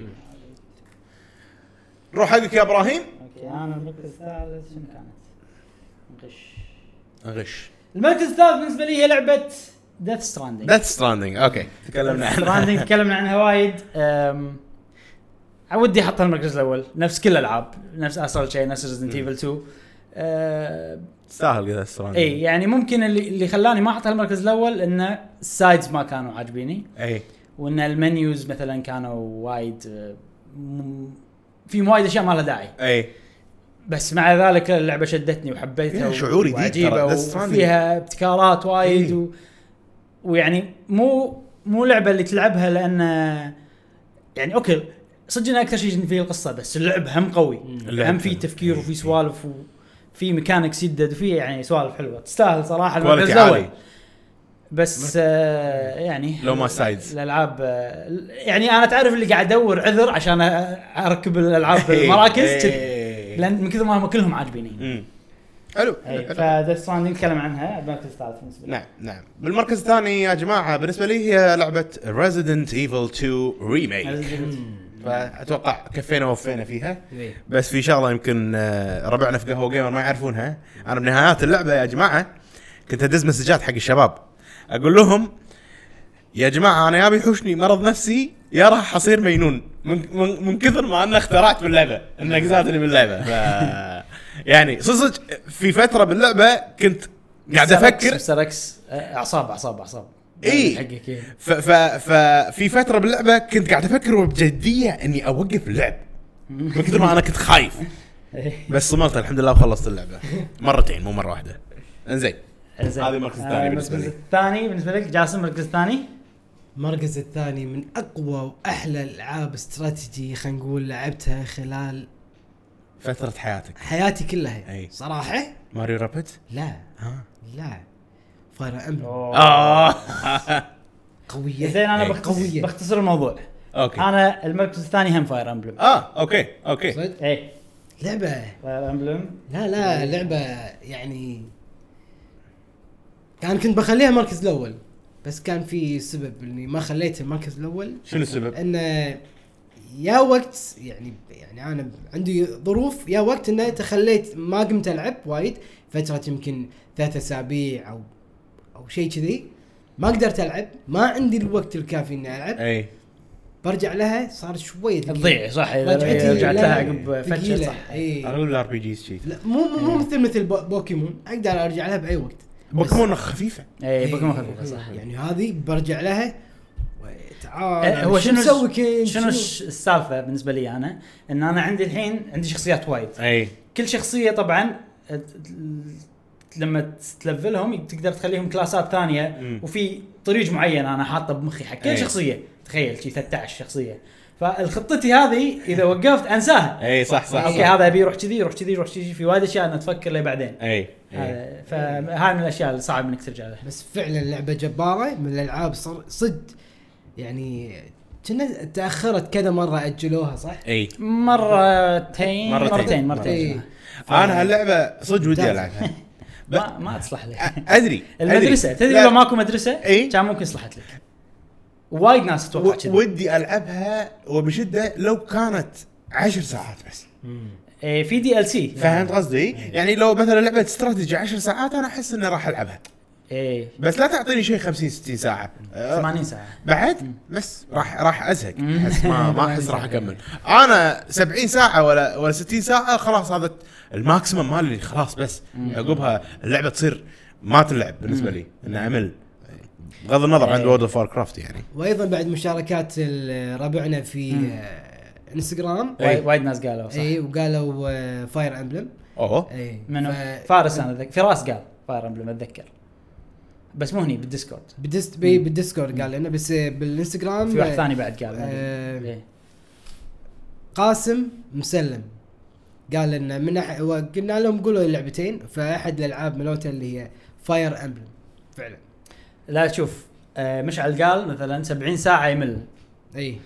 روح حقك يا ابراهيم. اوكي انا المركز الثالث شنو كانت؟ غش. غش المركز الثالث بالنسبه لي هي لعبه ديث ستراندينج. ديث ستراندينج. اوكي تكلمنا عنها. ستراندينج تكلمنا عنها وايد. أم، ودي احطها المركز الاول نفس كل الالعاب، نفس اسرل شيء، نفس ريزدنت ايفل اثنين. أه، تستاهل كذا ستراندينج. اي يعني ممكن اللي اللي خلاني ما احطها المركز الاول ان السايدز ما كانوا عاجبيني، اي وان المنيوز مثلا كانوا وايد أه، م- في وايد اشياء ما لها داعي. اي بس مع ذلك اللعبه شدتني وحبيتها. فيها شعور جديد وعجيبة ترى، Death Stranding. وفيها ابتكارات وايد. إيه. و... ويعني مو مو لعبه اللي تلعبها لان يعني اوكي صدق انها اكثر شيء في القصه، بس اللعب هم قوي، اللعب هم في حلو. تفكير وفي سوالف وفي ميكانكس يدد وفي يعني سوالف حلوه تستاهل صراحه المركز كواليتي الاول. عالي. بس آه يعني لو ما سايدز. الالعاب آه يعني انا تعرف اللي قاعد ادور عذر عشان اركب الالعاب إيه. بالمراكز كذي. إيه. لان من كثر ما هم كلهم عاجبيني. امم حلو اي حلو. فديث ستراندينج نتكلم عنها المركز الثالث بالنسبه لي. نعم نعم بالمركز الثاني يا جماعه بالنسبه لي هي لعبه Resident Evil تو ريميك. فاتوقع كفينا ووفينا فيها. إيه. بس في شغله يمكن آه، ربعنا في قهوه جيمر ما يعرفونها. انا بنهايات اللعبه يا جماعه كنت ادز مسجات حق الشباب اقول لهم يا جماعه انا يابي يحوشني مرض نفسي يا راح اصير مجنون من, من, من كثر ما انا اخترعت باللعبه النقزات اللي باللعبه. ف يعني صدق في فتره باللعبه كنت قاعد افكر مستر اكس اعصاب اعصاب اعصاب إيه. حقك إيه. ف ف ففي فتره باللعبه كنت قاعد افكر بجديه اني اوقف اللعب من كثر ما انا كنت خايف. إيه. بس صملت الحمد لله وخلصت اللعبه مرتين مو مره واحده. انزين زين. هذه المركز الثاني آه، بالنسبة لي. المركز الثاني بالنسبه لك جاسم المركز الثاني المركز الثاني من اقوى واحلى العاب استراتيجي خلينا نقول لعبتها خلال فتره حياتك. حياتي كلها. أي. صراحه ماريو رابت. لا ها لا فاير امبلم اه قويه. زين انا إيه. بختصر, قوية. بختصر الموضوع. اوكي انا المركز الثاني هم فاير امبلم. اه اوكي اوكي صدق اي لعبه. فاير امبلم لا لا لعبه يعني كان كنت بخليها المركز الاول بس كان في سبب اني ما خليته المركز الاول. شنو السبب؟ انه يا وقت يعني يعني انا عندي ظروف يا وقت انه تخليت ما قمت العب وايد فتره يمكن ثلاثة اسابيع او او شيء كذي ما قدرت العب ما عندي الوقت الكافي اني العب. اي برجع لها صار شويه ثقيل. تضيع صح اذا رجعتي رجعت لا، لها عقب فتره ثقيلة. صح. اي اغلب الار بي جيز شيء. لا مو مو مثل مثل بو- بوكيمون اقدر ارجع لها باي وقت. بوكيمون خفيفه. اي بوكيمون خفيفه صح. يعني هذه برجع لها وتعال آه، هو شنو مسوي كنت شنو الش- السالفه بالنسبه لي انا ان انا عندي الحين عندي شخصيات وايد. اي كل شخصيه طبعا ت- لما تلفلهم تقدر تخليهم كلاسات ثانيه مم. وفي طريق معين انا حاطه بمخي حق كل أي. شخصيه. تخيل شي ثلاثة عشر شخصيه فالخطتي هذه اذا وقفت انساها. اي صح صح اوكي هذا ابي يروح كذي يروح كذي يروح كذي في وايد اشياء انا اتفكر لي بعدين. اي اي هذا- فهاي من الاشياء اللي صعب انك ترجع لها. بس فعلا لعبه جباره من الالعاب صر- صد يعني كنا تاخرت كذا مره اجلوها صح. اي مرتين مرتين. مرتين مرتين, إيه. مرتين. انا هاللعبه صدق ودي العبها. ما ما تصلح لك. ادري المدرسه تدري لا، لو ماكو مدرسه إيه؟ كان ممكن صلحت لك. وايد ناس تتوقع و- كذا. ودي العبها وبشده لو كانت عشر ساعات بس. إيه في دي ال سي. فهمت قصدي؟ يعني لو مثلا لعبه استراتيجي عشر ساعات انا احس اني راح العبها. ايه بس لا تعطيني شيء خمسين ستين ساعه. أه، ثمانين ساعه. بعد بس راح راح ازهق. احس ما ما احس راح اكمل. انا سبعين ساعه ولا ولا ستين ساعه خلاص هذا الماكسيمم مالي خلاص. بس عقبها اللعبه تصير ما تلعب بالنسبه لي انه امل بغض النظر عن وورد اوف كرافت يعني. وايضا بعد مشاركات ال- ربعنا في آه، انستغرام وايد وايد ناس قالوا صح. اي وقالوا فاير امبلم اوه اي منو ف- فارس انا ذك... فراس قال فاير امبلم اتذكر بس مو هني بالديسكورد بالديست بي بالديسكورد قال لنا بس بالانستغرام في واحد آه، ثاني بعد قال ما أدري. آه، إيه. قاسم مسلم قال لنا من أح... وقلنا لهم قولوا اللعبتين فاحد الالعاب ملوته اللي هي فاير امبلم فعلا. لا شوف آه، مشعل قال مثلا سبعين ساعه يمل اي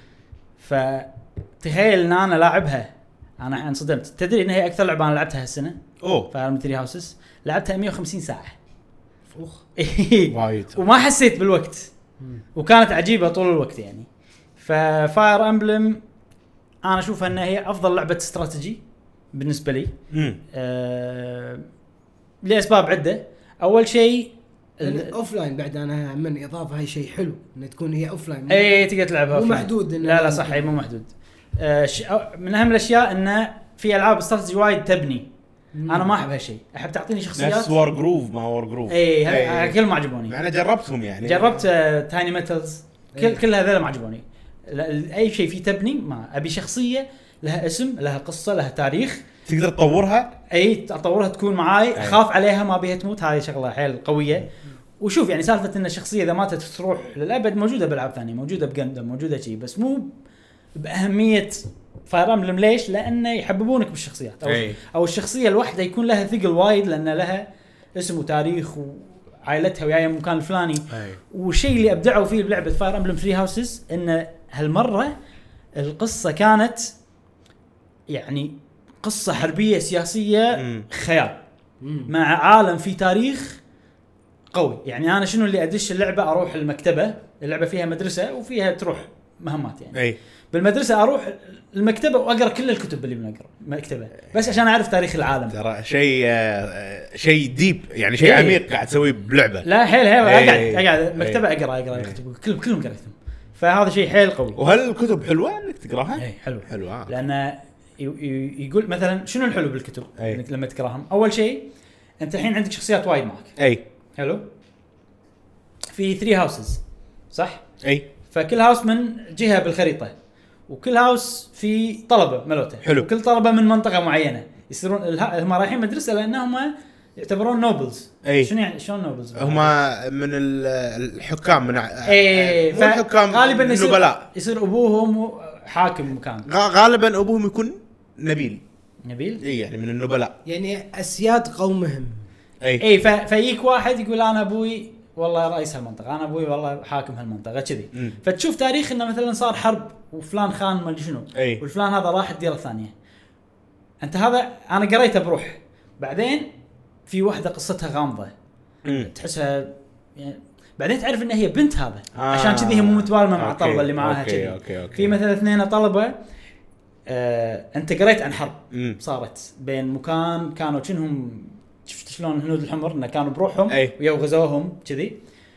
فتخيل ان انا لاعبها انا انصدمت تدري ان هي اكثر لعبه انا لعبتها هالسنه اوه فاير ثري هاوسز لعبتها مية وخمسين ساعه اخ وايد وما حسيت بالوقت وكانت عجيبه طول الوقت يعني. ففاير امبلم انا اشوفها انها هي افضل لعبه استراتيجي بالنسبه لي امم أه لاسباب عده. اول شيء اوف لاين بعد انا من اضافه هاي شيء حلو ان تكون هي اوف لاين اي تقدر تلعبها مو offline. محدود إنه لا لا صح اي مو محدود. أه ش... من اهم الاشياء انه في العاب استراتيجي وايد تبني انا ما احب هالشيء احب تعطيني شخصيات نفس وور جروف ما وور جروف اي إيه. كل ما عجبوني انا جربتهم يعني جربت تايني ميتلز كل إيه. كل هذول ما عجبوني. لا- اي شيء فيه تبني ما ابي شخصيه لها اسم لها قصه لها تاريخ تقدر تطورها اي اطورها تكون معاي اخاف عليها ما بيها تموت هذه شغله حيل قويه. وشوف يعني سالفه ان الشخصيه اذا ماتت تروح للابد موجوده بالعاب ثانيه موجوده بجندم موجوده شيء بس مو باهميه فاير امبلم. ليش؟ لانه يحببونك بالشخصيات او, أي. أو الشخصيه الواحده يكون لها ثقل وايد لان لها اسم وتاريخ وعائلتها وياها من المكان الفلاني. أي. والشيء اللي ابدعوا فيه بلعبه فاير امبلم ثري هاوسز ان هالمره القصه كانت يعني قصه حربيه سياسيه مم. خيال مع عالم فيه تاريخ قوي. يعني انا شنو اللي ادش اللعبه اروح المكتبه اللعبه فيها مدرسه وفيها تروح مهمات يعني اي بالمدرسه اروح المكتبه واقرا كل الكتب اللي بنقرا مكتبه بس عشان اعرف تاريخ العالم. ترى شيء آه، شيء ديب يعني شيء إيه. عميق قاعد تسويه بلعبه. لا حيل حيل إيه. اقعد اقعد مكتبه اقرا اقرا إيه. الكتب كلهم كلهم قريتهم فهذا شيء حيل قوي. وهل الكتب حلوه انك تقراها؟ اي حلو حلوه آه. لان ي- ي- يقول مثلا شنو الحلو بالكتب أي. انك لما تقراهم. اول شيء انت الحين عندك شخصيات وايد معك اي حلو في ثري هاوسز صح اي فكل هاوس من جهه بالخريطه وكل هاوس في طلبه ملوته حلو. وكل طلبه من منطقه معينه يصيرون اله- هم رايحين مدرسه لانهم يعتبرون نوبلز. أي. شنو يعني شلون نوبلز؟ هم من ال- الحكام من ايه مو الحكام غالبا يصير النبلاء يصير ابوهم حاكم مكان غ- غالبا ابوهم يكون نبيل نبيل. اي يعني من النبلاء. يعني اسياد قومهم اي اي ف- فيجيك واحد يقول انا ابوي والله رئيس هالمنطقه انا ابوي والله حاكم هالمنطقه كذي مم. فتشوف تاريخ انه مثلا صار حرب وفلان خان ما ادري شنو أي. والفلان هذا راح الديره الثانيه انت هذا انا قريته بروح بعدين في واحده قصتها غامضه مم. تحسها يعني بعدين تعرف ان هي بنت هذا آه. عشان كذي هي مو متوالمه مع أوكي. الطلبه اللي معاها أوكي. كذي أوكي. أوكي. في مثلا اثنين طلبه آه، انت قريت عن حرب مم. صارت بين مكان كانوا كأنهم شفت شلون الهنود الحمر انه كانوا بروحهم أي. ويا غزوهم كذي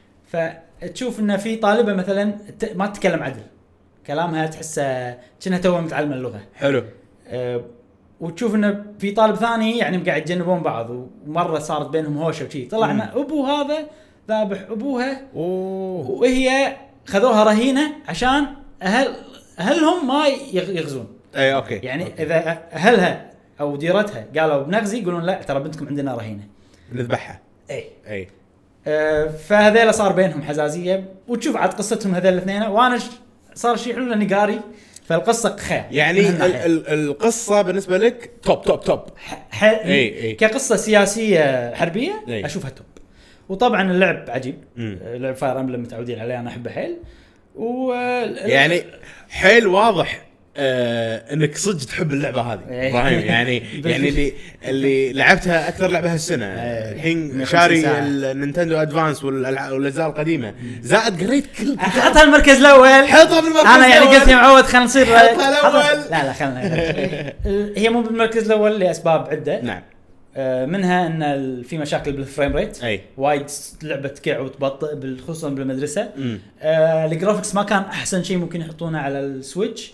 فتشوف انه في طالبه مثلا ت- ما تتكلم عدل كلامها تحسه كأنها توها متعلمه اللغه حلو أه وتشوف انه في طالب ثاني يعني قاعد يتجنبون بعض ومره صارت بينهم هوشه وشي طلع ان ابو هذا ذابح ابوها اوه وهي خذوها رهينه عشان اهل اهلهم ما يغ- يغزون اي اوكي يعني أوكي. اذا اهلها او ديرتها قالوا بنغزي يقولون لا ترى بنتكم عندنا رهينه نذبحها اي اي أه فهذيلا صار بينهم حزازيه وتشوف عاد قصتهم هذول الاثنين وانا ش- صار شيء حلو لاني قاري فالقصه خيال يعني من ال هالناحية. ال القصه بالنسبه لك توب توب توب. ح- ح- إي إي. كقصه سياسيه حربيه إي. اشوفها توب. وطبعا اللعب عجيب مم. أه، لعب فاير امبلم متعودين عليه انا احبه حيل و يعني حيل واضح آه انك صدق تحب اللعبه هذه إيه. ابراهيم يعني يعني اللي اللي لعبتها اكثر لعبه هالسنه إيه. الحين مية وخمسين شاري ساعة. النينتندو ادفانس والألع- والاجزاء القديمه زائد قريت كل حطها المركز الاول حطها بالمركز انا يعني الأول. قلت يا معود خلينا نصير حطها حطها- الأول. لا لا خلنا هي مو بالمركز الاول لاسباب عده نعم آه، منها ان ال- في مشاكل بالفريم ريت اي وايد لعبه تكع وتبطئ خصوصا بالمدرسه امم آه، الجرافيكس ما كان احسن شيء ممكن يحطونه على السويتش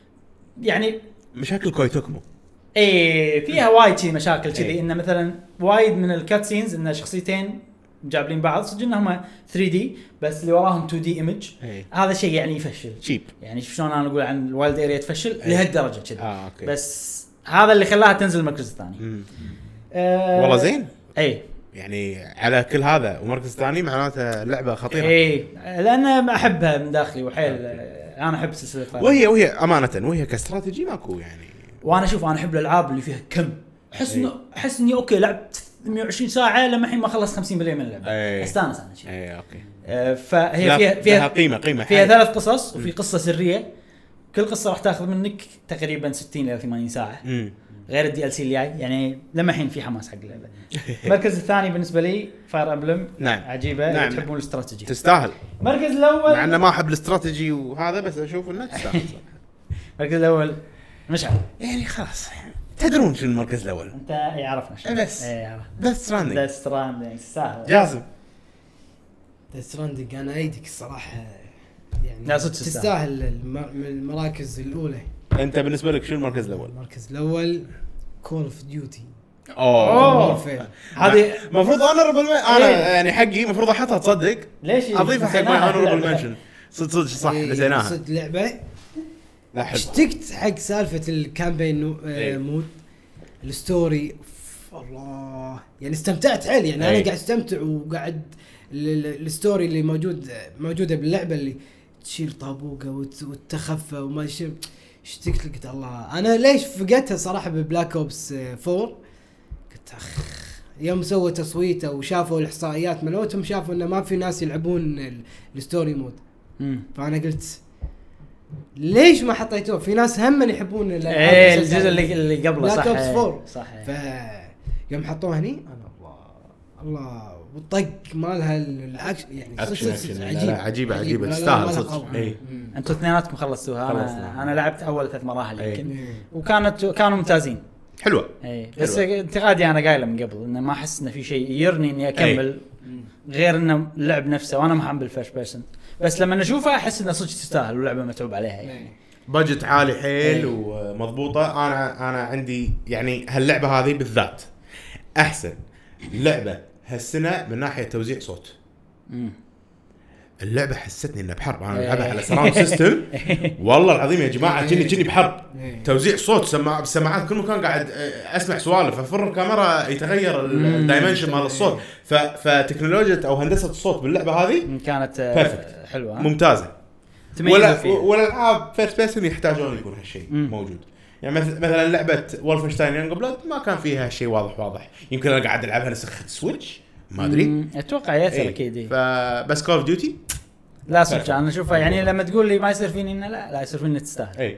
يعني مشاكل كويتوكمو ايه فيها وايد شي مشاكل كذي إيه. انه مثلا وايد من الكات سينز ان شخصيتين جابلين بعض صدق انهم ثري دي بس اللي وراهم تو دي ايمج إيه. هذا شيء يعني يفشل شيب يعني شلون انا اقول عن الوايلد اريا تفشل إيه. لهالدرجه كذا آه، أوكي. بس هذا اللي خلاها تنزل المركز الثاني أه والله زين اي يعني على كل هذا ومركز ثاني معناته لعبه خطيره اي لان احبها من داخلي وحيل آه، انا احب سلسله فاينل وهي وهي امانه وهي كاستراتيجي ماكو يعني وانا اشوف انا احب الالعاب اللي فيها كم احس انه احس اني اوكي لعبت مية وعشرين ساعه لما الحين ما خلص خمسين بالمية من اللعبه أي. استانس انا شيء اي اوكي آه، فهي لا، فيها لها فيها قيمه قيمه فيها حيل. ثلاث قصص وفي قصه سريه كل قصه راح تاخذ منك تقريبا ستين الى ثمانين ساعه مم. غير الدي ال سي اللي جاي يعني لما الحين في حماس حق اللعبه. المركز الثاني بالنسبه لي فاير امبلم نعم. عجيبه نعم. تحبون الاستراتيجي تستاهل المركز الاول مع انه ما احب الاستراتيجي وهذا بس اشوف انه تستاهل المركز الاول مشعل يعني خلاص تدرون شو المركز الاول انت يعرفنا شو بس. اي ديث ستراندينج ذا ستراندينج سهل جازم ستراندنج انا ايدك الصراحه يعني لا، صدق تستاهل. تستاهل الم- من المراكز الاولى. انت بالنسبه لك شو المركز الاول المركز الاول كول اوف ديوتي اوه هذه المفروض اونربل انا إيه. يعني حقي المفروض احطها تصدق ليش اضيفها حق نسيناها اونربل اللعبة. منشن صدق صدق صح إيه، نسيناها صدق لعبه لا حلو اشتقت حق سالفه الكامبين نو- آه، إيه. مود الستوري أوف، الله يعني استمتعت حيل يعني إيه. انا قاعد استمتع وقاعد ال- ال- الستوري اللي موجود موجوده باللعبه اللي تشيل طابوقه وت- وتتخفى وما شو اشتقت قلت الله انا ليش فقدتها صراحه ببلاك اوبس فور قلت اخ يوم سووا تصويته وشافوا الاحصائيات ملوتهم شافوا انه ما في ناس يلعبون ال- الستوري مود مم. فانا قلت ليش ما حطيتوه في ناس هم يحبون الألعاب ايه المسلسلات. الجزء اللي اللي قبله Black صح Ops إيه. فور. صح إيه. ف يوم حطوه هني انا الله الله والطق مالها الاكشن يعني أكشن، صدق- صدق أكشن. لا، عجيب لا، عجيبة، عجيبة، لا، لا، تستاهل مالها صدق. قوي. إيه. مم. انتوا اثنيناتكم خلصتوها خلصنا. انا انا لعبت اول ثلاث مراحل إيه. يمكن إيه. وكانت كانوا ممتازين حلوه اي بس انتقادي انا قايله من قبل انه ما احس انه في شيء يرني اني اكمل غير انه اللعب نفسه وانا محب بالفيرست بيرسون بس لما نشوفها احس انه صدق تستاهل واللعبه متعوب عليها يعني إيه. بادجت عالي حيل إيه. ومضبوطه انا انا عندي يعني هاللعبه هذه بالذات احسن لعبه هالسنه من ناحيه توزيع صوت مم. اللعبه حستني انها بحرب انا إيه. العبها على سراوند سيستم والله العظيم يا جماعه كني كني بحرب إيه. توزيع صوت سماع بالسماعات كل مكان قاعد آه، اسمع سوالف افر الكاميرا يتغير الدايمنشن مال الصوت ف- فتكنولوجيا او هندسه الصوت باللعبه هذه كانت آه، Perfect. حلوه ها؟ ممتازه تميزوا ولا فيها. ولا العاب فيرست بيرسون يحتاجون يكون هالشيء مم. موجود يعني مث- مثلا لعبه وولفنشتاين يانج بلاد ما كان فيها شيء واضح واضح يمكن انا قاعد العبها نسخه سويتش ما ادري مم. اتوقع ياثر إيه. اكيد إيه. فبس كول اوف ديوتي لا صدق انا اشوفها يعني لما تقول لي ما يصير فيني انه لا لا يصير فيني تستاهل اي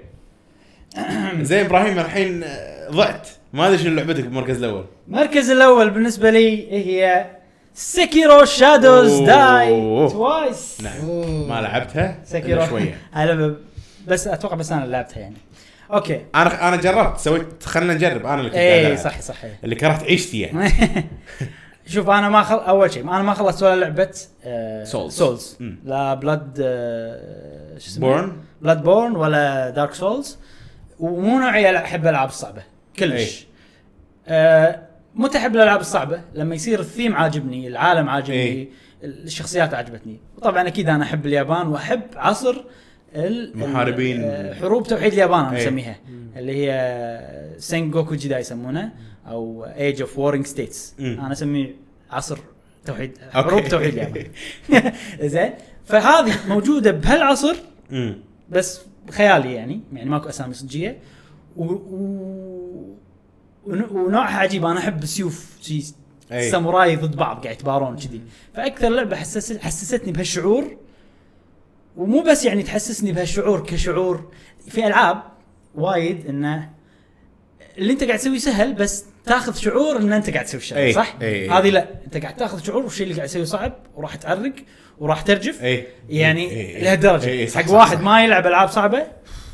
زين ابراهيم الحين ضعت ما ادري شنو لعبتك بالمركز الاول المركز الاول بالنسبه لي هي سيكيرو شادوز أوه. داي توايس نعم أوه. ما لعبتها سيكيرو إلا شويه انا ب- بس اتوقع بس انا لعبتها يعني اوكي انا انا جربت سويت خلنا نجرب انا اللي كنت قاعد اي ألعب. صح صح اللي كرهت عيشتي يعني شوف انا ما خل... اول شيء انا ما خلصت ولا لعبه آه... Souls. سولز مم. لا بلاد آه... شو اسمه بورن بلاد بورن ولا دارك سولز ومو نوعي احب الالعاب الصعبه كلش آه... متى احب الالعاب الصعبه لما يصير الثيم عاجبني العالم عاجبني إيه. الشخصيات عجبتني وطبعا اكيد انا احب اليابان واحب عصر ال- محاربين. ال- حروب توحيد اليابان انا إيه. اسميها اللي هي سينجوكو جيداي يسمونها او ايج اوف وورينج ستيتس مم. انا اسميه عصر توحيد أوكي. حروب توحيد اليابان زين فهذه موجوده بهالعصر امم بس خيالي يعني يعني ماكو اسامي صجيه و... و... ون- ونوعها عجيب انا احب السيوف شي أي. ساموراي ضد بعض قاعد يتبارون كذي فاكثر لعبه حسست حسستني بهالشعور ومو بس يعني تحسسني بهالشعور كشعور في العاب وايد انه اللي انت قاعد تسويه سهل بس تاخذ شعور ان انت قاعد تسوي الشيء أي. صح أي. هذه لا انت قاعد تاخذ شعور والشيء اللي قاعد تسويه صعب وراح تعرق وراح ترجف اي يعني إيه. لهالدرجه إيه. صح، حق صح، واحد صح. ما يلعب العاب صعبه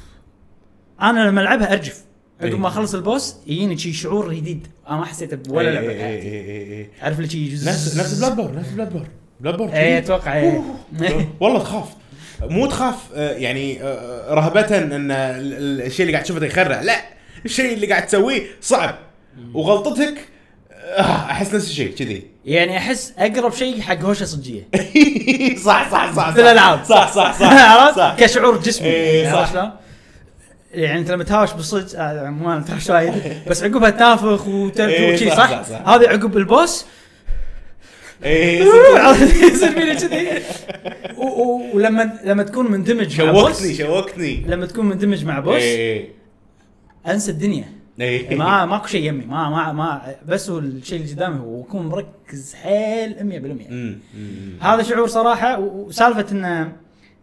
انا لما العبها ارجف عقب إيه. ما اخلص البوس يجيني شيء شعور جديد انا ما حسيته بولا إيه، لعبه إيه، بحياتي إيه، إيه، إيه. تعرف لي شيء جزء نفس نفس بلاد بور نفس بلاد بور بلاد بور اي اتوقع ايه والله تخاف مو تخاف آه، يعني آه، رهبة ان ال- ال- الشيء اللي قاعد تشوفه يخرع لا الشيء اللي قاعد تسويه صعب وغلطتك احس نفس الشيء كذي. يعني احس اقرب شيء حق هوشه صجيه صح صح صح في الالعاب. صح صح صح عرفت صح. كشعور جسمي. إيه، صح. عرفت شلون؟ يعني انت لما تهاوش بالصج آه، مو انا تهاوش وايد بس عقبها تنافخ إيه، وشي صح، صح, صح، صح. هذه عقب البوس ايه يصير فيني كذي. و- و- ولما لما تكون مندمج مع بوس، شوقتني شوقتني. لما تكون مندمج مع بوس ايه انسى الدنيا. ايه ما ماكو شيء يمي ما ما ما بس هو الشيء اللي قدامي هو وأكون مركز حيل مية بالمية. أمم، أمم. هذا شعور صراحه. و- وسالفه ان ال-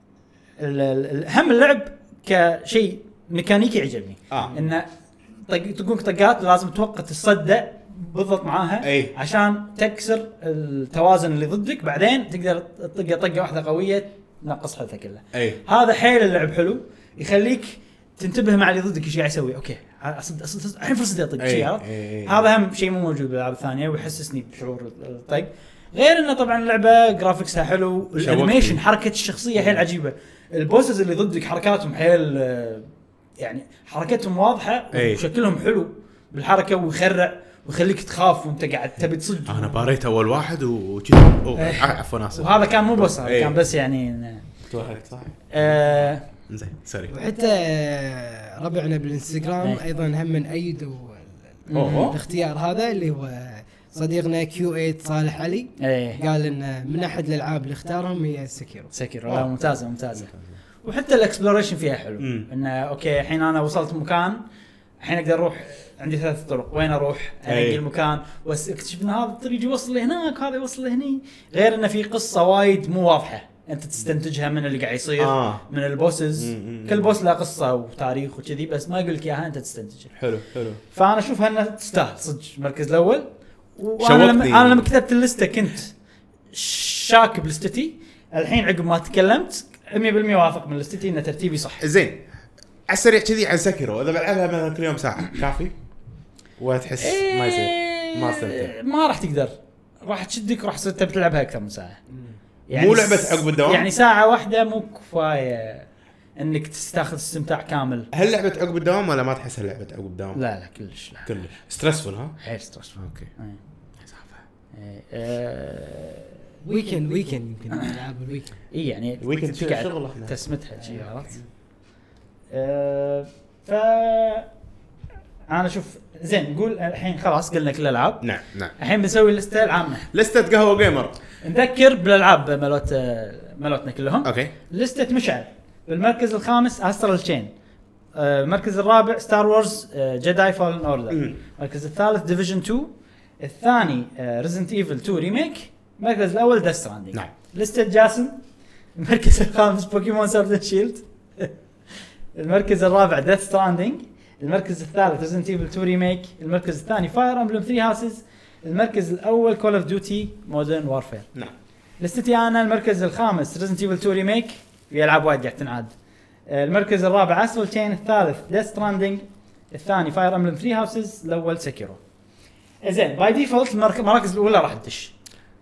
ال- هم اللعب كشيء ميكانيكي عجبني. آه. انه طق تقوم طقات لازم توقت الصدع بالضبط معاها أي. عشان تكسر التوازن اللي ضدك، بعدين تقدر تطقه طقه واحده قويه تنقص حالته كلها. اي هذا حيل اللعب حلو، يخليك تنتبه مع اللي ضدك ايش قاعد يسوي. اوكي أصد أصد الحين فرصتي اطق أي. شيء، عرفت؟ أي. هذا هم شيء مو موجود بالالعاب الثانيه ويحسسني بشعور الطق. غير انه طبعا اللعبه جرافيكسها حلو، الانيميشن حركه الشخصيه حيل عجيبه، البوسز اللي ضدك حركاتهم حيل آه، يعني حركتهم واضحه أي. وشكلهم حلو بالحركه ويخرع ويخليك تخاف وانت قاعد تبي تصج. انا باريت اول واحد وكذا. إيه. عفوا ناصر. وهذا كان مو بوس، هذا أي. كان بس يعني إنه- توهقت صح. آه زين سوري. وحتى آه، ربعنا بالانستغرام إيه. ايضا هم من ايدوا اوه الاختيار هذا اللي هو صديقنا كيو ثمانية صالح علي، ايه قال ان من احد الالعاب اللي اختارهم هي سكيرو. سكر والله ممتازه ممتازه. وحتى الاكسبلوريشن فيها حلو. مم. انه اوكي الحين انا وصلت مكان، الحين اقدر اروح عندي ثلاث طرق، وين اروح؟ انقي أي. المكان واكتشف ان هذا الطريق يوصل لهناك، هذا يوصل لهني. غير انه في قصه وايد مو واضحه انت تستنتجها من اللي قاعد يصير آه. من البوسز. مم، مم، كل بوس له قصه وتاريخ وكذي، بس ما يقول لك اياها انت تستنتجها. حلو حلو. فانا اشوفها انها تستاهل صدق المركز الاول. وانا لما شوقتني. انا لما كتبت اللسته كنت شاك بلستتي، الحين عقب ما تكلمت مية بالمية واثق من لستتي ان ترتيبي صح. زين على السريع كذي عن سكرو، اذا بلعبها مثلا كل يوم ساعه كافي وتحس ما يصير ما استمتع؟ ما راح تقدر، راح تشدك راح تصير تبي تلعبها اكثر من ساعه. مو لعبة عقب الدوام؟ يعني ساعه واحده مو كفايه انك تاخذ استمتاع كامل. هل لعبه عقب الدوام ولا ما تحسها لعبه عقب الدوام؟ لا لا كلش لا. كلش ستريسفul ها. حيل ستريس. اوكي. إيه. آه، ويكند ويكند يمكن العاب الويكند. اي يعني ويكند تقعد شغل احنا. تسمتها شيء، عرفت؟ آه، ف انا اشوف زين نقول الحين خلاص قلنا كل الالعاب. نعم نعم. الحين بنسوي اللسته العامه. لستة قهوه جيمر. نذكر بالالعاب مالوت مالوتنا كلهم. اوكي. لسته مشعل بالمركز الخامس استرال تشين، المركز الرابع ستار وورز جداي فالن اوردر، مم. المركز الثالث ديفيجن تو، الثاني ريزنت ايفل تو ريميك، المركز الاول ديث ستراندينج. نعم. لسته جاسم المركز الخامس بوكيمون سورد اند شيلد، المركز الرابع ديث ستراندينج، المركز الثالث ريزنت ايفل تو ريميك، المركز الثاني فاير امبلم ثري هاوسز، المركز الاول كول اوف ديوتي مودرن وارفير. نعم. لستي انا المركز الخامس ريزنت ايفل تو ريميك، في العاب وايد قاعد تنعاد. المركز الرابع استرال تشين، الثالث ديث ستراندينج، الثاني فاير امبلم ثري هاوسز، الاول سكيرو. زين باي ديفولت المراكز الاولى راح تدش.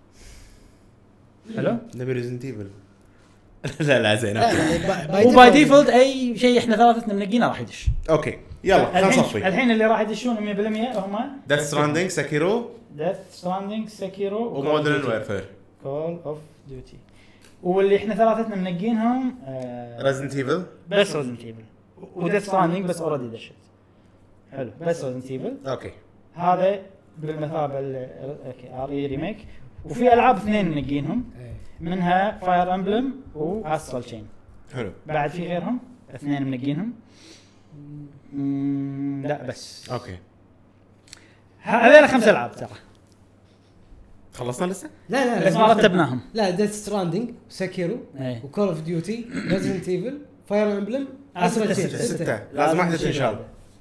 حلو. نبي ريزنت ايفل. لا لا زين اوكي. وباي ديفولت اي شيء احنا ثلاثتنا منقينا راح يدش. اوكي يلا خلينا الحين نصفي. الحين اللي راح يدشون مية بالمية هم ديث ستراندينج سكيرو ديث ستراندينج سكيرو ومودرن وارفير. كول اوف ديوتي. واللي احنا ثلاثتنا منقينهم ريزنت ايفل. بس ريزنت ايفل وديث ستراندينج بس اوريدي دشت. حلو بس ريزنت ايفل اوكي. هذا بالمثابه ال- اوكي ار اي ريميك. وفي العاب اثنين منقينهم منها فاير امبلم واسترال تشين. حلو. بعد في غيرهم اثنين منقينهم. مم، لا بس اوكي. هذول خمس العاب ترى خلصنا لسه؟ لا لا بس ما رتبناهم. لا ديث ستراندينج سكيرو ايه. وكول اوف ديوتي ريزنت ايفل فاير امبلم آه، ستة، ستة ستة. ستة. لازم واحدة تنشال.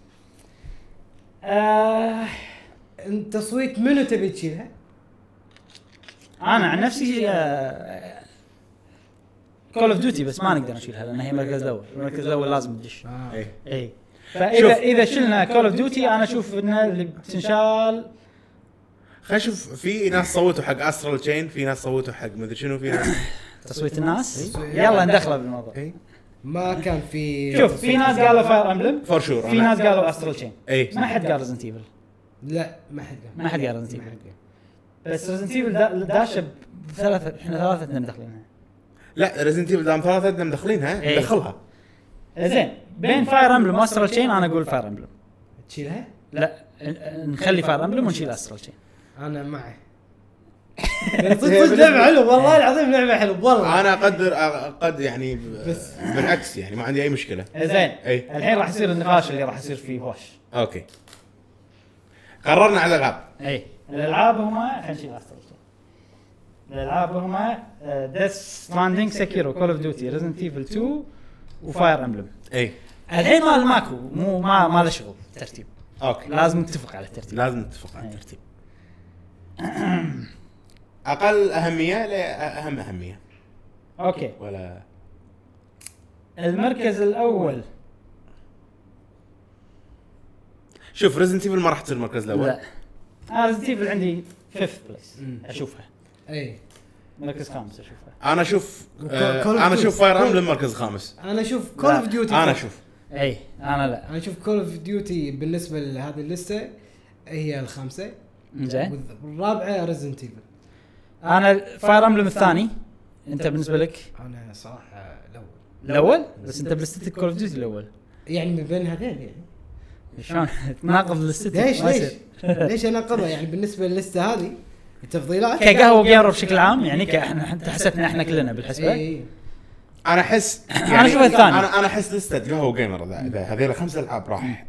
آه انت تصويت منو تبي تشيلها؟ انا عن نفسي كول اوف ديوتي بس ما نقدر نشيلها لان هي المركز الاول، المركز الاول لازم تدش. آه. اي. اي شوف. فاذا اذا شلنا كول اوف ديوتي انا اشوف ان اللي بتنشال. خلينا نشوف. في ناس صوتوا حق استرال تشين، في ناس صوتوا حق مدري شنو، في ناس تصويت الناس إيه. يلا ندخله بالموضوع. اي ما كان في شوف في ناس قالوا فاير امبلم، فور شور. في ناس قالوا استرال تشين، اي ما حد قال ريزنت ايفل. لا ما حد قال ما حد قال Resident ما Evil. حد قال. بس ريزنت ايفل داشه بثلاثه، احنا ثلاثه مدخلينها. لا ريزنت ايفل دام ثلاثة بدنا مدخلينها إيه. ندخلها. زين بين فاير امبلم واسترال تشين انا اقول فاير امبلم. تشيلها لا نخلي فاير امبلم ونشيل استرال تشين. انا معه. صدق لعبه حلوه والله العظيم لعبه حلوه والله. انا اقدر قد يعني ب- بس. بالعكس يعني ما عندي اي مشكله. زين إيه. الحين راح يصير النقاش اللي راح يصير فيه هوش. اوكي قررنا على الالعاب. اي الالعاب هما خلينا نشيل استرال تشين. الالعاب هما ديث ستراندينج، سكيرو، كول اوف ديوتي، ريزنت ايفل تو وفاير امبلم. اي الحين مال ماكو مو ما ما له شغل ترتيب، اوكي لازم نتفق على الترتيب. لازم نتفق على إيه. الترتيب. اقل اهميه لاهم اهميه اوكي ولا المركز الاول. شوف ريزنت ايفل ما راح تصير المركز الاول. لا انا ريزنت ايفل عندي فيفث بليس مم. اشوفها، اي مركز خامس اشوفها. انا اشوف آه Call of انا Duty. اشوف فاير Call- امبلم مركز خامس. انا اشوف كول لا، اوف ديوتي. انا اشوف اي انا لا. انا اشوف كول اوف ديوتي بالنسبه لهذه اللسته هي الخامسه، زين والرابعه ريزنت ايفل. انا فاير امبلم الثاني، انت بالنسبه لك انا صراحه الاول الاول، بس انت بلستك كول اوف ديوتي الاول. يعني من بين هذين يعني. شلون تناقض لستك؟ ليش ما ليش يصير. ليش انا قضى يعني بالنسبه للسته هذه التفضيلات كقهوه جيمر بشكل عام يعني كاحنا انت حسبنا احنا كلنا بالحسبه. اي انا احس أنا أشوفها الثاني. انا انا احس لسته قهوه جيمر اذا هذول الخمس العاب راح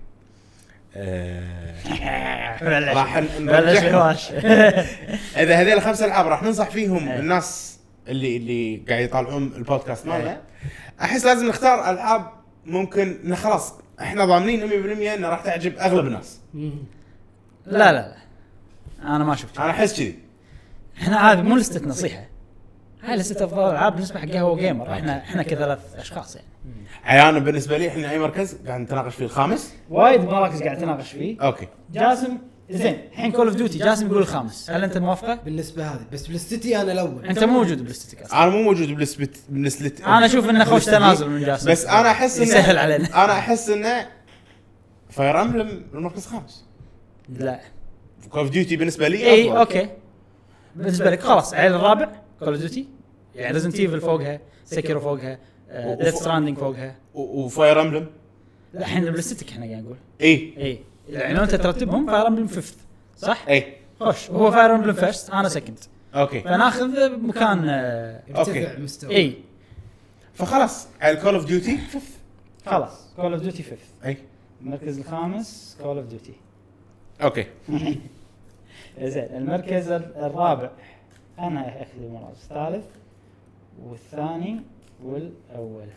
آه راح بلش نرجعهم. الهواش. اذا هذول الخمس العاب راح ننصح فيهم إيه. الناس اللي اللي قاعد يطالعون البودكاست مالنا. احس لازم نختار العاب ممكن إن خلاص احنا ضامنين مية بالمية انه راح تعجب اغلب الناس. مم. لا لا لا انا ما شفت. انا احس كذي. احنا هذه مو لستة نصيحه، هاي لستة افضل العاب بالنسبه حق قهوه جيمر. احنا احنا كثلاث اشخاص يعني احيانا بالنسبه لي احنا اي مركز قاعد نتناقش فيه الخامس. وايد مراكز قاعد تناقش فيه. اوكي جاسم زين الحين كول اوف ديوتي جاسم يقول الخامس، هل انت موافقه؟ بالنسبه هذه بس بلستي انا الاول. انت مو موجود بلستك اصلا. انا مو موجود بالنسبه بالنسبه انا اشوف انه خوش تنازل من جاسم، بس انا احس انه يسهل علينا. انا احس انه فاير امبلم المركز الخامس. لا كول اوف ديوتي بالنسبه لي اي افضل. اوكي بالنسبه لك خلاص عيل الرابع كول اوف ديوتي، يعني ريزنت ايفل فوقها، سكيرو فوقها، ديث ستراندينج فوقها. و- وفاير امبلم لا الحين بلستك احنا قاعد نقول اي اي يعني لو انت ترتبهم فاير امبلم فيفث صح؟ اي خوش وهو فاير امبلم فيرست انا سكند، اوكي فناخذ مكان آه، يرتفع أوكي. مستوى. اي فخلاص على كول اوف ديوتي خلاص كول اوف ديوتي فيفث. اي المركز الخامس كول اوف ديوتي. اوكي زين المركز الرابع انا اخذ المركز الثالث والثاني والاول.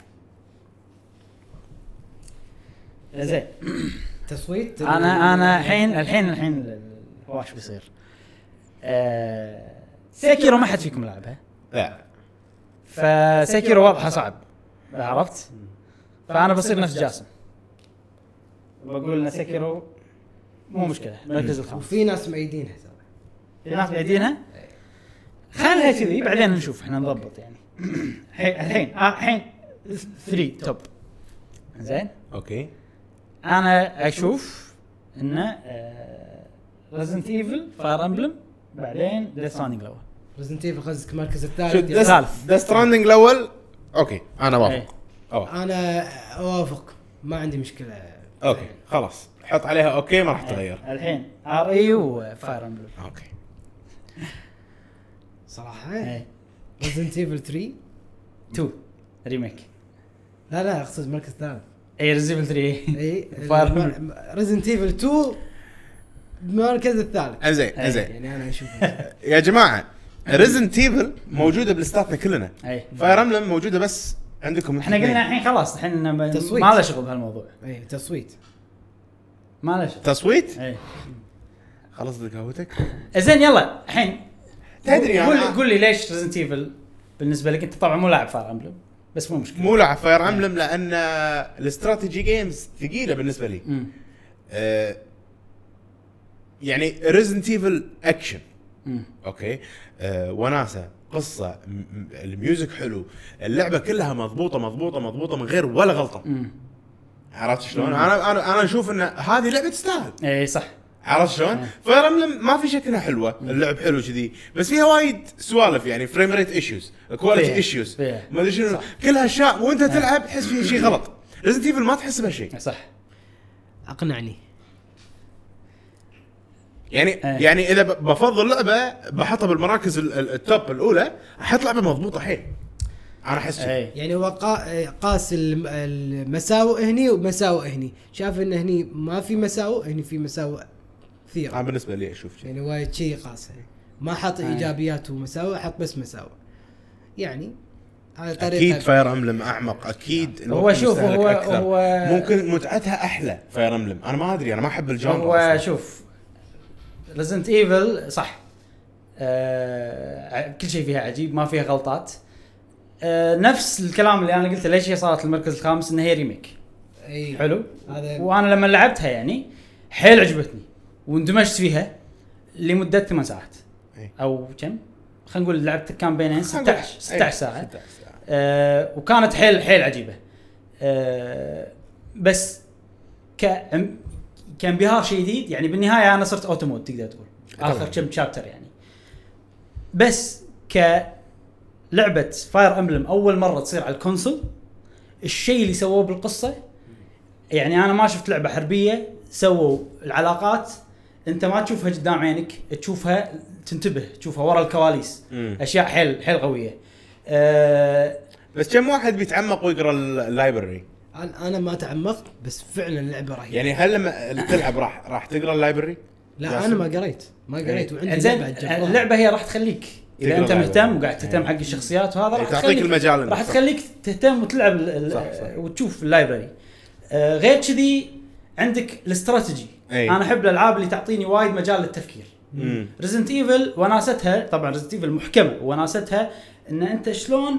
زين تصويت انا انا الحين الحين الحين الهواش بيصير. آه سيكيرو ما حد فيكم لعبها، لا فسيكيرو واضحه صعب عرفت، فانا بصير نفس جاسم بقول ان سيكيرو مو مشكله المركز الخامس. وفي ناس مأيدينها ترى. في ناس قاعدينها خلها كذي بعدين نشوف احنا نضبط يعني. الحين آه، الحين ثلاثة توب. زين اوكي انا اشوف انه ريزنت ايفل فاير امبلم بعدين ديث ستراندينج الاول. ريزنت ايفل قصدك المركز شو الثالث. دس- ثالث. ذا ستراندنج الاول. اوكي انا إيه. وافق. أوه. انا اوافق ما عندي مشكله. اوكي خلاص حط عليها اوكي ما راح تغير. الحين ار اي وفاير امبلم. اوكي صراحه اي ريزنت ايفل ثلاثة. تو ريميك. لا لا اقصد المركز الثالث. اي ريزيبل ثلاثة. اي Fire ريزنت ايفل اثنين المركز الثالث. انزين إيه. انزين يعني انا اشوف يا جماعه ريزنت ايفل موجوده بلستاتنا كلنا. اي فاير امبلم موجوده بس عندكم احنا قلنا الحين خلاص الحين ما تصويت. له شغل بهالموضوع، اي تصويت. ما له شغل. تصويت. اي خلص قهوتك. زين يلا الحين تدري قول أنا- لي قول لي ليش ريزنت ايفل بالنسبه لك انت طبعا مو لاعب فاير امبلم بس مو مشكله. مو لاعب فاير امبلم لان الاستراتيجي جيمز ثقيله بالنسبه لي. امم آه يعني ريزنت ايفل اكشن امم اوكي آه وناسه قصه م- م- الميوزك حلو اللعبه كلها مضبوطه مضبوطه مضبوطه من غير ولا غلطه. امم عرفت شلون؟ انا انا انا اشوف ان هذه لعبه تستاهل. اي صح عرفت شلون؟ فرملم ما في شك انها حلوه، اللعب حلو كذي، بس فيها وايد سوالف يعني فريم ريت ايشوز، كواليتي فيها. ايشوز، فيها. ما ادري شنو، كل هالاشياء وانت تلعب تحس في شيء غلط. ريزنت ايفل ما تحس بهالشيء. صح. اقنعني يعني إيه. يعني اذا ب- بفضل لعبه بحطها بالمراكز ال- ال- التوب الاولى، احط لعبه مضبوطه حيل. انا احس كذي. اي يعني هو قا- قاس الم- المساوئ هني ومساوئ هني، شاف ان هني ما في مساوئ، هني في مساوئ كثير. انا بالنسبه لي اشوف شيء. يعني وايد شيء قاسه، ما حط ايجابيات ومساوئ، حط بس مساوئ. يعني هذه طريقه اكيد فاير امبلم اعمق، اكيد هو الوقت شوف، مستهلك هو- أكثر. هو- ممكن متعتها احلى فاير امبلم، انا ما ادري، انا ما احب الجانر هو أصلاً. شوف ريزنت ايفل صح، آه كل شيء فيها عجيب، ما فيها غلطات. آه نفس الكلام اللي انا قلته ليش هي صارت المركز الخامس، انها هي ريميك اي حلو. هذا وانا لما لعبتها يعني حيل عجبتني واندمجت فيها لمده ثمان ساعات إي. او كم، خلينا نقول لعبت كان بينين خلينا نقول- ستة عشر ستة عشر إي، ساعه. ستة عشر ساعة. آه وكانت حيل حيل عجيبه. آه بس ك كانبهار شيء جديد يعني. بالنهايه انا صرت اوتومود تقدر تقول اخر طبعاً. كم شابتر يعني. بس كلعبه فاير امبلم اول مره تصير على الكونسول، الشيء اللي سووه بالقصه يعني انا ما شفت لعبه حربيه سووا العلاقات انت ما تشوفها قدام عينك، تشوفها تنتبه، تشوفها ورا الكواليس. مم. اشياء حيل حيل قويه. أه بس كم واحد بيتعمق ويقرا اللايبرري؟ انا انا ما تعمقت، بس فعلا اللعبه رهيبه. يعني هل لما تلعب راح راح تقرا اللايبرري؟ لا جاسم؟ انا ما قريت ما قريت وعندي زين لعبه جبارة. اللعبه هي راح تخليك اذا تقرا انت اللعبة. مهتم وقاعد إيه. تهتم حق الشخصيات وهذا إيه، راح تعطيك تخليك المجال إنك راح صح. تخليك تهتم وتلعب ال- صح، ال- صح. وتشوف اللايبرري. أه غير كذي عندك الاستراتيجي. إيه. انا احب الالعاب اللي تعطيني وايد مجال للتفكير. مم. ريزنت ايفل وناستها طبعا ريزنت ايفل محكمه وناستها ان انت شلون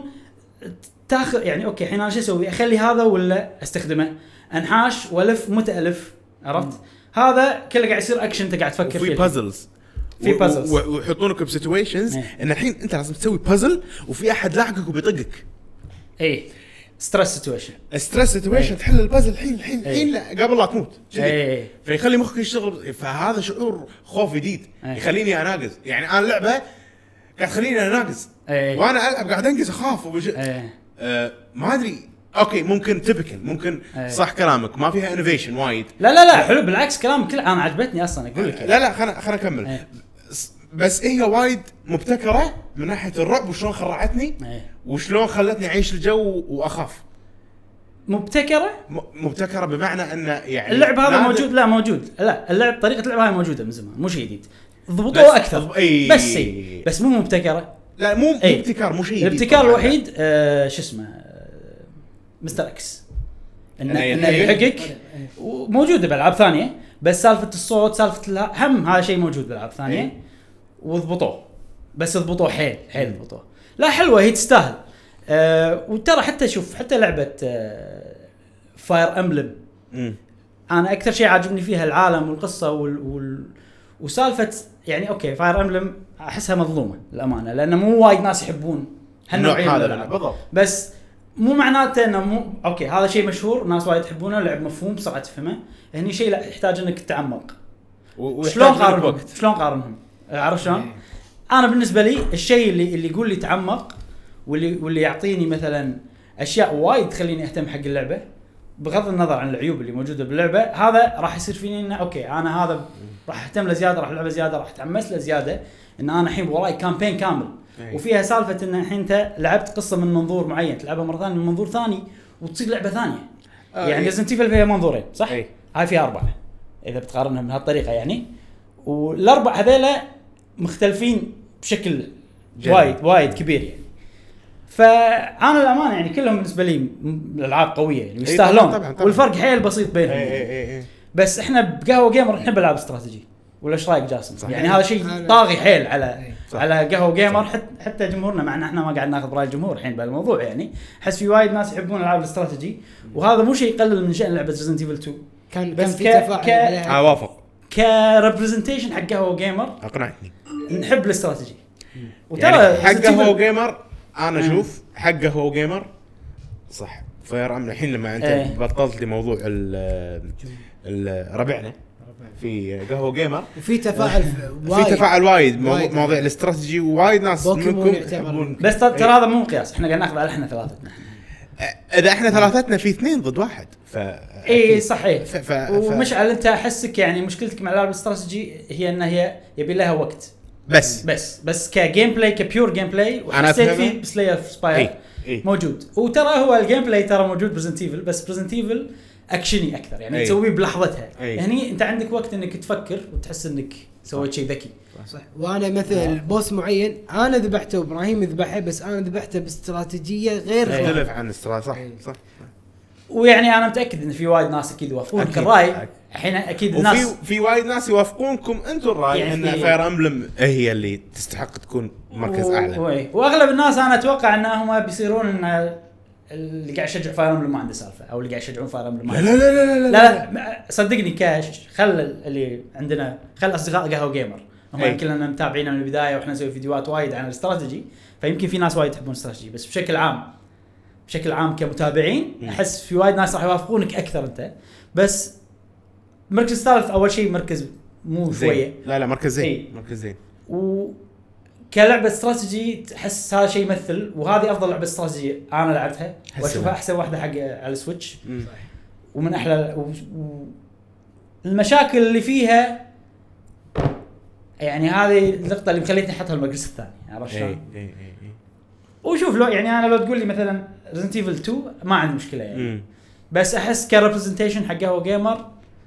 تاخذ يعني اوكي الحين انا شو اسوي، اخلي هذا ولا استخدمه، انحاش والف متالف، عرفت؟ هذا كله قاعد يصير اكشن انت قاعد تفكر وفي فيه. بازلز في puzzles. ويحطونك بسيتويشنز إيه. ان الحين انت لازم تسوي بازل وفي احد لاحقك وبيطقك. اي ستريس سيتويشن. ستريس سيتويشن، إيه. تحل البازل الحين الحين إيه. الحين لا، قبل لا تموت كذي. اي فيخلي مخك يشتغل، فهذا شعور خوف جديد إيه. يخليني اناقز. يعني انا اللعبه قاعد تخليني اناقز إيه. وانا العب قاعد انقز اخاف وبش... اي آه ما ادري. اوكي ممكن تبكل ممكن إيه. صح كلامك ما فيها انوفيشن وايد. لا لا لا حلو بالعكس كلامك كله انا عجبتني اصلا اقول لك. لا لا خلنا خلنا نكمل. إيه. س- بس هي وايد مبتكره من ناحيه الرعب وشلون خرعتني إيه. وشلون خلتني اعيش الجو واخاف. مبتكره. م- مبتكره بمعنى انه يعني اللعب هذا نادر- موجود، لا موجود، لا اللعب طريقه اللعب هاي موجوده من زمان، مو شيء جديد، ضبطوه اكثر. أي. بس شيء بس مو مبتكره. لا مو إيه. مو ابتكار، مو شيء جديد الابتكار طبعاً. الوحيد آه شو اسمه آه مستر اكس انه إنه انه يلحقك. يلحقك، وموجوده بالالعاب ثانيه، بس سالفه الصوت سالفه الها- هم هذا شيء موجود بالالعاب ثانيه. إيه. وضبطوه، بس ضبطوه حيل حيل ضبطوه. لا حلوه هي تستاهل. آه وترى حتى شوف حتى لعبه آه فاير امبلم مم. انا اكثر شيء عاجبني فيها العالم والقصه وال, وال... وسالفه يعني اوكي فاير امبلم احسها مظلومه للامانه، لانه مو وايد ناس يحبون هالنوعيه من هذا الالعاب. بالضبط. بس مو معناته انه مو اوكي هذا شيء مشهور ناس وايد يحبونه، لعب مفهوم بسرعه تفهمه. هني شيء لا يحتاج انك تتعمق. و- ويحتاج شلون منك قارنهم وقت. شلون قارنهم عرفت شلون؟ انا بالنسبه لي الشيء اللي اللي يقول لي تعمق واللي واللي يعطيني مثلا اشياء وايد تخليني اهتم حق اللعبه بغض النظر عن العيوب اللي موجوده باللعبه، هذا راح يصير فيني انه اوكي انا هذا راح اهتم له زياده، راح العبه زياده، راح اتحمس له زياده. ان انا الحين وراي كامبين كامل أي. وفيها سالفه ان الحين انت لعبت قصه من منظور معين تلعبها مره ثانيه من منظور ثاني وتصير لعبه ثانيه. آه يعني إيه. ريزنت ايفل فيها منظورين صح؟ أي. هاي فيها اربعه اذا بتقارنها من هالطريقه يعني، والاربع هذيلا مختلفين بشكل جميل. وايد وايد كبير يعني. فانا الامانه يعني كلهم بالنسبه لي م- الالعاب قويه يعني ويستاهلون، طبعاً، طبعاً، طبعاً. والفرق حيل بسيط بينهم إيه يعني. إيه إيه إيه. بس احنا بقهوه جيمر نحب العاب استراتيجي، ولا ايش رايك جاسم؟ صح. يعني هذا شيء أنا- طاغي حيل على إيه. صح. على قهوه جيمر. حتى حتى جمهورنا، مع ان احنا ما قاعد ناخذ براي الجمهور الحين بهالموضوع يعني، احس في وايد ناس يحبون العاب الاستراتيجي، وهذا مو شيء يقلل من شان لعبه ريزنت ايفل تو. كان بس كان في ك- تفاعل ك- عليها. اوافق. كريبرزنتيشن حق قهوه جيمر اقنعتني. نحب الاستراتيجي. يعني حق Resident Evil- هو جيمر انا مم. اشوف حق هو جيمر صح. فاير امبلم الحين لما انت إيه. بطلت لي موضوع ال ال- ربعنا في قهوه جيمر وفي تفاعل في تفاعل وايد وايد. مواضيع الاستراتيجي وايد ناس بوكيمون منكم يعتبر. يحبون. بس ترى ترى هذا مو مقياس، احنا قاعد ناخذ على احنا ثلاثتنا. اذا احنا ثلاثتنا في اثنين ضد واحد ف اي صحيح. ف... ف... ومشعل انت احسك يعني مشكلتك مع العاب الاستراتيجي هي انها هي يبي لها وقت بس بس بس كجيم بلاي كبيور جيم بلاي أنا وحسيت أفهمه. فيه بسلاير إيه. سباير إيه. موجود. وترى هو الجيم بلاي ترى موجود بريزنت ايفل، بس بريزنت ايفل اكشني اكثر يعني أي. تسويه بلحظتها. أي. هني انت عندك وقت انك تفكر وتحس انك سويت شيء ذكي. صح. وانا مثل بوس معين انا ذبحته وابراهيم ذبحه، بس انا ذبحته باستراتيجيه غير أي. يختلف عن السترا صح صح. ويعني انا متاكد ان في وايد ناس اكيد يوافقونك أكيد. الراي. أكيد. الحين اكيد الناس وفي في وايد ناس يوافقونكم انتم الراي يعني ان في- فاير امبلم هي اللي تستحق تكون مركز اعلى. و... واغلب الناس انا اتوقع انهم بيصيرون ان اللي قاعد يشجع فاير امبلم ما عنده سالفه، او اللي قاعد يشجعون فاير امبلم ما لا عنده لا لا لا لا لا لا صدقني كاش. خل اللي عندنا خل اصدقاء قهوه جيمر هم أي. يمكن لنا متابعينا من البدايه واحنا نسوي فيديوهات وايد عن الاستراتيجي، فيمكن في ناس وايد يحبون الاستراتيجي. بس بشكل عام بشكل عام كمتابعين م. احس في وايد ناس راح يوافقونك اكثر انت. بس مركز الثالث اول شيء مركز مو زين. شويه، لا لا مركز زين إيه. مركز زين. وكلعبه استراتيجي تحس هذا شيء يمثل. وهذه افضل لعبه استراتيجي انا لعبتها حسنا. واشوفها احسن واحده حق على السويتش. مم. ومن احلى و... و... المشاكل اللي فيها يعني هذه النقطه اللي مخليتني احطها المركز الثاني. عرفت اي شلون؟ اي اي اي. وشوف لو يعني انا لو تقول لي مثلا ريزنت ايفل تو ما عندي مشكله يعني. مم. بس احس كريبرزنتيشن حق قهوه جيمر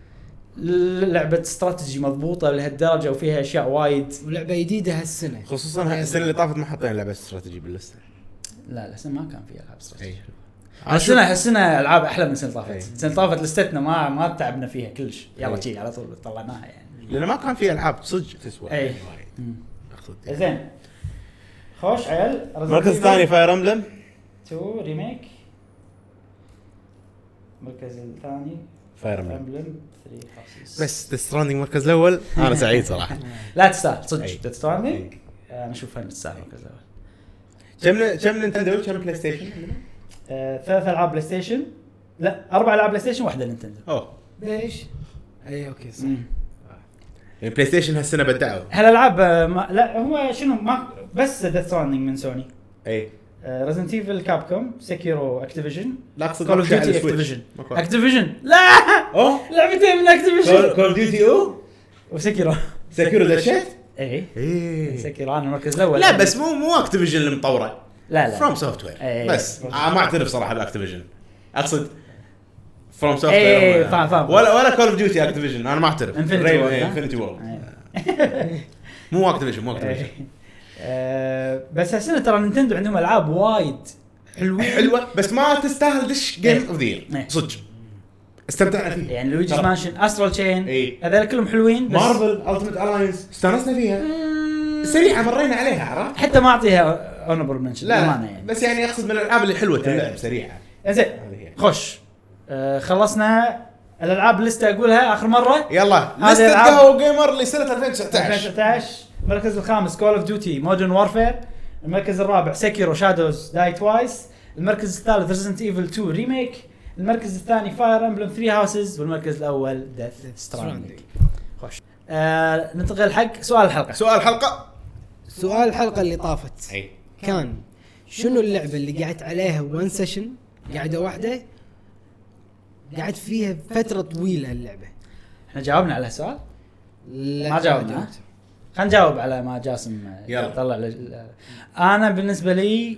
لعبه استراتيجي مضبوطه لهالدرجه وفيها اشياء وايد. ولعبه جديده هالسنه خصوصا السنه اللي طافت ما حطينا لعبه استراتيجي باللسته. لا لا سنة ما كان في العاب استراتيجي. اي السنه السنه العاب احلى من السنه اللي أي. طافت. السنه اللي طافت لستنا ما ما تعبنا فيها كلش. يلا أي. شي على طول طلعناها يعني. لان ما كان في العاب صدق تسوى. أي. وايد. مم. اقصد زين خوش عيال. المركز الثاني فاير امبلم تو ريميك. المركز الثاني فاير امبلم امبلم ثلاثة خاصيص. بس تستراندينج المركز الاول انا سعيد صراحه. لا تستاهل صدق. أي. تستاهل. انا اشوفها تستاهل المركز الاول. كم كم نينتندو كم بلاي ستيشن؟ آه، ثلاث العاب بلاي ستيشن. لا اربع العاب بلاي ستيشن واحده نينتندو. اوه ليش؟ اي اوكي صح. البلاي ستيشن هالسنه بدعوا. هالالعاب آه، ما لا هو شنو ما بس ديث ستراندينج من سوني. اي ريزنت ايفل كابكوم سيكيرو اكتيفيجن لا اقصد كول اوف على ديوتي السويتش. اكتيفيجن ماكو. اكتيفيجن لا اوه لعبتين من اكتيفيجن كول اوف ديوتي او وسيكيرو. سكيورو دشيت. اي ايه سيكيرو انا المركز الاول. لا بس مو مو اكتيفيجن اللي مطوره. لا لا فروم سوفت وير إيه. بس آه ما اعترف صراحه باكتيفيجن. اقصد فروم سوفت إيه، وير فاهم- فاهم. ولا ولا كول اوف ديوتي اكتيفيجن انا ما اعترف. Infinity Ward، ها؟ انفنتي وورد إيه. مو اكتيفيجن مو اكتيفيجن. إيه. آه، بس هالسنه ترى نينتندو عندهم العاب وايد حلوين حلوه بس ما تستاهل دش جيم اوف ذا إيه. يير صدق. استمتعنا فيه. يعني لويجيز ترى. مانشن استرال تشين إيه. هذول كلهم حلوين بس مارفل التيمت الاينس استانسنا فيها سريعه مرينا عليها عرفت. حتى ما اعطيها اونبل منشن لا يعني. بس يعني اقصد من الالعاب اللي حلوه تلعب سريعه. زين هذه هي. خش. آه، خلصنا الالعاب لسه اقولها اخر مره. يلا هذه لسته ألعاب. قهوه جيمر لسنه ألفين وتسعة عشر. ألفين وتسعة عشر المركز الخامس كول اوف ديوتي مودرن وارفير. المركز الرابع سيكيرو شادوز داي توايس. المركز الثالث ريزنت ايفل تو ريميك. المركز الثاني فاير امبلم ثري هاوسز. والمركز الاول ديث ستراندينج. خش. آه ننتقل حق سؤال الحلقه. سؤال الحلقه. سؤال الحلقه اللي طافت اي كان شنو اللعبه اللي قعدت عليها وان سيشن قاعده واحده قعدت فيها فتره طويله اللعبه؟ احنا جاوبنا على السؤال. لا ما جاوبنا. جاوبت. خلينا نجاوب على ما جاسم يلا. طلع لل- انا بالنسبه لي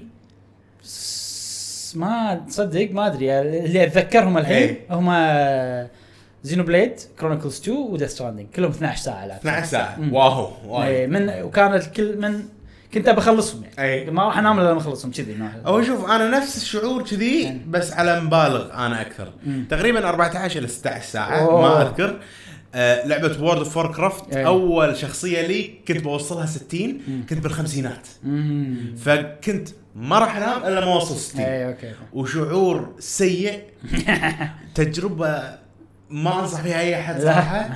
س- ما تصدق ما ادري اللي اتذكرهم الحين إيه. هم زينو بليد كرونيكلز تو وديث ستراندينج كلهم اثنا عشر ساعه لعبت. اثنا عشر ساعه مم. واو إيه، وايد. من وكانت كل من كنت بخلصهم يعني اي ما راح انام الا لما اخلصهم كذي ما- هو شوف انا نفس الشعور كذي بس على مبالغ انا اكثر. مم. تقريبا أربعة عشر الى ستة عشر ساعه أوه. ما اذكر. آه لعبه وورد اوف وور كرافت إيه. اول شخصيه لي كنت بوصلها ستين مم. كنت بالخمسينات مم. فكنت ما راح انام الا ما اوصل ستين اي اوكي وشعور سيء. تجربه ما انصح فيها اي احد لا. صراحه.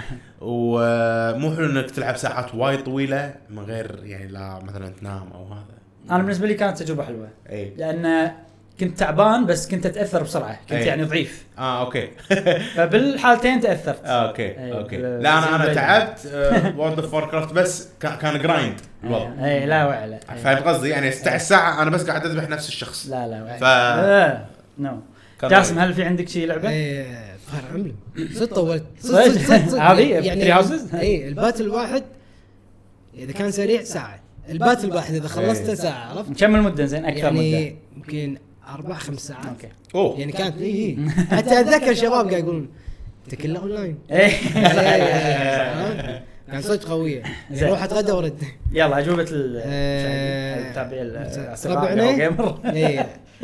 ومو حلو انك تلعب ساعات وايد طويله من غير يعني لا مثلا تنام او هذا. انا بالنسبه لي كانت تجربه حلوه اي لان كنت تعبان بس كنت اتاثر بسرعه كنت أي. يعني ضعيف اه اوكي فبالحالتين تاثرت آه، اوكي أي. اوكي بال- لا انا انا بال- تعبت وورد اوف واركرافت بس كا- كان جرايند الوضع اي لا وعلا فاهم قصدي يعني ستة عشر ساعه انا بس قاعد اذبح نفس الشخص لا لا وعلا ف- آه. نو كان جاسم رهيب. هل في عندك شيء لعبه؟ ايه فاير امبلم صدق طولت صدق؟ هذه Three Houses؟ اي الباتل الواحد اذا كان سريع ساعه، الباتل الواحد اذا خلصته ساعه، عرفت كم المده زين اكثر يعني يمكن اربع خمس ساعات مده اوكي اوه يعني كانت اي حتى اتذكر شباب قاعد يقولون انت كله اونلاين إيه. كان صدق قويه زين. روح اتغدى ورد يلا اجوبه آه، التابع ربعنا؟ جيمر إيه.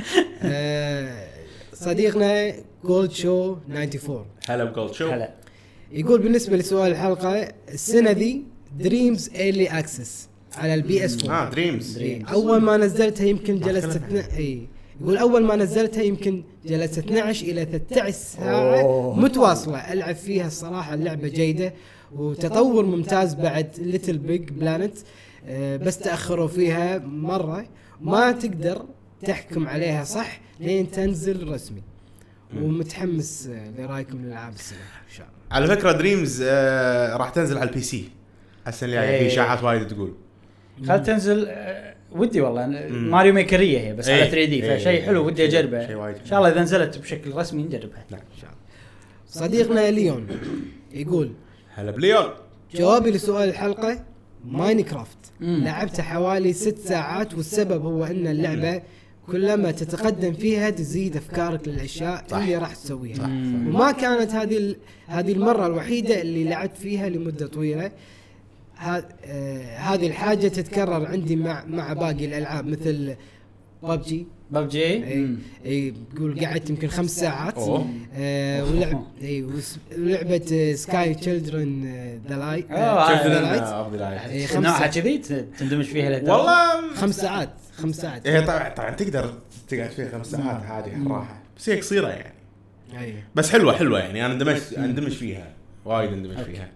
آه، صديقنا جولد شو أربعة وتسعين هلا بجولد شو هلا يقول بالنسبه لسؤال الحلقه السنه ذي دريمز ايرلي اكسس على البي اس اه فور دريمز اول ما نزلتها يمكن جلست اثنا- اي يقول اول ما نزلتها يمكن جلست اثنا عشر الى ثلاثة عشر ساعه أوه. متواصله العب فيها. الصراحه اللعبه جيده وتطور ممتاز بعد ليتل بيج بلانت، بس تاخروا فيها مره ما تقدر تحكم عليها صح لين تنزل رسمي. ومتحمس آه، لرايكم للعاب السنه ان شاء الله. على فكره دريمز آه راح تنزل على البي سي السنه الجايه في إيه. اشاعات وايد تقول خل تنزل آه، ودي والله ماريو ميكريه هي بس إيه. على ثري دي إيه. فشيء حلو ودي شيء- اجربه شيء وايد ان شاء الله اذا نزلت بشكل رسمي نجربها نعم. ان شاء الله. صديقنا ليون يقول هلا بليون جوابي لسؤال الحلقة ماينكرافت مم. لعبتها حوالي ست ساعات والسبب هو ان اللعبة كلما تتقدم فيها تزيد افكارك للاشياء صح. اللي راح تسويها. صح. وما كانت هذه ال- هذه المرة الوحيدة اللي لعبت فيها لمدة طويلة. ه- آه، هذه الحاجة تتكرر عندي مع مع باقي الالعاب مثل ببجي. ببجي اي اي يقول قعدت يمكن خمس ساعات. أوه. آه ولعب اي وس- ولعبة سكاي تشيلدرن ذا لايت آه، شوف آه، لايت. افضل إيه، خمس نوعها ساعات. كذي تندمج فيها لهالدرجة؟ والله خمس ساعات خمس ساعات هي طبعا طبعا تقدر تقعد فيها خمس ساعات عادي راحه بس هي قصيره يعني اي بس حلوه حلوه يعني انا اندمجت اندمج فيها وايد اندمج فيها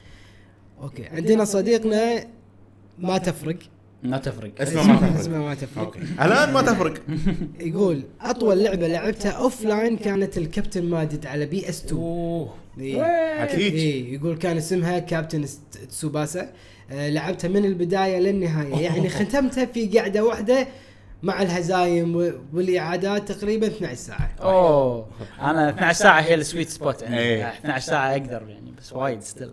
اوكي عندنا صديقنا ما تفرق ما تفرق اسمه ما تفرق اسمه ما تفرق اوكي الان ما تفرق يقول اطول لعبه لعبتها اوف لاين كانت الكابتن ماجد على بي اس تو. اوه إيه. اكيد إيه يقول كان اسمها كابتن ست- تسوباسا. آه لعبتها من البدايه للنهايه يعني ختمتها في قعده واحده مع الهزايم و- والاعادات تقريبا اثنا عشر ساعه. اوه انا اثنا عشر ساعه هي السويت سبوت عندي إيه. اثنا عشر ساعه اقدر يعني بس وايد ستيل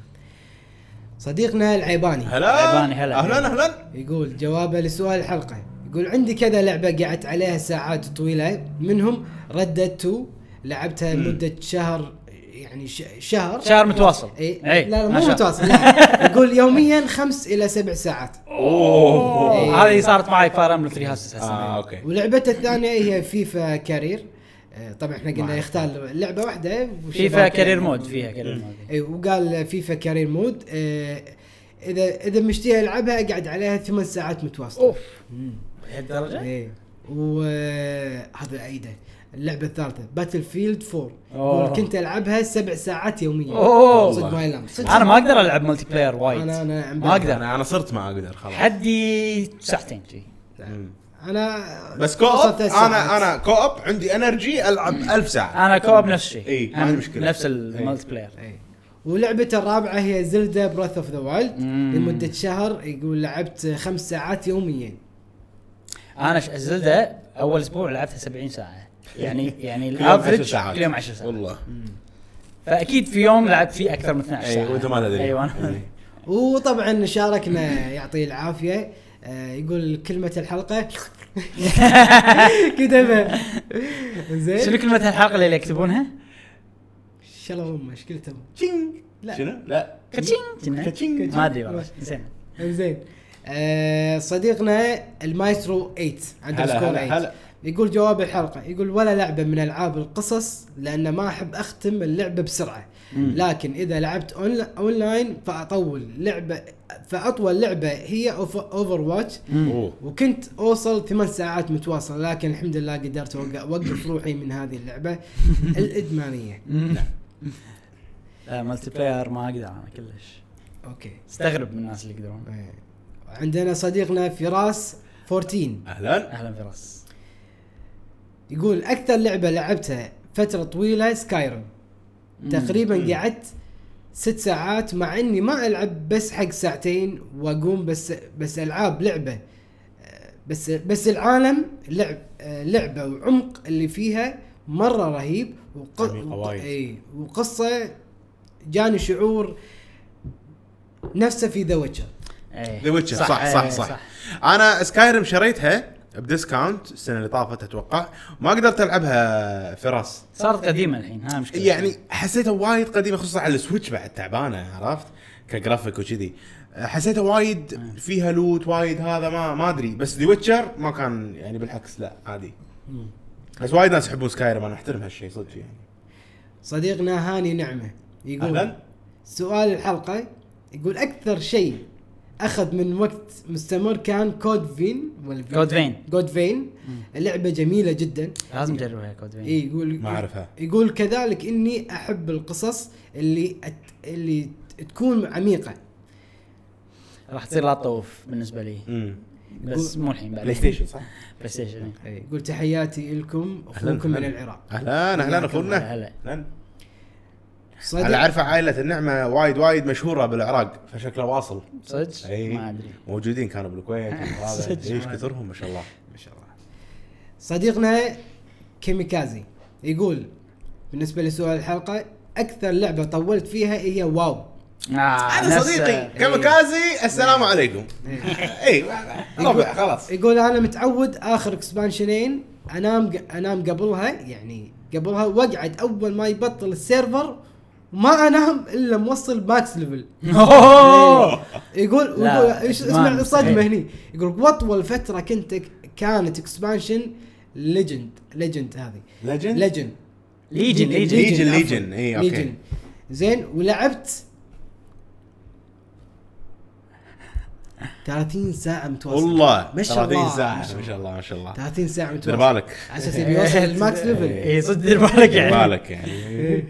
صديقنا العيباني هلا عيباني، هلا. اهلا اهلا يقول جوابه لسؤال الحلقة يقول عندي كذا لعبة قعدت عليها ساعات طويلة منهم ردد تو لعبتها مدة شهر يعني ش- شهر شهر متواصل اي إي، لا, لا ما مو شاء. متواصل لا يقول يوميا خمس الى سبع ساعات. اوه إيه. هذه صارت معي فاير امبلم ثري هاوسز اه هسه اوكي ولعبته الثانية هي فيفا كارير. آه، طبعا احنا قلنا يختار لعبة واحدة فيفا كارير مود فيها كارير مود اي وقال فيفا كارير مود. آه، اذا اذا مشتهي العبها اقعد عليها ثمان ساعات متواصلة. اوف لهالدرجه ايه وهذا عيده. اللعبه الثالثه باتل فيلد فور أوه. يقول كنت العبها سبع ساعات يوميا. أوه. صدق ما يلام صدق انا ما اقدر العب ملتي بلاير وايد انا انا ما اقدر انا انا صرت ما اقدر خلاص حدي ساعتين شي انا بس كو وصلت اب ثلاث ساعات. انا انا كو اب عندي انرجي العب ألف ساعه انا كوب نفس الشيء إي، ما عندي مشكلة. نفس الملتي بلاير ايه ولعبه الرابعه هي زلدا براث اوف ذا وايلد مم. لمده شهر. يقول لعبت خمس ساعات يوميا. انا ش- زلدة اول اسبوع لعبتها سبعين ساعه يعني يعني كل يوم عشر الافرج ساعات. كل يوم عشر ساعات والله فاكيد في يوم لعبت فيه اكثر من اثنا عشر اي ساعه وانت ما تدري ايوه أنا- إي. وطبعا شاركنا يعطيه العافيه. آه يقول كلمه الحلقه كتبها زين. شنو كلمه الحلقه اللي يكتبونها؟ شلا هم مشكلتهم. تشينج لا. شنو لا كاتشينج كاتشينج. ما ادري والله زين زين. آه صديقنا المايسترو ثمانية عنده هلا سكور هلا ثمانية هلا يقول جواب الحلقة يقول ولا لعبة من ألعاب القصص لأن ما أحب أختم اللعبة بسرعة. مم. لكن إذا لعبت أونلا- أونلاين فأطول لعبة فأطول لعبة هي أوفر واتش أوه. وكنت أوصل ثمان ساعات متواصلة لكن الحمد لله قدرت أوق- أوقف روحي من هذه اللعبة الإدمانية. لا ملتي بلاير ما اقدر انا كلش أوكي. استغرب من الناس اللي يقدرون إيه. عندنا صديقنا فراس أربعة عشر اهلا اهلا فراس يقول اكثر لعبه لعبتها فتره طويله سكايرم، تقريبا قعدت ست ساعات مع اني ما العب بس حق ساعتين واقوم، بس بس العاب لعبه بس بس العالم لعب لعبه وعمق اللي فيها مره رهيب وق... وق... اي وقصه جاني شعور نفسه في ذا ويتشر. ذا ويتشر صح صح, صح, صح, صح. انا سكايرم شريتها بديسكاونت السنه اللي طافت اتوقع، ما قدرت العبها فراس، صارت قديمه الحين ها مشكله يعني حسيتها وايد قديمه خصوصا على السويتش بعد تعبانه عرفت كجرافيك وكذي، حسيتها وايد فيها لوت وايد هذا ما ما ادري، بس دي ويتشر ما كان يعني بالعكس لا عادي. بس وايد ناس يحبون سكايرم انا احترم هالشيء صدق يعني. صديقنا هاني نعمه يقول أهلاً. سؤال الحلقه يقول اكثر شيء اخذ من وقت مستمر كان كود فين ولا كود فين كود فين لعبه جميله جدا لازم تجربها كود فين. إيه يقول ما اعرفها. يقول كذلك اني احب القصص اللي أت... اللي تكون عميقه، راح تصير لا تطوف بالنسبه لي امم بس مو الحين بعد بلاي ستيشن صح بلاي ستيشن. يقول تحياتي لكم اخوكم من العراق. اهلا اهلا اخونا هلا اهلا. انا عارفه عائله النعمه وايد وايد مشهوره بالعراق فشكله واصل صدق أي. ما ادري موجودين كانوا بالكويت وهذا ايش كثرهم ما شاء الله ما شاء الله. صديقنا كيميكازي يقول بالنسبه لسؤال الحلقه اكثر لعبه طولت فيها هي واو. آه انا صديقي كيميكازي السلام عليكم. اي ربع خلاص. يقول انا متعود اخر اكسبانشنين انام انام قبلها يعني قبلها واقعد اول ما يبطل السيرفر ما انام الا موصل ماكس ليفل. يقول يقول ايش اسمع الصدمه هني. يقول واطول فتره كنت كانت اكسبانشن ليجند ليجند هذه ليجند ليجند ليجن ليجن ليجن اي اوكي زين ولعبت ثلاثين ساعه متواصله والله ما شاء الله ثلاثين ساعه ما شاء الله ما شاء الله ثلاثين ساعه دير متواصله بالك على اساس يوصل الماكس ليفل. اي صدق دير بالك دير يعني بالك يعني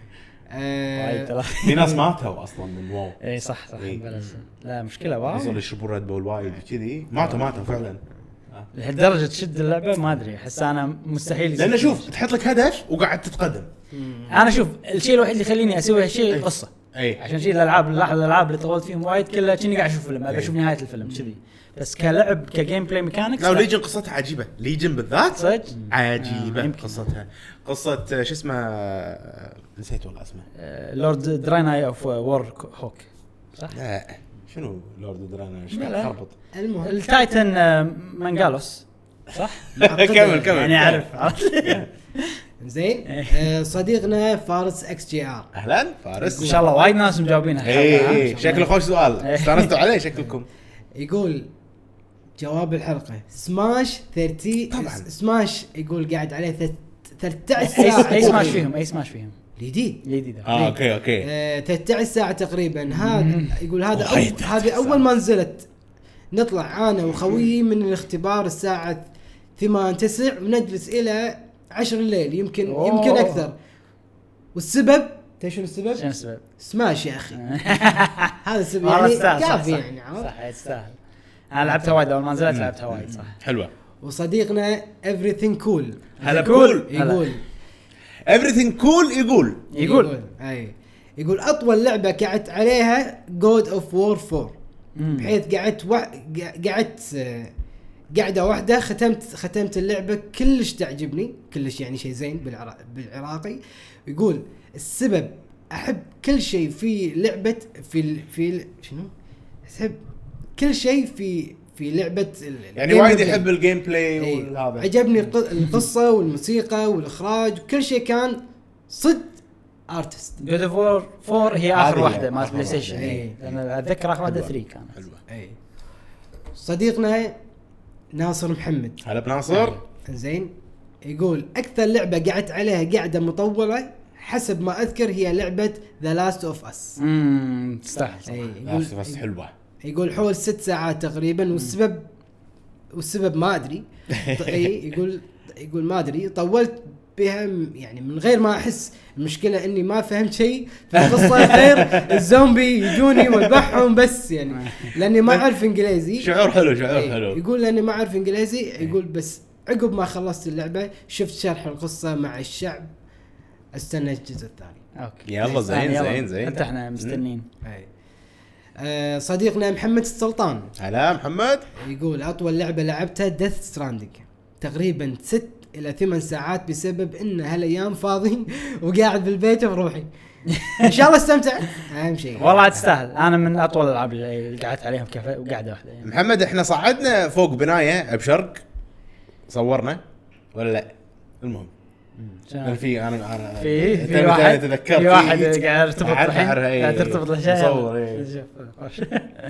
آه في ناس ماتوا اصلا من واو. اي صح صح إيه. بلس. لا مشكله وصلوا واو يشربون ريد بول وايد كذي ماتوا ماتوا فعلا لهالدرجه تشد اللعبه ما ادري احس انا مستحيل لان شوف تحط لك هدف وقاعد تتقدم. انا شوف الشيء الوحيد اللي يخليني اسوي هالشيء قصه اي عشان شيء الالعاب اللحظه الالعاب اللي طولت فيهم وايد كلها كني قاعد اشوف فيلم ابي اشوف نهايه الفيلم كذي، بس كلعب كجيم بلاي ميكانكس لا ليجن قصتها عجيبه ليجن بالذات صدق عجيبه آه قصتها قصه شو اسمه نسيت والله اسمه لورد درايناي اوف وور هوك صح لا شنو لورد درانا ايش لا. خربط المهم التايتن مانجالوس صح كمل كمل يعني اعرف زين آه صديقنا فارس اكس جي ار اهلا فارس ان شاء الله وايد ناس مجاوبينها. اي شكله خوش سؤال استانستوا عليه شكلكم. يقول جواب الحلقه سماش ثلاثين طبعاً. سماش يقول قاعد عليه ثلاثة عشر ساعه اي سماش فيهم اي سماش فيهم جديد جديد اه اوكي اوكي آه ثلاثة عشر ساعه تقريبا. هذا يقول هذا أو هذه اول ما نزلت نطلع انا وخويي من الاختبار الساعه ثمانية تسعة ونجلس الى عشرة الليل يمكن أوه. يمكن اكثر. والسبب شنو السبب؟ شنو السبب؟ سماش يا اخي هذا السبب والله يعني يستاهل، صح، كافي صح. يعني عرفت؟ صح يستاهل. انا لعبتها وايد اول ما نزلت لعبتها وايد صح حلوه. وصديقنا everything cool هلا كول يقول everything cool يقول يقول اي يقول اطول لعبه قعدت عليها جود اوف وور فور بحيث قعدت و... قعدت آه، قاعده واحده ختمت ختمت اللعبه كلش تعجبني كلش يعني شيء زين بالعرا... بالعراقي. يقول السبب احب كل شيء في لعبه في ال... في ال... شنو احب كل شيء في في لعبه ال... يعني وايد يحب الجيم بلاي والهذا عجبني الق- القصه والموسيقى والاخراج وكل شيء كان صد ارتست. جود اوف وور فور هي اخر هذه واحده هي مالت آخر بلاي واحدة. ستيشن إيه. لان اتذكر اخر واحده ثلاثة كانت حلوه. اي صديقنا ناصر محمد هلا بناصر زين يقول اكثر لعبه قعدت عليها قاعده مطوله حسب ما اذكر هي لعبه ذا لاست اوف اس. امم تستاهل صراحة. يقول بس حلوه يقول حول ست ساعات تقريبا والسبب والسبب ما ادري. اي يقول يقول ما ادري طولت بها م- يعني من غير ما احس. المشكله اني ما فهمت شيء في القصه غير الزومبي يجوني واذبحهم بس يعني لاني ما اعرف انجليزي. شعور حلو شعور إيه، حلو يقول لاني ما اعرف انجليزي. يقول بس عقب ما خلصت اللعبه شفت شرح القصه مع الشعب، استنى الجزء الثاني. اوكي يلا زين يلا. زين زين. انت احنا مستنين. اي آه صديقنا محمد السلطان هلا محمد. يقول اطول لعبه لعبتها ديث ستراندنج، تقريبا ست الى ثمان ساعات بسبب ان هالايام فاضي وقاعد بالبيت بروحي. ان شاء الله استمتع اهم شيء. والله تستاهل، انا من اطول الالعاب اللي قعدت عليهم كفا وقاعده واحده يعني. محمد احنا صعدنا فوق بنايه بشرق صورنا ولا لا؟ المهم كان في انا انا في أنت في واحد تذكرت في واحد قاعد يرتبط أحد الحين أحرها، إيه. قاعد ترتبط الاشياء. مصور، إيه. شوف.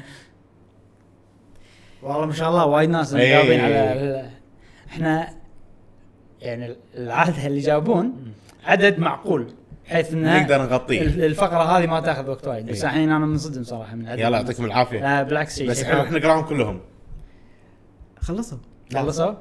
والله ما شاء الله وايد ناس إيه. جاوبين على ال- احنا يعني العاده اللي جابون عدد معقول بحيث ان نقدر نغطيه. الفقره هذه ما تاخذ وقت وايد، بس إيه. الحين انا منصدم صراحه من عدد يلا الناس. يعطيكم العافيه. لا بالعكس شيء بس شيء احنا حلو. راح نقراهم كلهم. خلصوا خلصوا.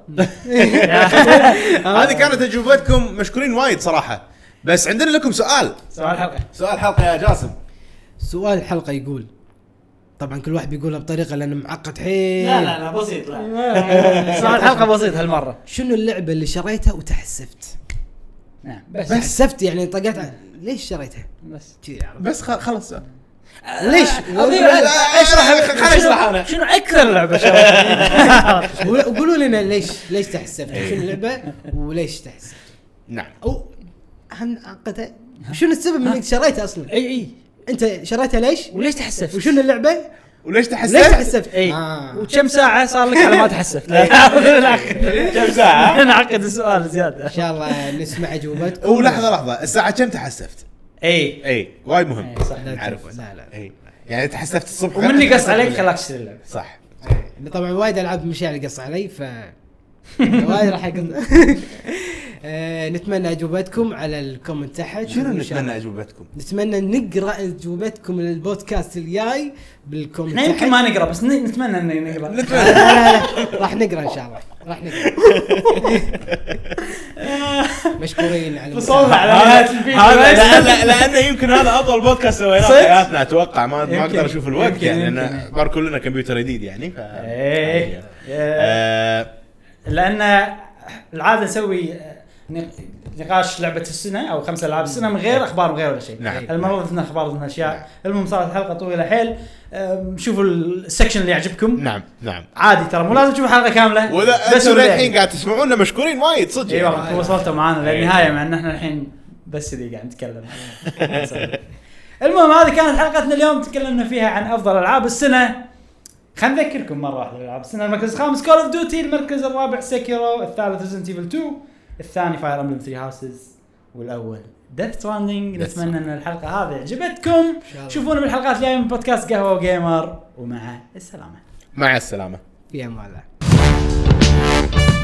هذه كانت تجربتكم، مشكورين وايد صراحه. بس عندنا لكم سؤال سؤال الحلقه. سؤال حلقه يا جاسم. سؤال الحلقه يقول، طبعا كل واحد بيقولها بطريقه لانه معقد حيل. لا لا لا بسيط. لا سؤال الحلقه بسيط هالمره. شنو اللعبه اللي شريتها وتحسفت؟ نعم بس تحسفت يعني طقت ع- ليش شريتها؟ بس كذي يعني. بس خ- خلص ليش؟ اشرح خليني اشرح انا. شنو اكثر لعبه شريتها؟ وقولوا لنا ليش ليش تحسفت؟ شنو اللعبه وليش تحسفت؟ نعم. او هنعقدها، شنو السبب انك شريتها اصلا؟ اي اي انت شريتها ليش؟ وليش تحسفت؟ وشنو اللعبه؟ وليش تحسفت؟ ليش تحسفت؟ اي آه. وكم ساعه صار لك على ما تحسفت؟ كم ساعه؟ نعقد السؤال زياده. ان شاء الله نسمع اجوبتكم. ولحظه لحظه، الساعه كم تحسفت؟ اي اي وايد مهم. إي، صح. لا نعرف. لا لا, لا. اي يعني تحسفت الصبح ومني قص عليك خلاك تشتري اللعبه. صح. طبعا وايد العاب مشاعر قص علي ف وايد راح اقص. آه، نتمنى اجوبتكم على الكومنت تحت. شنو وإن شاء نتمنى الله اجوبتكم؟ نتمنى نقرا اجوبتكم للبودكاست الجاي بالكومنت احنا يمكن تحت. ما نقرا بس ن- نتمنى ان نقرا. لا لا لا راح نقرا ان شاء الله راح نقرا. مشكورين على وصلنا على هذا نهايه الفيديو. هذا لأن لانه يمكن هذا اطول بودكاست سويناه صدق؟ بحياتنا اتوقع. ما ما يمكن. اقدر اشوف الوقت يمكن. يعني يمكن. لان صار كلنا كمبيوتر جديد يعني. ف ايه آه، لان العاده نسوي نقاش لعبه السنه او خمس العاب السنه من غير اخبار من غير ولا شيء. نعم. المره ضفنا اخبار ضفنا اشياء. المهم صارت حلقه طويله حيل. أم، شوفوا السكشن اللي يعجبكم. نعم نعم. عادي ترى مو لازم تشوفوا حلقه كامله. واذا بس انتم اللي الحين قاعد تسمعونا مشكورين وايد صدق. اي يعني. والله وصلتوا معانا للنهايه مع ان احنا الحين بس اللي قاعد نتكلم. المهم هذه كانت حلقتنا اليوم، تكلمنا فيها عن افضل العاب السنه. خلينا نذكركم مره واحده العاب السنه. المركز الخامس كول اوف ديوتي، المركز الرابع سيكيرو، الثالث ريزنت ايفل تو، الثاني فاير امبلم ثري هاوسز، والاول ديث ستراندنج. نتمنى ان الحلقه هذه عجبتكم. شوفونا بالحلقات الجايه من بودكاست قهوه وجيمر، ومع السلامه. مع السلامه. في امان الله.